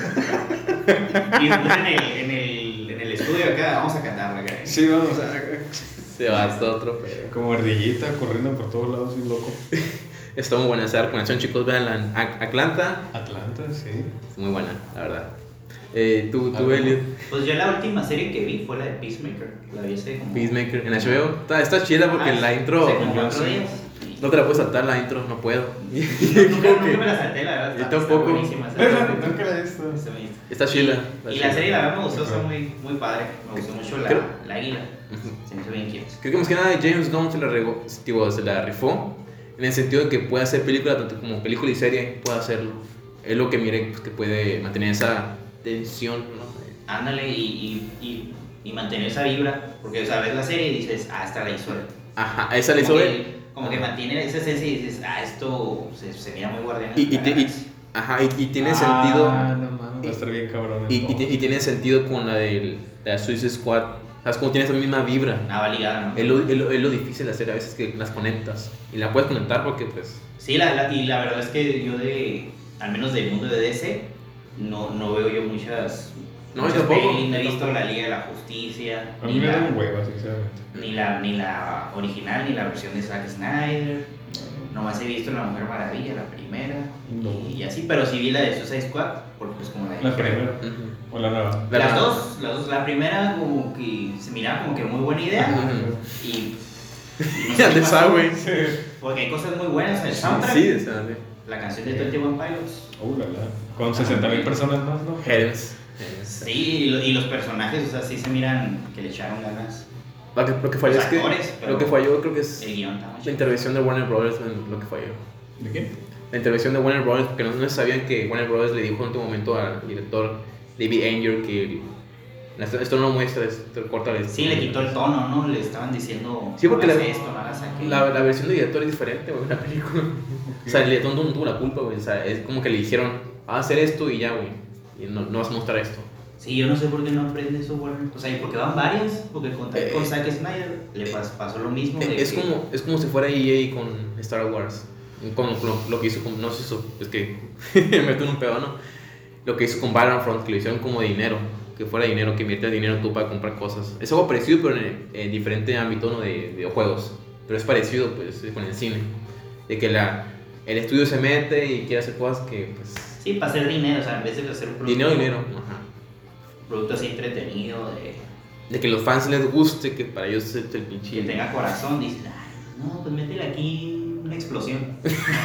Y después en el, en, el, en el estudio acá, vamos a cantar acá. Sí, vamos, o sea, Se va hasta otro pedo. como ardillita corriendo por todos lados, bien loco. Está muy buena esa recomendación, chicos, veanla en Ac- Atlanta. Atlanta, sí. Es muy buena, la verdad. Eh, tú, tú, Ah, Elliot, Pues yo la última serie que vi fue la de Peacemaker. La vi hace como. Peacemaker en H B O. Está, está chida porque Ah, la intro hace como yo cuatro sé. días. no te la puedes saltar, la intro, no puedo. Nunca, nunca me la salté, la verdad. Yo está- tampoco. Está buenísima. Está, Pero está- nunca la he visto. está buenísima. Está chila. Y, está y chila. la serie, la verdad, me gustó, está muy, muy padre. Me gustó mucho la, Creo- la águila. Ujú. Se me hizo bien cute. Creo que más que nada James Gunn se la, regó, tipo, se la rifó en el sentido de que puede hacer película, tanto como película y serie, puede hacerlo. Es lo que mire pues, que puede mantener esa tensión, ¿no? Ándale y, y, y, y mantener esa vibra. Porque, o sea, ves la serie y dices, ah, esta la hizo él. Ajá, esa le Como hizo que, él. como que mantiene esa esencia y dices, ah, esto se, se mira muy guardián. Y, y, te- y- ajá, y, y tiene sentido. Ah, no mames, va a estar bien cabrón. Y, y, ti- y tiene sentido con la de la Suicide Squad. ¿Sabes cómo tiene esa misma vibra? Ah, va ligada, ¿no? Es lo, es, lo, es lo difícil de hacer a veces que las conectas. Y la puedes conectar porque, pues. Sí, la, la- y la verdad es que yo de, al menos del mundo de D C, no, no veo yo muchas, No, muchas yo tampoco. pelis, no he Yo visto tampoco. la Liga de la Justicia, A mí ni me da un la, huevo, sinceramente. ni, la, ni la original, ni la versión de Zack Snyder, nomás he visto La Mujer Maravilla, la primera, No. y, y así, pero sí vi la de Suicide Squad, porque pues como la La primera. Ujú. O la nueva. La- Las dos, las dos, la primera como que se miraba como que muy buena idea, Ujú. y... y no sé Ya qué te pasó, sabes, güey. Sí. porque hay cosas muy buenas en el soundtrack. Sí, o sea, de La canción de Twenty One Pilots. Uh, la, la. Con sesenta mil personas más, ¿no? Headens. Sí, y, lo- y los personajes, o sea, sí se miran que le echaron ganas. Lo que, lo que falló Los es que. actores, pero- Lo que falló creo que es El guión está muy la chido. intervención de Warner Brothers en lo que falló. ¿De quién? La intervención de Warner Brothers, porque no, no sabían que Warner Brothers le dijo en un momento al director David Ayer que esto, esto no lo muestra, esto corta esto. Sí, le quitó el tono, ¿no? Le estaban diciendo. Sí, porque no la- hagas esto, no hagas aquello. La, la versión de director es diferente, güey, la película. O sea, el director no tuvo la culpa, güey. O sea, es como que le dijeron, vas a hacer esto y ya, güey. Y no, no vas a mostrar esto. Sí, yo no sé por qué no aprende eso, Warner. O sea, y porque van varias, porque con, Eh, con Zack Snyder le pas- pasó lo mismo. de Es que- como, es como si fuera E A con Star Wars. Con lo, lo que hizo con. No sé, eso, es que me meto en un pedo, ¿no? Lo que hizo con Battlefront, que lo hicieron como dinero. Que fuera dinero, que inviertas dinero tú para comprar cosas. Es algo parecido, pero en, en diferente ámbito, ¿no? De videojuegos. Pero es parecido, pues, con el cine. De que la, el estudio se mete y quiere hacer cosas que, pues. Sí, para hacer dinero, o sea, en vez de hacer un producto. Dinero, dinero. Ajá. Producto así entretenido, de, De que los fans les guste, que para ellos es el pinche. que tenga corazón, dices, ay, no, pues métele aquí una explosión.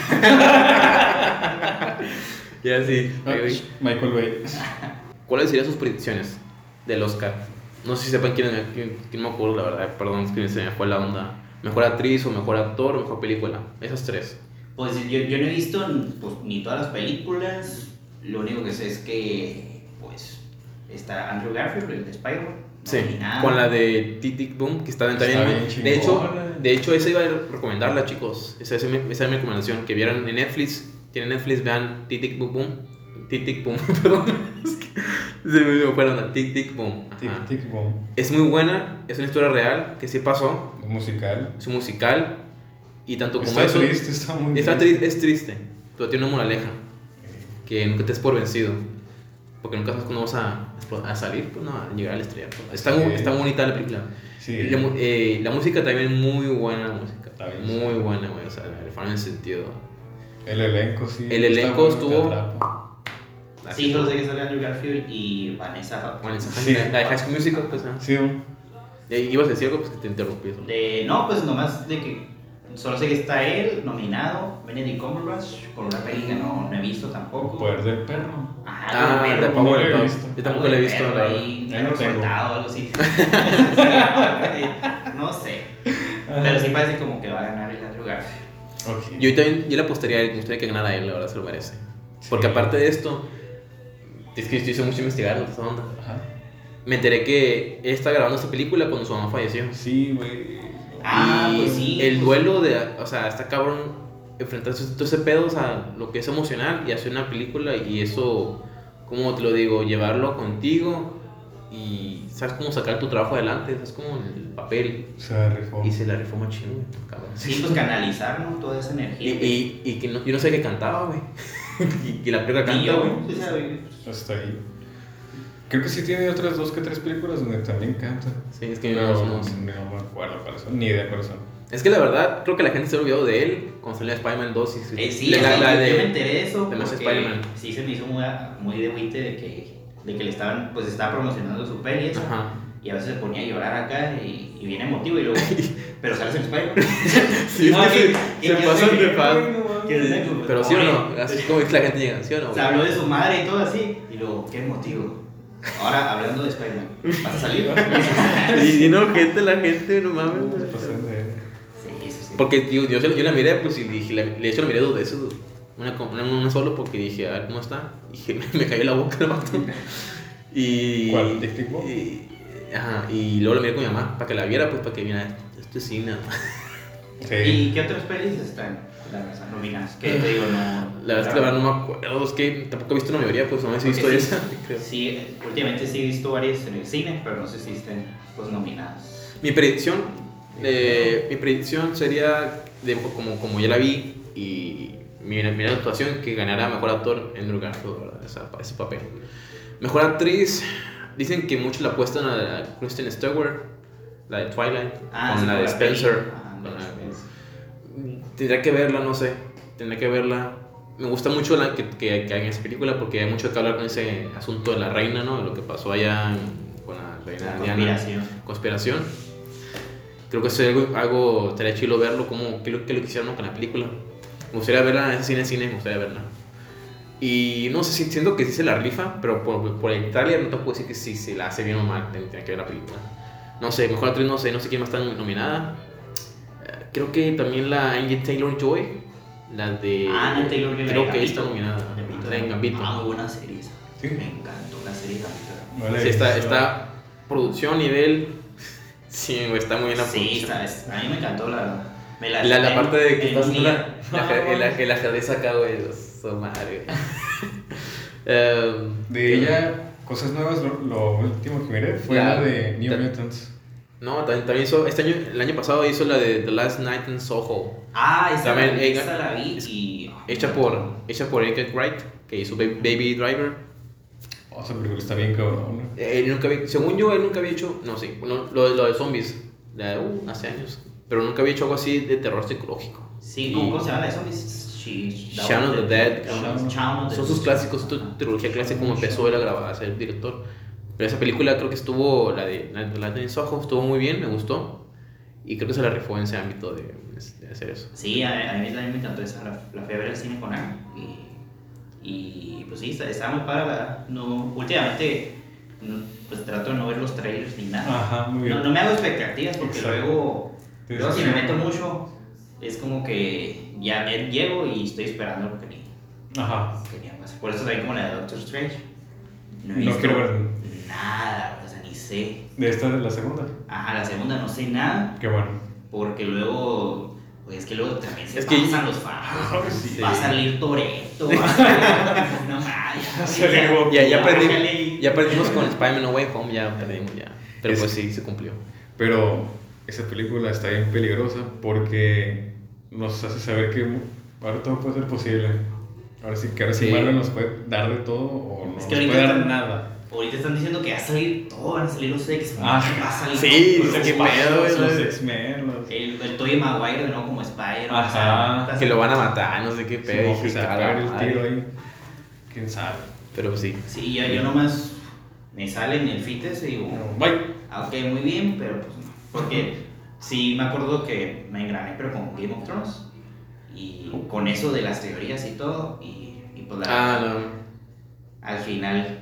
Y así. Ah, güey. Michael Bay. ¿Cuáles serían sus predicciones del Oscar? No sé si sepan quién, quién, quién me acuerdo, la verdad. Perdón, es que se me fue la onda. Mejor actriz, o mejor actor, o mejor película. Esas tres. Pues yo, yo no he visto pues, ni todas las películas. Lo único que sé es que pues está Andrew Garfield, el de Spider-Man. Sí, nominado. con la de Tic Tic Boom, que está también Está muy- bien de hecho, chingona. de hecho, esa iba a recomendarla, chicos. Esa, esa, es mi- esa es mi recomendación. Que vieran en Netflix. Tienen Netflix, vean Tic Tic Boom Boom. Tic Tic Boom, perdón. Es que se me fue la onda. Tic Tic Boom. Ajá. Tic, tic, boom. Es muy buena, es una historia real que sí pasó. Musical. Es un musical. Y tanto como Está eso. triste, está muy Está triste. tri- es triste, pero tiene una moraleja. Que nunca te des por vencido. Porque nunca sabes cuándo vas a, a salir, pues no, a llegar al estrellato. Está, Sí. está bonita la película. Sí. La, mu- eh, la música también muy buena, la música. Está bien. Muy buena, güey. O sea, le fan en el sentido. El elenco, sí. El está elenco bueno, estuvo- te atrapa. Sí, solo sé que sale Andrew Garfield y Vanessa Hudgens. Bueno, esa- Sí. la de High School Musical, pues. ah. Sí, un- Eh, Ibas a decir algo, pues que te interrumpí. eso. De, no, pues nomás de que solo sé que está él nominado, Benedict Cumberbatch, con una peli que no, no he visto tampoco. Poder del perro. Ajá, Ah, pero- de no Power lo he Dog. visto. Yo tampoco la he visto, Algo la de verdad. ahí, Ahí lo tengo. soltado, algo así. No sé. Pero sí parece como que va a ganar el Andrew Garfield. Ok. Yo también yo le apostaría a él, me gustaría que ganara él, la verdad se lo merece. Sí. Porque aparte de esto, es que yo hice mucho investigar esta onda. Ajá. me enteré que él estaba grabando esta película cuando su mamá falleció. Sí, güey. Ah, Y pues sí. el pues, duelo de, o sea, está cabrón enfrentarse a todo ese pedo, o sea, lo que es emocional y hacer una película y eso, ¿cómo te lo digo? Llevarlo contigo y sabes cómo sacar tu trabajo adelante, es como en el papel. Se la rifó. Y se la rifó machín, güey, cabrón. Sí, pues canalizar, ¿no? Toda esa Y, energía. y, y que no, yo no sé qué cantaba, güey. y, y la película Ni canta, yo, güey. o sea, güey, Hasta ahí. Creo que sí tiene otras dos que tres películas donde también canta. Sí, es que Pero no, no, no sé. me acuerdo cuáles son, ni idea cuáles son. Es que la verdad, creo que la gente se ha olvidado de él cuando salió Spider-Man dos. Y, Eh, sí, la, sí, la yo de, me enteré de eso de más porque Spider-Man. sí se me hizo muy, muy de agüite de que, de que le estaban, pues estaba promocionando su peli esa, Ajá. y a veces se ponía a llorar acá y, y bien emotivo y luego, pero sales en Spider-Man. Sí, es No, que que- se, que- se que- pasan que- de fan. que- que- que- Pero sí o no, pobre. así como es la gente llega, ¿sí o no? Se habló de su madre y todo así, y luego, qué emotivo. Ahora, hablando de Spider-Man, ¿vas a salir? Y, y no, gente, la gente, no mames. Se pasan de... Sí, sí, sí. Porque tío, yo, yo la miré, pues y dije, la, de hecho la miré dos veces, una, una, una solo porque dije, a ver cómo está. Y dije, me, me cayó la boca el vato. Y. ¿Cuál? ¿Tic, tic, boom? Y, ajá, y luego la miré con mi mamá para que la viera, pues para que viera, esto es cine. Sí. ¿Y qué otras pelis están la verdad, nominadas? Que te digo, no. La verdad es que la verdad no me acuerdo, es que tampoco he visto la mayoría, pues no he visto Porque sí, esa, creo. Sí, últimamente sí he visto varias en el cine, pero no sé si estén pues nominadas. Mi predicción, eh, mi predicción sería, de, como, como ya la vi y mira, mira la actuación, que ganará mejor actor Andrew Garfield, ¿verdad? Esa, ese papel. Mejor actriz, dicen que muchos la apuestan a, la Kristen Stewart, la de Twilight, Ah, con sí, la por de la peli. Spencer. Ah, con de la- Spencer. Tendría que verla, no sé, tendría que verla. Me gusta mucho la que, que, que hay en esa película porque hay mucho que hablar con ese asunto de la reina, ¿no? De lo que pasó allá en- con la reina La Diana. conspiración. Conspiración. Creo que es algo, algo estaría chido verlo, como que lo que lo hicieron, ¿no? Con la película. Me gustaría verla en ese cine, cine, me gustaría verla. Y no sé, si- siento que sí se la rifa, pero por, por el trailer no te puedo decir que sí se la hace bien o mal, tendría que ver la película. No sé, mejor actriz no sé, no sé quién más está nominada. Eh, Creo que también la Angie Taylor-Joy, la de... Ah, Anya Taylor-Joy, la creo de que está Gambito. nominada. Gambito. La de Gambito. Ah, muy buena serie esa. Sí. Me encantó la serie Gambito. No la he Sí, está, visto. está producción, nivel... Sí, güey, está muy bien la Sí, producción. está, es- a mí me encantó la. Me La, la en- parte de que en estás haciendo línea. la, la, ajer- el, el ajedrez acá, güey, su madre. Em, De ella, cosas nuevas, lo, lo último que miré fue La- la, de New ta- Mutants. No, también, también hizo, este año, el año pasado hizo la de The Last Night in Soho, Ah, esa, También, la, eh, esa la vi y. hecha por, hecha por Edgar Wright, que hizo Ba- Baby Driver. O sea, película está bien cabrón, ¿no? Él nunca había, según yo, él nunca había hecho, no sé, bueno, lo, lo de zombies, la de, uh, hace años, pero nunca había hecho algo así de terror psicológico. Sí, Y- ¿cómo, ¿cómo se llama la de zombies? She- Shaun of the Dead, Shaun- Shaun of the son sus Dead. clásicos, tu trilogía clásica como empezó él a grabar, a ser director. Pero esa película creo que estuvo, la de la de Lightning in Soho, estuvo muy bien, me gustó. Y creo que se la rifó en ese ámbito de, de hacer eso. Sí, a, a mí también me encantó esa. La, la fui a ver al cine con Ana. Y, y pues sí, está- estaba muy padre. ¿Verdad? No, últimamente, no, pues trato de no ver los trailers ni nada. Ajá, muy bien. No, no me hago expectativas porque Exacto. luego, Sí, luego sí, si me sí. meto mucho, es como que ya me llego y estoy esperando lo que ni, Ajá. que ni pasa. Por eso también como la de Doctor Strange. No, he No visto quiero ver. nada, o sea, ni sé. De esta de la segunda. Ajá, la segunda no sé nada, Qué bueno. porque luego, pues es que luego también se Es que- pasan los fans. Sí. Va a salir Toretto, va a salir- no más, Se digo, Ya, ya, Bájale. aprendimos, ya aprendimos con Spider-Man No Way Home, ya aprendimos ya. Pero Es- pues sí, se cumplió. Pero esa película está bien peligrosa porque nos hace saber que ahora todo puede ser posible. Ahora sí que ahora sí Sí. Marvel nos puede dar de todo o no Es nos que ahorita puede dar están- nada. Ahorita están diciendo que va a salir todo, van a salir los X-Men, Ah, va a salir sí, todo, los los qué pedo, güey, los los- X-Men, los... El, el Tobey Maguire de nuevo como Spider-Man. Ajá. o sea, va a Que ser- lo van a matar, no sé qué pedo. Como dije, que se va a "Cara, pegar el madre". tiro ahí. ¿Quién sabe? Pero sí. Sí, yo, yo nomás me sale en el fites y digo, Bye. ah, ok, muy bien, pero pues no. Porque sí me acuerdo que me engrané, pero con Game of Thrones. Y con eso de las teorías y todo. Y, y pues la Ah, verdad, no. al final,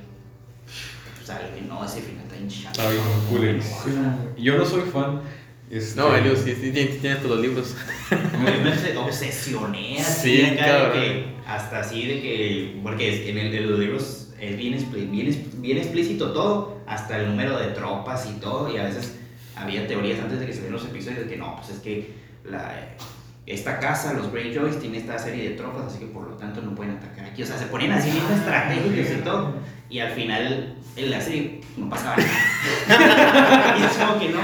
sale que no, ese final está hinchado. Está bien culerísimo. Yo no soy fan. Este, No, Elios, sí, sí, tienes tienes todos los libros. Yo me obse- obsesioné así Sí, acá de cabrón. que hasta así de que porque es que en, el, en los libros es bien, expli- bien, es- bien explícito todo, hasta el número de tropas y todo, y a veces había teorías antes de que se vieran los episodios de que no, pues es que la, esta casa, los Greyjoys, tiene esta serie de tropas, así que por lo tanto no pueden atacar aquí. O sea, se ponían así bien estratégicos y todo, y al final en la serie no pasaba nada. Y es como que no,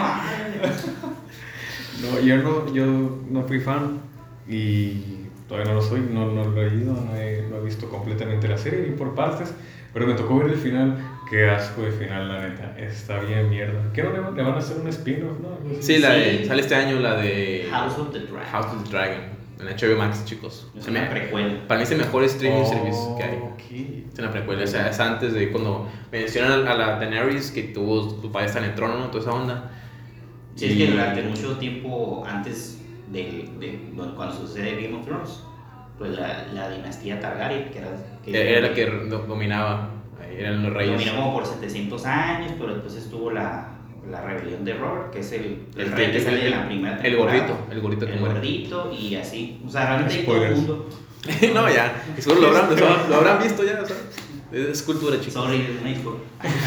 No, yo no, yo no fui fan y todavía no lo soy, no, no lo he leído, no he, no he visto completamente la serie ni por partes, pero me tocó ver el final. Qué asco de final, la neta. Está bien mierda. ¿Qué no le, van- le van a hacer un spin-off, no? Algo así. Sí, la Sí. de. Sale este año la de. House of the Dragon. House of the Dragon. En H B O Max, chicos. Es Se una me- precuela. para mí es el mejor streaming Oh, service que hay. ok. Es una precuela. O sea, es antes de cuando mencionan a la Daenerys que tuvo su padre está en el trono, ¿no? Toda esa onda. Sí, es que durante mucho tiempo antes de, de, de cuando sucede Game of Thrones, pues la, la dinastía Targaryen, que era, que Era la que do- dominaba. Ahí eran los reyes. dominó como por setecientos años, pero después estuvo la, la rebelión de Robert, que es el, el El rey que que- sale el- de la primera El temporada. gordito. El gordito que El muere. gordito y así. O sea, realmente todo el Spoilers. mundo. No, ya. Seguro lo habrán, lo, lo habrán visto ya. O sea, es cultura, chicos. Sorry, una disculpa.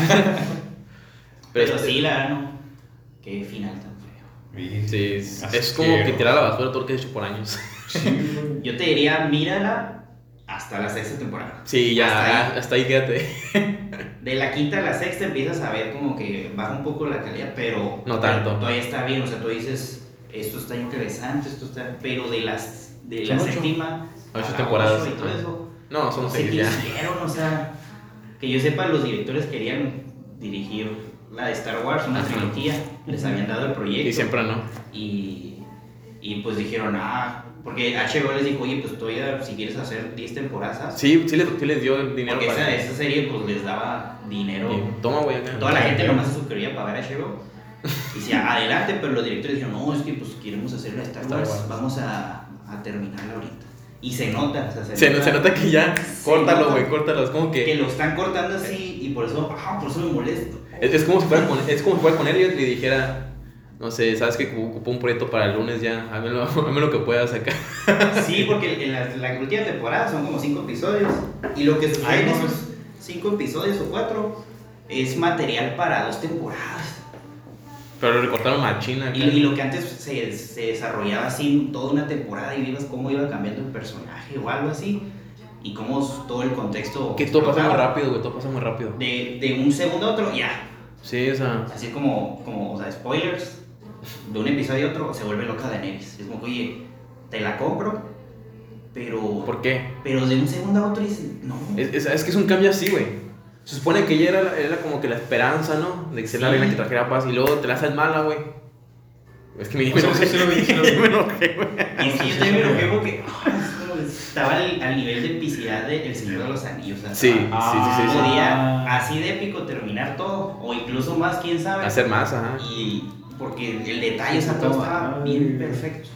Pero Pero este- sí, la verdad no. Qué final tan feo. Sí, es, Así es como que que- tirar a la basura todo lo que has hecho por años. Sí, güey. Yo te diría, mírala hasta la sexta temporada. Sí, ya, Hasta ahí. hasta ahí quédate. De la quinta a la sexta empiezas a ver como que baja un poco la calidad, pero No tanto. pero todavía está bien, o sea, tú dices, esto está interesante, esto está, pero de las de la Son ocho. séptima a Ocho la temporadas. ocho y todo eso, No, son no sé seis qué ya. hicieron, o sea, que yo sepa, los directores querían dirigir la de Star Wars, una Ajá. trilogía, les habían dado el proyecto Y siempre no. y, y pues dijeron, ah, porque H B O les dijo, oye, pues todavía si quieres hacer diez temporadas, haz". Sí, sí les, sí les dio el dinero Porque para esa, esa serie pues les daba dinero. Y toma, güey, acá. Toda la gente nomás se suscribía para ver a H B O. Y decía, adelante, pero los directores dijeron, no, es que pues queremos hacer la Star Star Wars, Wars. vamos a, a terminarla ahorita. Y se nota, o sea, se, Se, se nota que ya. Se Córtalo, nota güey, córtalo. Es como que que. lo están cortando así y por eso, ah, por eso me molesto. Es, es como si fuera con, es como si fuera con Elliot y dijera. No sé, sabes que ocupó un proyecto para el lunes ya. Hazme lo, hazme lo que puedas acá. Sí, porque en la, la última temporada son como cinco episodios. Y lo que sucede Ay, en no, esos cinco episodios o cuatro es material para dos temporadas. Pero lo recortaron machina. Y, y lo que antes se, se desarrollaba así toda una temporada y vivas cómo iba cambiando el personaje o algo así. Y cómo todo el contexto. Que todo pasa muy explotaba. rápido, güey. Todo pasa muy rápido. De, de un segundo a otro, ya. Sí, o sea. Así como, como, o sea, spoilers. De un episodio a otro se vuelve loca Daenerys. Es como que, oye, te la compro, pero. ¿Por qué? Pero de un segundo a otro dices, no. Es, es, es que es un cambio así, güey. Se supone que ella era, era como que la esperanza, ¿no? De que ser la Sí. reina que trajera paz y luego te la haces mala, güey. Es que me, me O sea, enojé. sí, sí lo vi, sí lo vi. Me enojé, güey. Y es que yo también me enojé porque ah, es como estaba al, al nivel de epicidad de El Señor de los Anillos. O sea, Sí, sí, estaba- sí, sí, sí. podía así de épico terminar todo, o incluso más, quién sabe. Hacer más, ajá. Y porque el detalle, o sea, todo estaba bien perfecto.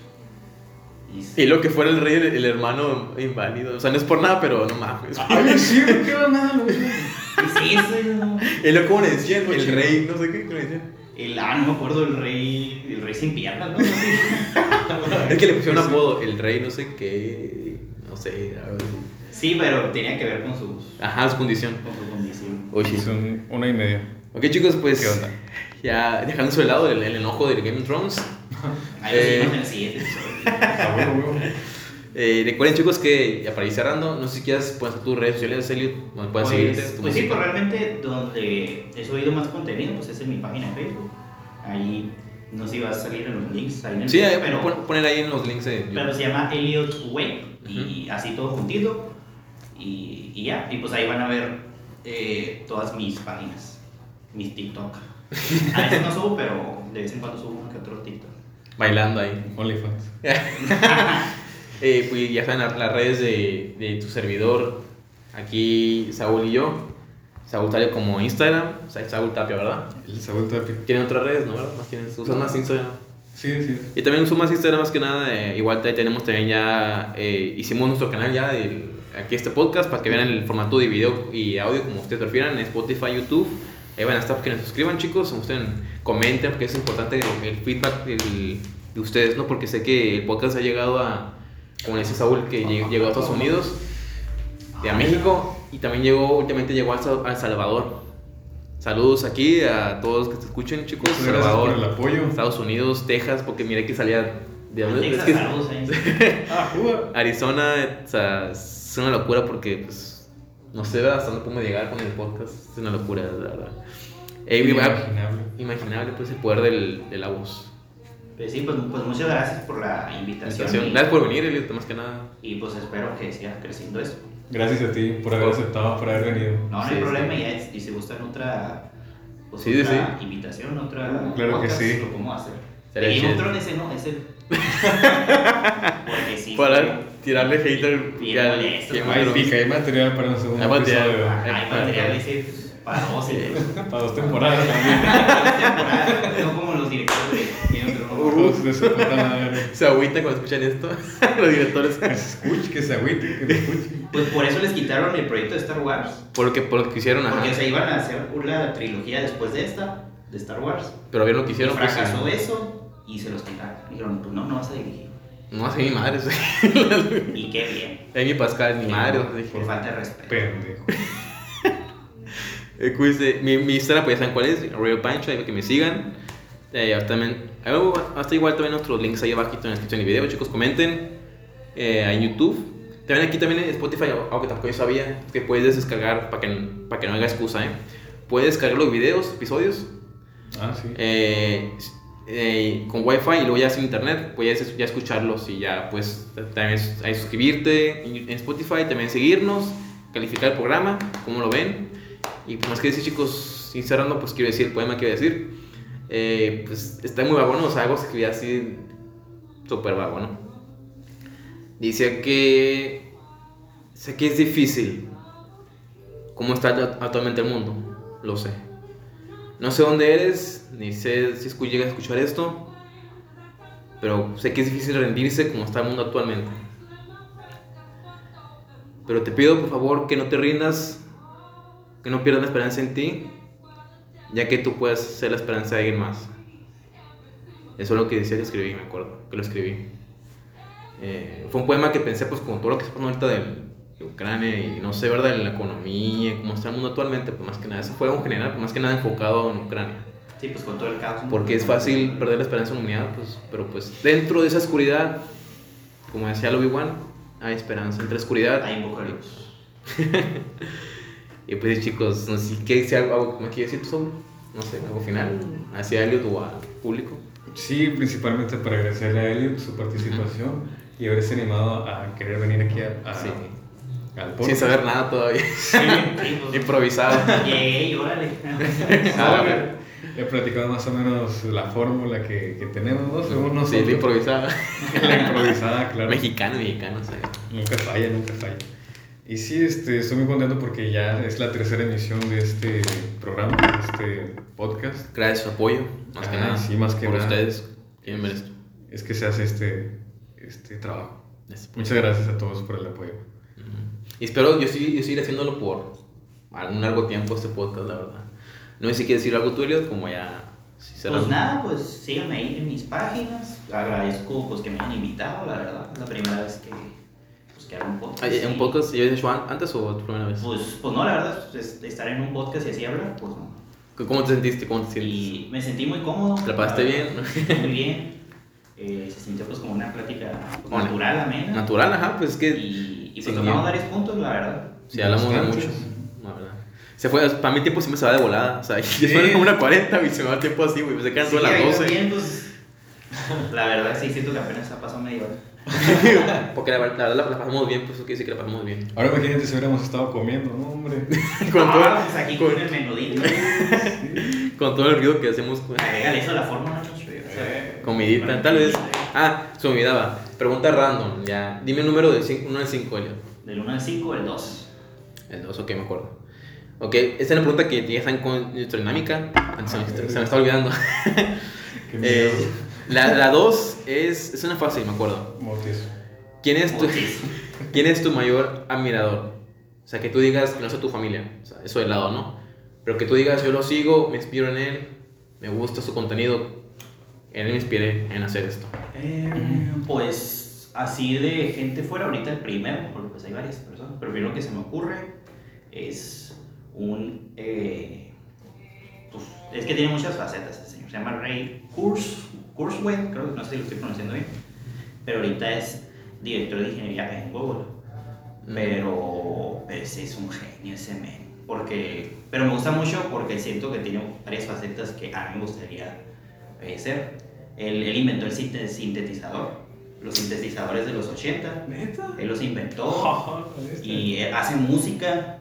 Y, Y lo que fuera el rey, el, el hermano inválido. O sea, no es por nada, pero no mames. Ay, sí, qué mamada, güey. y sí, eso es- Y luego, ¿cómo le decían? El rey, no sé qué, ¿cómo le decían? el, ah, no me acuerdo, el rey, el rey sin piernas, ¿no? Sí. Es que le pusieron un apodo, el rey no sé qué, no sé, algo así. Sí, pero tenía que ver con, sus, Ajá, su condición. con su condición. Oye. Son una y media. Ok, chicos, pues. ¿Qué onda? Ya dejando eso de lado el, el enojo del Game of Thrones. Ahí Eh. lo seguimos en el siguiente episodio. Ah, bueno, bueno. Eh, recuerden, chicos, que ya para ir cerrando, no sé si quieres poner tus redes sociales, Elliot, donde puedan seguirte. Pues, tu pues sí, música. pues realmente donde he subido más contenido pues es en mi página de Facebook. Ahí no sé si va a salir en los links ahí en el Sí, Facebook, ahí, pero, pon- poner ahí en los links de. pero se llama Elliot Way y así todo juntito y, y ya, y pues ahí van a ver eh, todas mis páginas, mis TikTok. A veces no subo, pero de vez en cuando subo uno que otro TikTok. Bailando ahí. OnlyFans. Eh, pues ya saben las las redes de, de tu servidor, aquí Saúl y yo. Saúl sale como Instagram, o sea, Saúl Tapia, ¿verdad? El Saúl Tapia. Tienen otras redes, ¿no? ¿Verdad? Más tienes, usas más Instagram. Sí, sí. Y también uso más Instagram más que nada, eh, igual te- tenemos también ya, eh, hicimos nuestro canal ya, de aquí este podcast, para que vean el formato de video y audio como ustedes prefieran, en Spotify, YouTube. Ahí van a estar, que nos suscriban, chicos, ustedes comenten, porque es importante el, el feedback del- de ustedes, ¿no? Porque sé que el podcast ha llegado a, como dice Saúl, que lleg- llegó a Estados Unidos, de a México, y también llegó, últimamente llegó a El Salvador. Saludos aquí a todos que te escuchen, chicos. Muchas gracias Salvador, por el apoyo. Estados Unidos, Texas, porque miré que salía de dónde Texas, es que- saludos ahí. Ah, Cuba. Arizona, o sea, es una locura porque, pues, no sé hasta dónde podemos llegar con el podcast. Es una locura, la verdad. Eh, Inimaginable. Imaginable, pues, el poder del, de la voz. Pues sí, pues, pues muchas gracias por la invitación. Invitación. Y, Gracias por venir, Elliot, más que nada. y pues espero que siga creciendo eso. Gracias a ti por haber aceptado, por haber venido. No, no Sí, hay problema, sí. y, es- y si gustan otra, pues, Sí, otra invitación, otra Claro que podcast, sí. lo podemos hacer. Sería De Game of chido. Thrones ese no, es el... Porque sí. Para tirarle hate al Bien al- molesto, Game of Hay Thrones. pica, hay material para un segundo Hay material. episodio. Hay material ese pues, para dos, entonces. Para dos temporadas también. No como los directores de Game of Thrones. Uf, de su puta madre. Se agüita cuando escuchan esto. Los directores. Que se escuche, que se agüite, que se escuche. Pues por eso les quitaron el proyecto de Star Wars. Por lo que, por lo que hicieron, ajá. Porque se iban a hacer una trilogía después de esta, de Star Wars. Pero vieron lo que Y hicieron, pues. fracasó sí. eso y se los quitaron. Dijeron, pues no, no vas a dirigir. No hace mi madre. Sí. Y qué bien. Amy Pascal, mi madre. o sea, dije, Por falta de respeto. Pendejo. Eh, quiz de- mi, mi Instagram, pues ya saben cuál es, Real Pancho, ahí para que me sigan. Eh, hasta, también, ahí va- hasta igual también nuestros links ahí abajito en la descripción del video, chicos, comenten. Eh, en YouTube. También aquí también en Spotify, aunque tampoco yo sabía, que puedes descargar, para que, para que no haga excusa, ¿eh? Puedes descargar los videos, episodios, Ah, sí. eh, eh, con wifi y luego ya sin internet puedes ya escucharlos y ya pues también ahí suscribirte en en Spotify, también seguirnos, calificar el programa, como lo ven. Y pues más que decir, chicos, sin cerrando, pues quiero decir el poema que iba a decir. Eh, pues está muy vago, ¿no? O sea, algo que escribí así súper vago, ¿no? Dice que sé que es difícil cómo está actualmente el mundo, lo sé. No sé dónde eres, ni sé si escu- llegas a escuchar esto, pero sé que es difícil rendirse como está el mundo actualmente. Pero te pido por favor que no te rindas, que no pierdas la esperanza en ti, ya que tú puedes ser la esperanza de alguien más. Eso es lo que decía que escribí, me acuerdo, que lo escribí. Eh, fue un poema que pensé pues con todo lo que está pasando ahorita del- de Ucrania y no sé, ¿verdad? En la economía, cómo está el mundo actualmente, pues más que nada, eso fue en general, pues más que nada enfocado en Ucrania. Sí, pues con todo el caos. ¿no? Porque es fácil perder la esperanza en la humanidad, pues, pero pues dentro de esa oscuridad, como decía el Obi-Wan, hay esperanza. Entre la oscuridad Hay un poco de luz. y pues chicos, no sé si quieres decir algo, algo que me quieres decir tú sobre, no sé, algo final, hacia Elliot o al público. Sí, principalmente para agradecerle a Elliot su participación y haberse animado a querer venir aquí a, a- Sí. al Sin podcast. saber nada todavía, Sí, pues, improvisado. llegué y órale. Ah, a ver. He platicado más o menos la fórmula que, que tenemos, ¿no? Según Sí, nosotros. la improvisada. La improvisada, claro. Mexicano, mexicano, ¿sabes? Nunca falla, nunca falla. Y sí, este, estoy muy contento porque ya es la tercera emisión de este programa, de este podcast. Gracias a su apoyo, más que Ah, nada. sí, más que por nada. ustedes. Quieren ver esto. Es que se hace este, este trabajo. Es- Muchas gracias a todos por el apoyo. Ujú. Y espero yo, sí, yo seguir haciéndolo por algún largo tiempo este podcast, la verdad. No sé si quieres decir algo tú, Elliot, como ya... Si será- Pues nada, pues síganme ahí en mis páginas. Agradezco pues que me hayan invitado, la verdad. Es la primera vez que, pues, que hago un podcast. Ay, ¿un y, podcast ya habías hecho an- antes o tu primera vez? Pues, pues no, la verdad, pues, estar en un podcast y así hablar, pues no. ¿Cómo te sentiste? ¿Cómo te sientes? Y me sentí muy cómodo. ¿Te la pasaste la bien? verdad, me sentí muy bien. Eh, se sintió pues como una plática pues, Bueno, natural, amena. Natural, ajá, pues es que... Y, y sin pues tocamos guión. varios puntos, la verdad. Si hablamos de Bastantes. mucho, la verdad. Se fue, para mi tiempo sí me se va de volada, o sea, y Sí. fueron como una cuarenta y se me va el tiempo así, güey, pues se quedan Sí, todas las ahí doce. también, pues, la verdad sí siento que apenas ha pasado media hora. Porque la, la verdad la, la pasamos bien, pues eso quiere decir que la pasamos bien. Ahora imagínate si hubiéramos estado comiendo, ¿no, hombre? Con, todo, Ah, pues aquí con el menudito. con todo el ruido que hacemos, pues, Agrégale eso a la fórmula, ¿no? O sea, comidita, tal vez. Ah, se me olvidaba. Pregunta random, ya. Dime el número del uno al cinco, Elliot. Del uno al cinco, el dos. El dos, ok, me acuerdo. Ok, esta es una pregunta que ya están con nuestra dinámica. Antes se me, se me está olvidando. Qué miedo. Eh, la la dos es, es una fácil, me acuerdo. Motis. ¿Quién es, tu, Muchis. ¿Quién es tu mayor admirador? O sea, que tú digas que no sea tu familia. O sea, eso de lado, ¿no? Pero que tú digas, yo lo sigo, me inspiro en él, me gusta su contenido, en él me inspiré en hacer esto. Eh, pues así de gente fuera, ahorita el primero, porque pues hay varias personas, pero primero que se me ocurre es un... Eh, pues, es que tiene muchas facetas el señor. Se llama Ray Kurs, Kurzweil, creo que no sé si lo estoy pronunciando bien. Pero ahorita es director de ingeniería en Google. Mm. Pero, pero ese es un genio ese men. Porque, pero me gusta mucho porque siento que tiene varias facetas que a mí me gustaría eh, ser. Él, él inventó el sintetizador, los sintetizadores de los ochenta. ¿Neta? Él los inventó y eh, hace música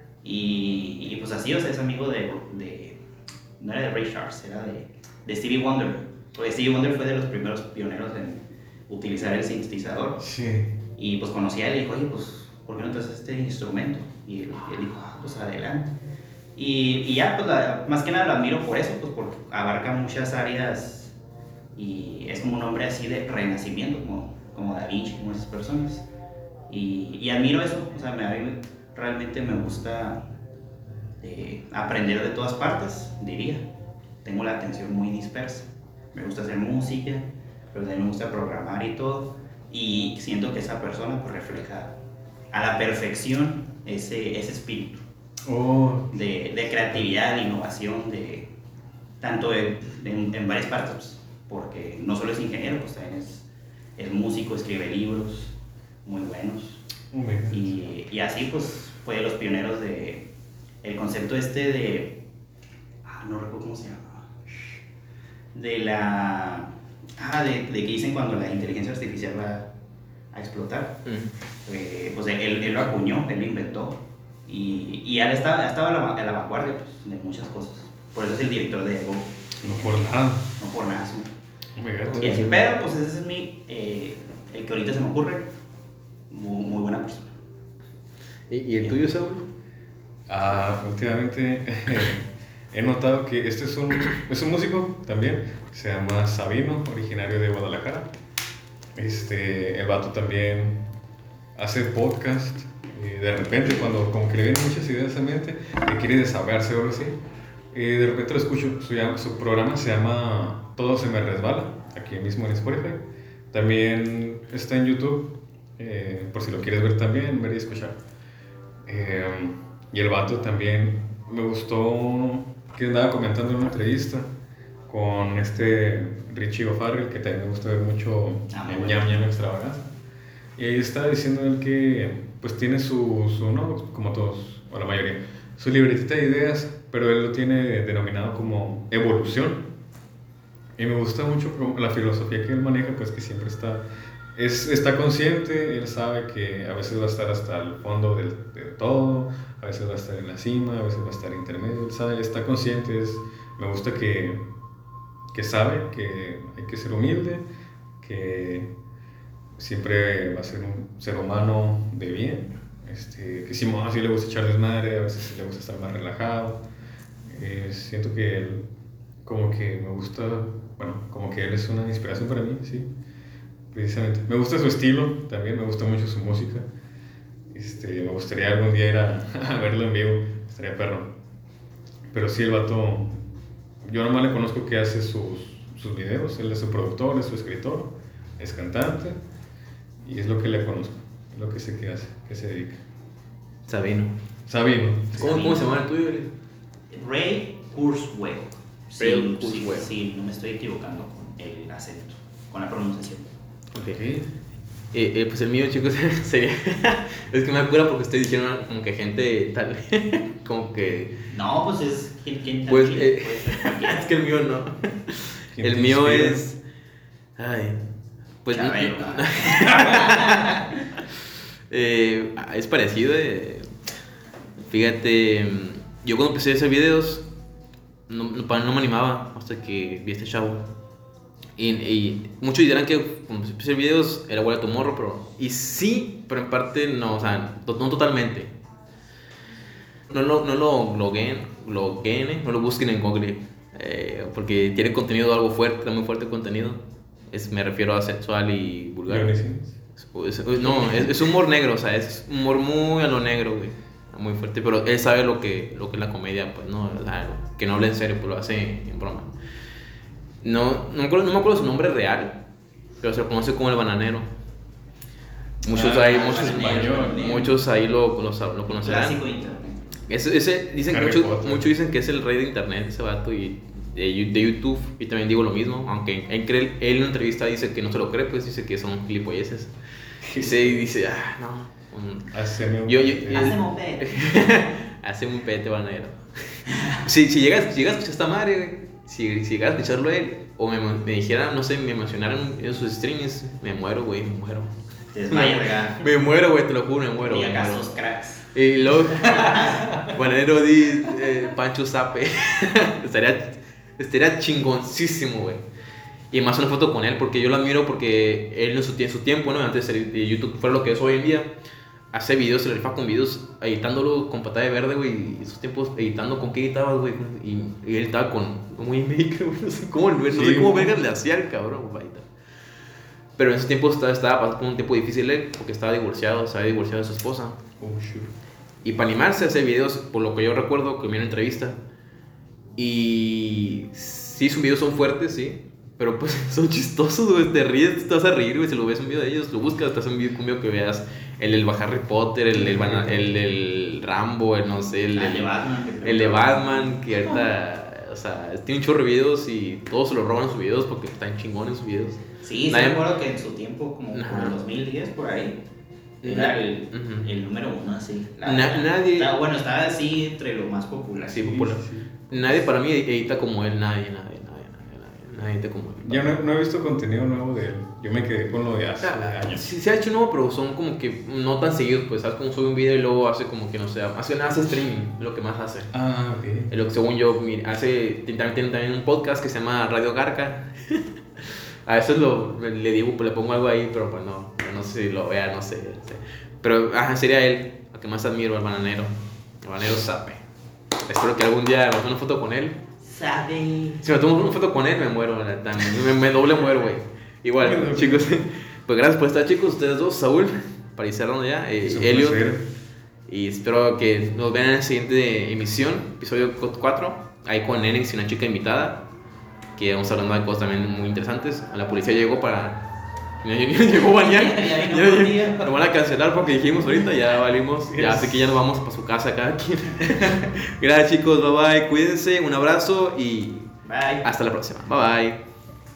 y, y pues así, o sea, es amigo de, de no era de Ray Charles, era de, de Stevie Wonder. Porque Stevie Wonder fue de los primeros pioneros en utilizar el sintetizador. Sí. Y pues conocí a él y dijo, oye, pues, ¿por qué no te haces este instrumento? Y él, él dijo, ah, pues adelante. Y, y ya, pues la, más que nada lo admiro por eso, pues porque abarca muchas áreas y es como un hombre así de renacimiento, como, como Da Vinci, como esas personas. Y, y admiro eso, o sea, me, a mí realmente me gusta eh, aprender de todas partes, diría. Tengo la atención muy dispersa, me gusta hacer música, pero también me gusta programar y todo. Y siento que esa persona pues refleja a la perfección ese, ese espíritu oh. de, de creatividad, de innovación, de, tanto de, de, en, en varias partes, porque no solo es ingeniero, pues también es, es músico, escribe libros muy buenos. Oh, y, y así pues fue de los pioneros de el concepto este de, ah, no recuerdo cómo se llama, de la... Ah, de, de que dicen cuando la inteligencia artificial va a explotar. Mm. Eh, pues él, él lo acuñó, él lo inventó. Y, y él estaba, estaba a, la, a la vanguardia pues, de muchas cosas. Por eso es el director de Google. No por nada. No por nada. Sí. Oh my God. Y así, pero pues ese es mi, eh, el que ahorita se me ocurre. Muy, muy buena persona. ¿Y, y el tuyo, Saúl? Ah, últimamente he notado que este es un, es un músico también, se llama Sabino, originario de Guadalajara. Este, el vato también hace podcast y de repente cuando como que le vienen muchas ideas a mente, que quiere desahogarse o algo así, y de repente lo escucho, su, su programa se llama Todo se me resbala, aquí mismo en Spotify. También está en YouTube, eh, por si lo quieres ver también, ver y escuchar. Eh, y el vato también me gustó que andaba comentando en una entrevista con este Richie O'Farrell, que también me gusta ver mucho ah, en bueno. Ñam Ñam Extravaganza. Y ahí está diciendo él que pues tiene su, su, no, como todos, o la mayoría, su libretita de ideas, pero él lo tiene denominado como evolución. Y me gusta mucho la filosofía que él maneja, pues que siempre está, es, está consciente, él sabe que a veces va a estar hasta el fondo del, de todo, a veces va a estar en la cima, a veces va a estar intermedio, él sabe, está consciente, es, me gusta que, que sabe que hay que ser humilde, que siempre va a ser un ser humano de bien, este, que si a sí le gusta echar desmadre, a veces sí le gusta estar más relajado. Eh, siento que él, como que me gusta, bueno, como que él es una inspiración para mí, sí, precisamente. Me gusta su estilo, también me gusta mucho su música. Este, me gustaría algún día ir a, a verlo en vivo, estaría perro. Pero sí, el vato, yo nomás le conozco que hace sus, sus videos, él es su productor, es su escritor, es cantante, y es lo que le conozco, es lo que sé que hace, que se dedica. Sabino. Sabino. ¿Cómo, Sabino. ¿Cómo se llama el tuyo? Ray Kurzweil. Ray Sí, Kurzweil. sí, sí, no me estoy equivocando con el acento, con la pronunciación. Ok. Eh, eh, pues el mío, chicos, sería... es que me acuerdo porque estoy diciendo como que gente tal... como que... No, pues es quien, quien Pues, quien eh, puede ser cualquiera. es que el mío no. ¿Quién El te mío inspira? es... Ay... Pues... Chabelo. eh, es parecido, eh. Fíjate, yo cuando empecé a hacer videos no, no, no me animaba hasta que vi este chavo. Y, y muchos dirán que cuando empecé a hacer videos era igual a tu morro, pero... Y sí, pero en parte no, o sea, no, no totalmente. No, no, no lo loguen, loguen, no lo busquen en Google, eh, porque tiene contenido algo fuerte, muy fuerte contenido. Es, me refiero a sexual y vulgar. Es, es, no, es, es humor negro, o sea, es humor muy a lo negro, güey. Muy fuerte, pero él sabe lo que, lo que es la comedia, pues, ¿no? O sea, que no habla en serio, pues lo hace en broma. No, no, me acuerdo, no me acuerdo su nombre real, pero se lo conoce como el bananero. Muchos Ah, ahí, el muchos, bananero, muchos ahí lo, lo, lo conocerán. Clásico internet. Ese, ese dicen, Harry muchos, Potter. muchos dicen que es el rey de internet, ese vato, y de, de YouTube, y también digo lo mismo, aunque él, cree, él en una entrevista dice que no se lo cree, pues dice que son gilipolleces. Dice, y dice, ah, no. um, Haceme un Yo- yo- pete. Hace mover. Hace un pete banero. Si, si, llegas, si llegas a escuchar esta madre, güey, si, si llegas a escucharlo él, o me, me dijera, no sé, me mencionaran en sus streamings, me muero, güey, me muero. Te desmayas acá. Me muero, güey, te lo juro, me muero. Y me acá muero. sos cracks. Y luego, Bananero di eh, Pancho Zape. estaría, estaría chingoncísimo, güey. Y más una foto con él, porque yo lo admiro porque él en su, en su tiempo, ¿no? Antes de YouTube fuera lo que es hoy en día, hace videos, se le rifa con videos, editándolo con pantalla verde, güey. Y esos tiempos editando, ¿con qué editabas, güey? Y, y él estaba con un Waymaker, güey. No sé cómo, no Sí, sé cómo güey. verga le hacía el cabrón, güey. Pero en ese tiempo estaba, estaba pasando por un tiempo difícil él, porque estaba divorciado, se había divorciado de su esposa. Oh, shoot. Y para animarse a hacer videos, por lo que yo recuerdo, que vi una entrevista. Y sí, sus videos son fuertes, sí. Pero pues son chistosos, güey. Te ríes, te vas a reír, güey. Si lo ves un video de ellos, lo buscas, te haces un video, un video que veas. El del Harry Potter, el del Bana- el, del Rambo, el no sé, el, Ah, el de el, Batman. que el de creo que- Batman, que ahorita, o sea, tiene un chorro de videos y todos se lo roban en sus videos porque están chingones sus videos. Sí, sí, Nadie- me acuerdo que en su tiempo, como por Ajá. el dos mil diez, por ahí, era el, Ujú. el número uno, así. La Na- verdad. nadie- Estaba- bueno, estaba así entre lo más popular. Sí, popular. Sí, sí. Nadie para mí edita como él, nadie, nadie, nadie, nadie, nadie, nadie edita como él. Ya no, no he visto contenido nuevo de él. Yo me quedé con lo de O hace sea, años. sí se ha hecho nuevo, pero son como que no tan seguidos, pues, ¿sabes? Como sube un video y luego hace como que no sé, hace nada, hace streaming, lo que más hace. Ah, ok. Es lo que según yo, mira, hace, también tiene también un podcast que se llama Radio Garca. A veces lo, le digo, le pongo algo ahí, pero pues no, no sé si lo vea, no sé. no sé. Pero ajá, sería él, lo que más admiro, el bananero, el bananero Zape. Espero que algún día me tome una foto con él. Sabe. Si me tomo una foto con él, me muero, la neta, me, me doble muero, güey. Igual, chicos, pues gracias por estar, chicos, ustedes dos, Saúl, para ir cerrando ya, eh, Es un Elliot, placer. y espero que nos vean en la siguiente emisión, episodio cuatro, ahí con Nenex y una chica invitada, que vamos hablando de cosas también muy interesantes. La policía llegó para... Llegó mañana, Ya, ya vino ya, por ya, día. nos van a cancelar porque dijimos ahorita, ya valimos, ya, Yes. así que ya nos vamos para su casa cada quien. Gracias chicos, bye bye, cuídense, un abrazo y Bye. hasta la próxima, bye bye.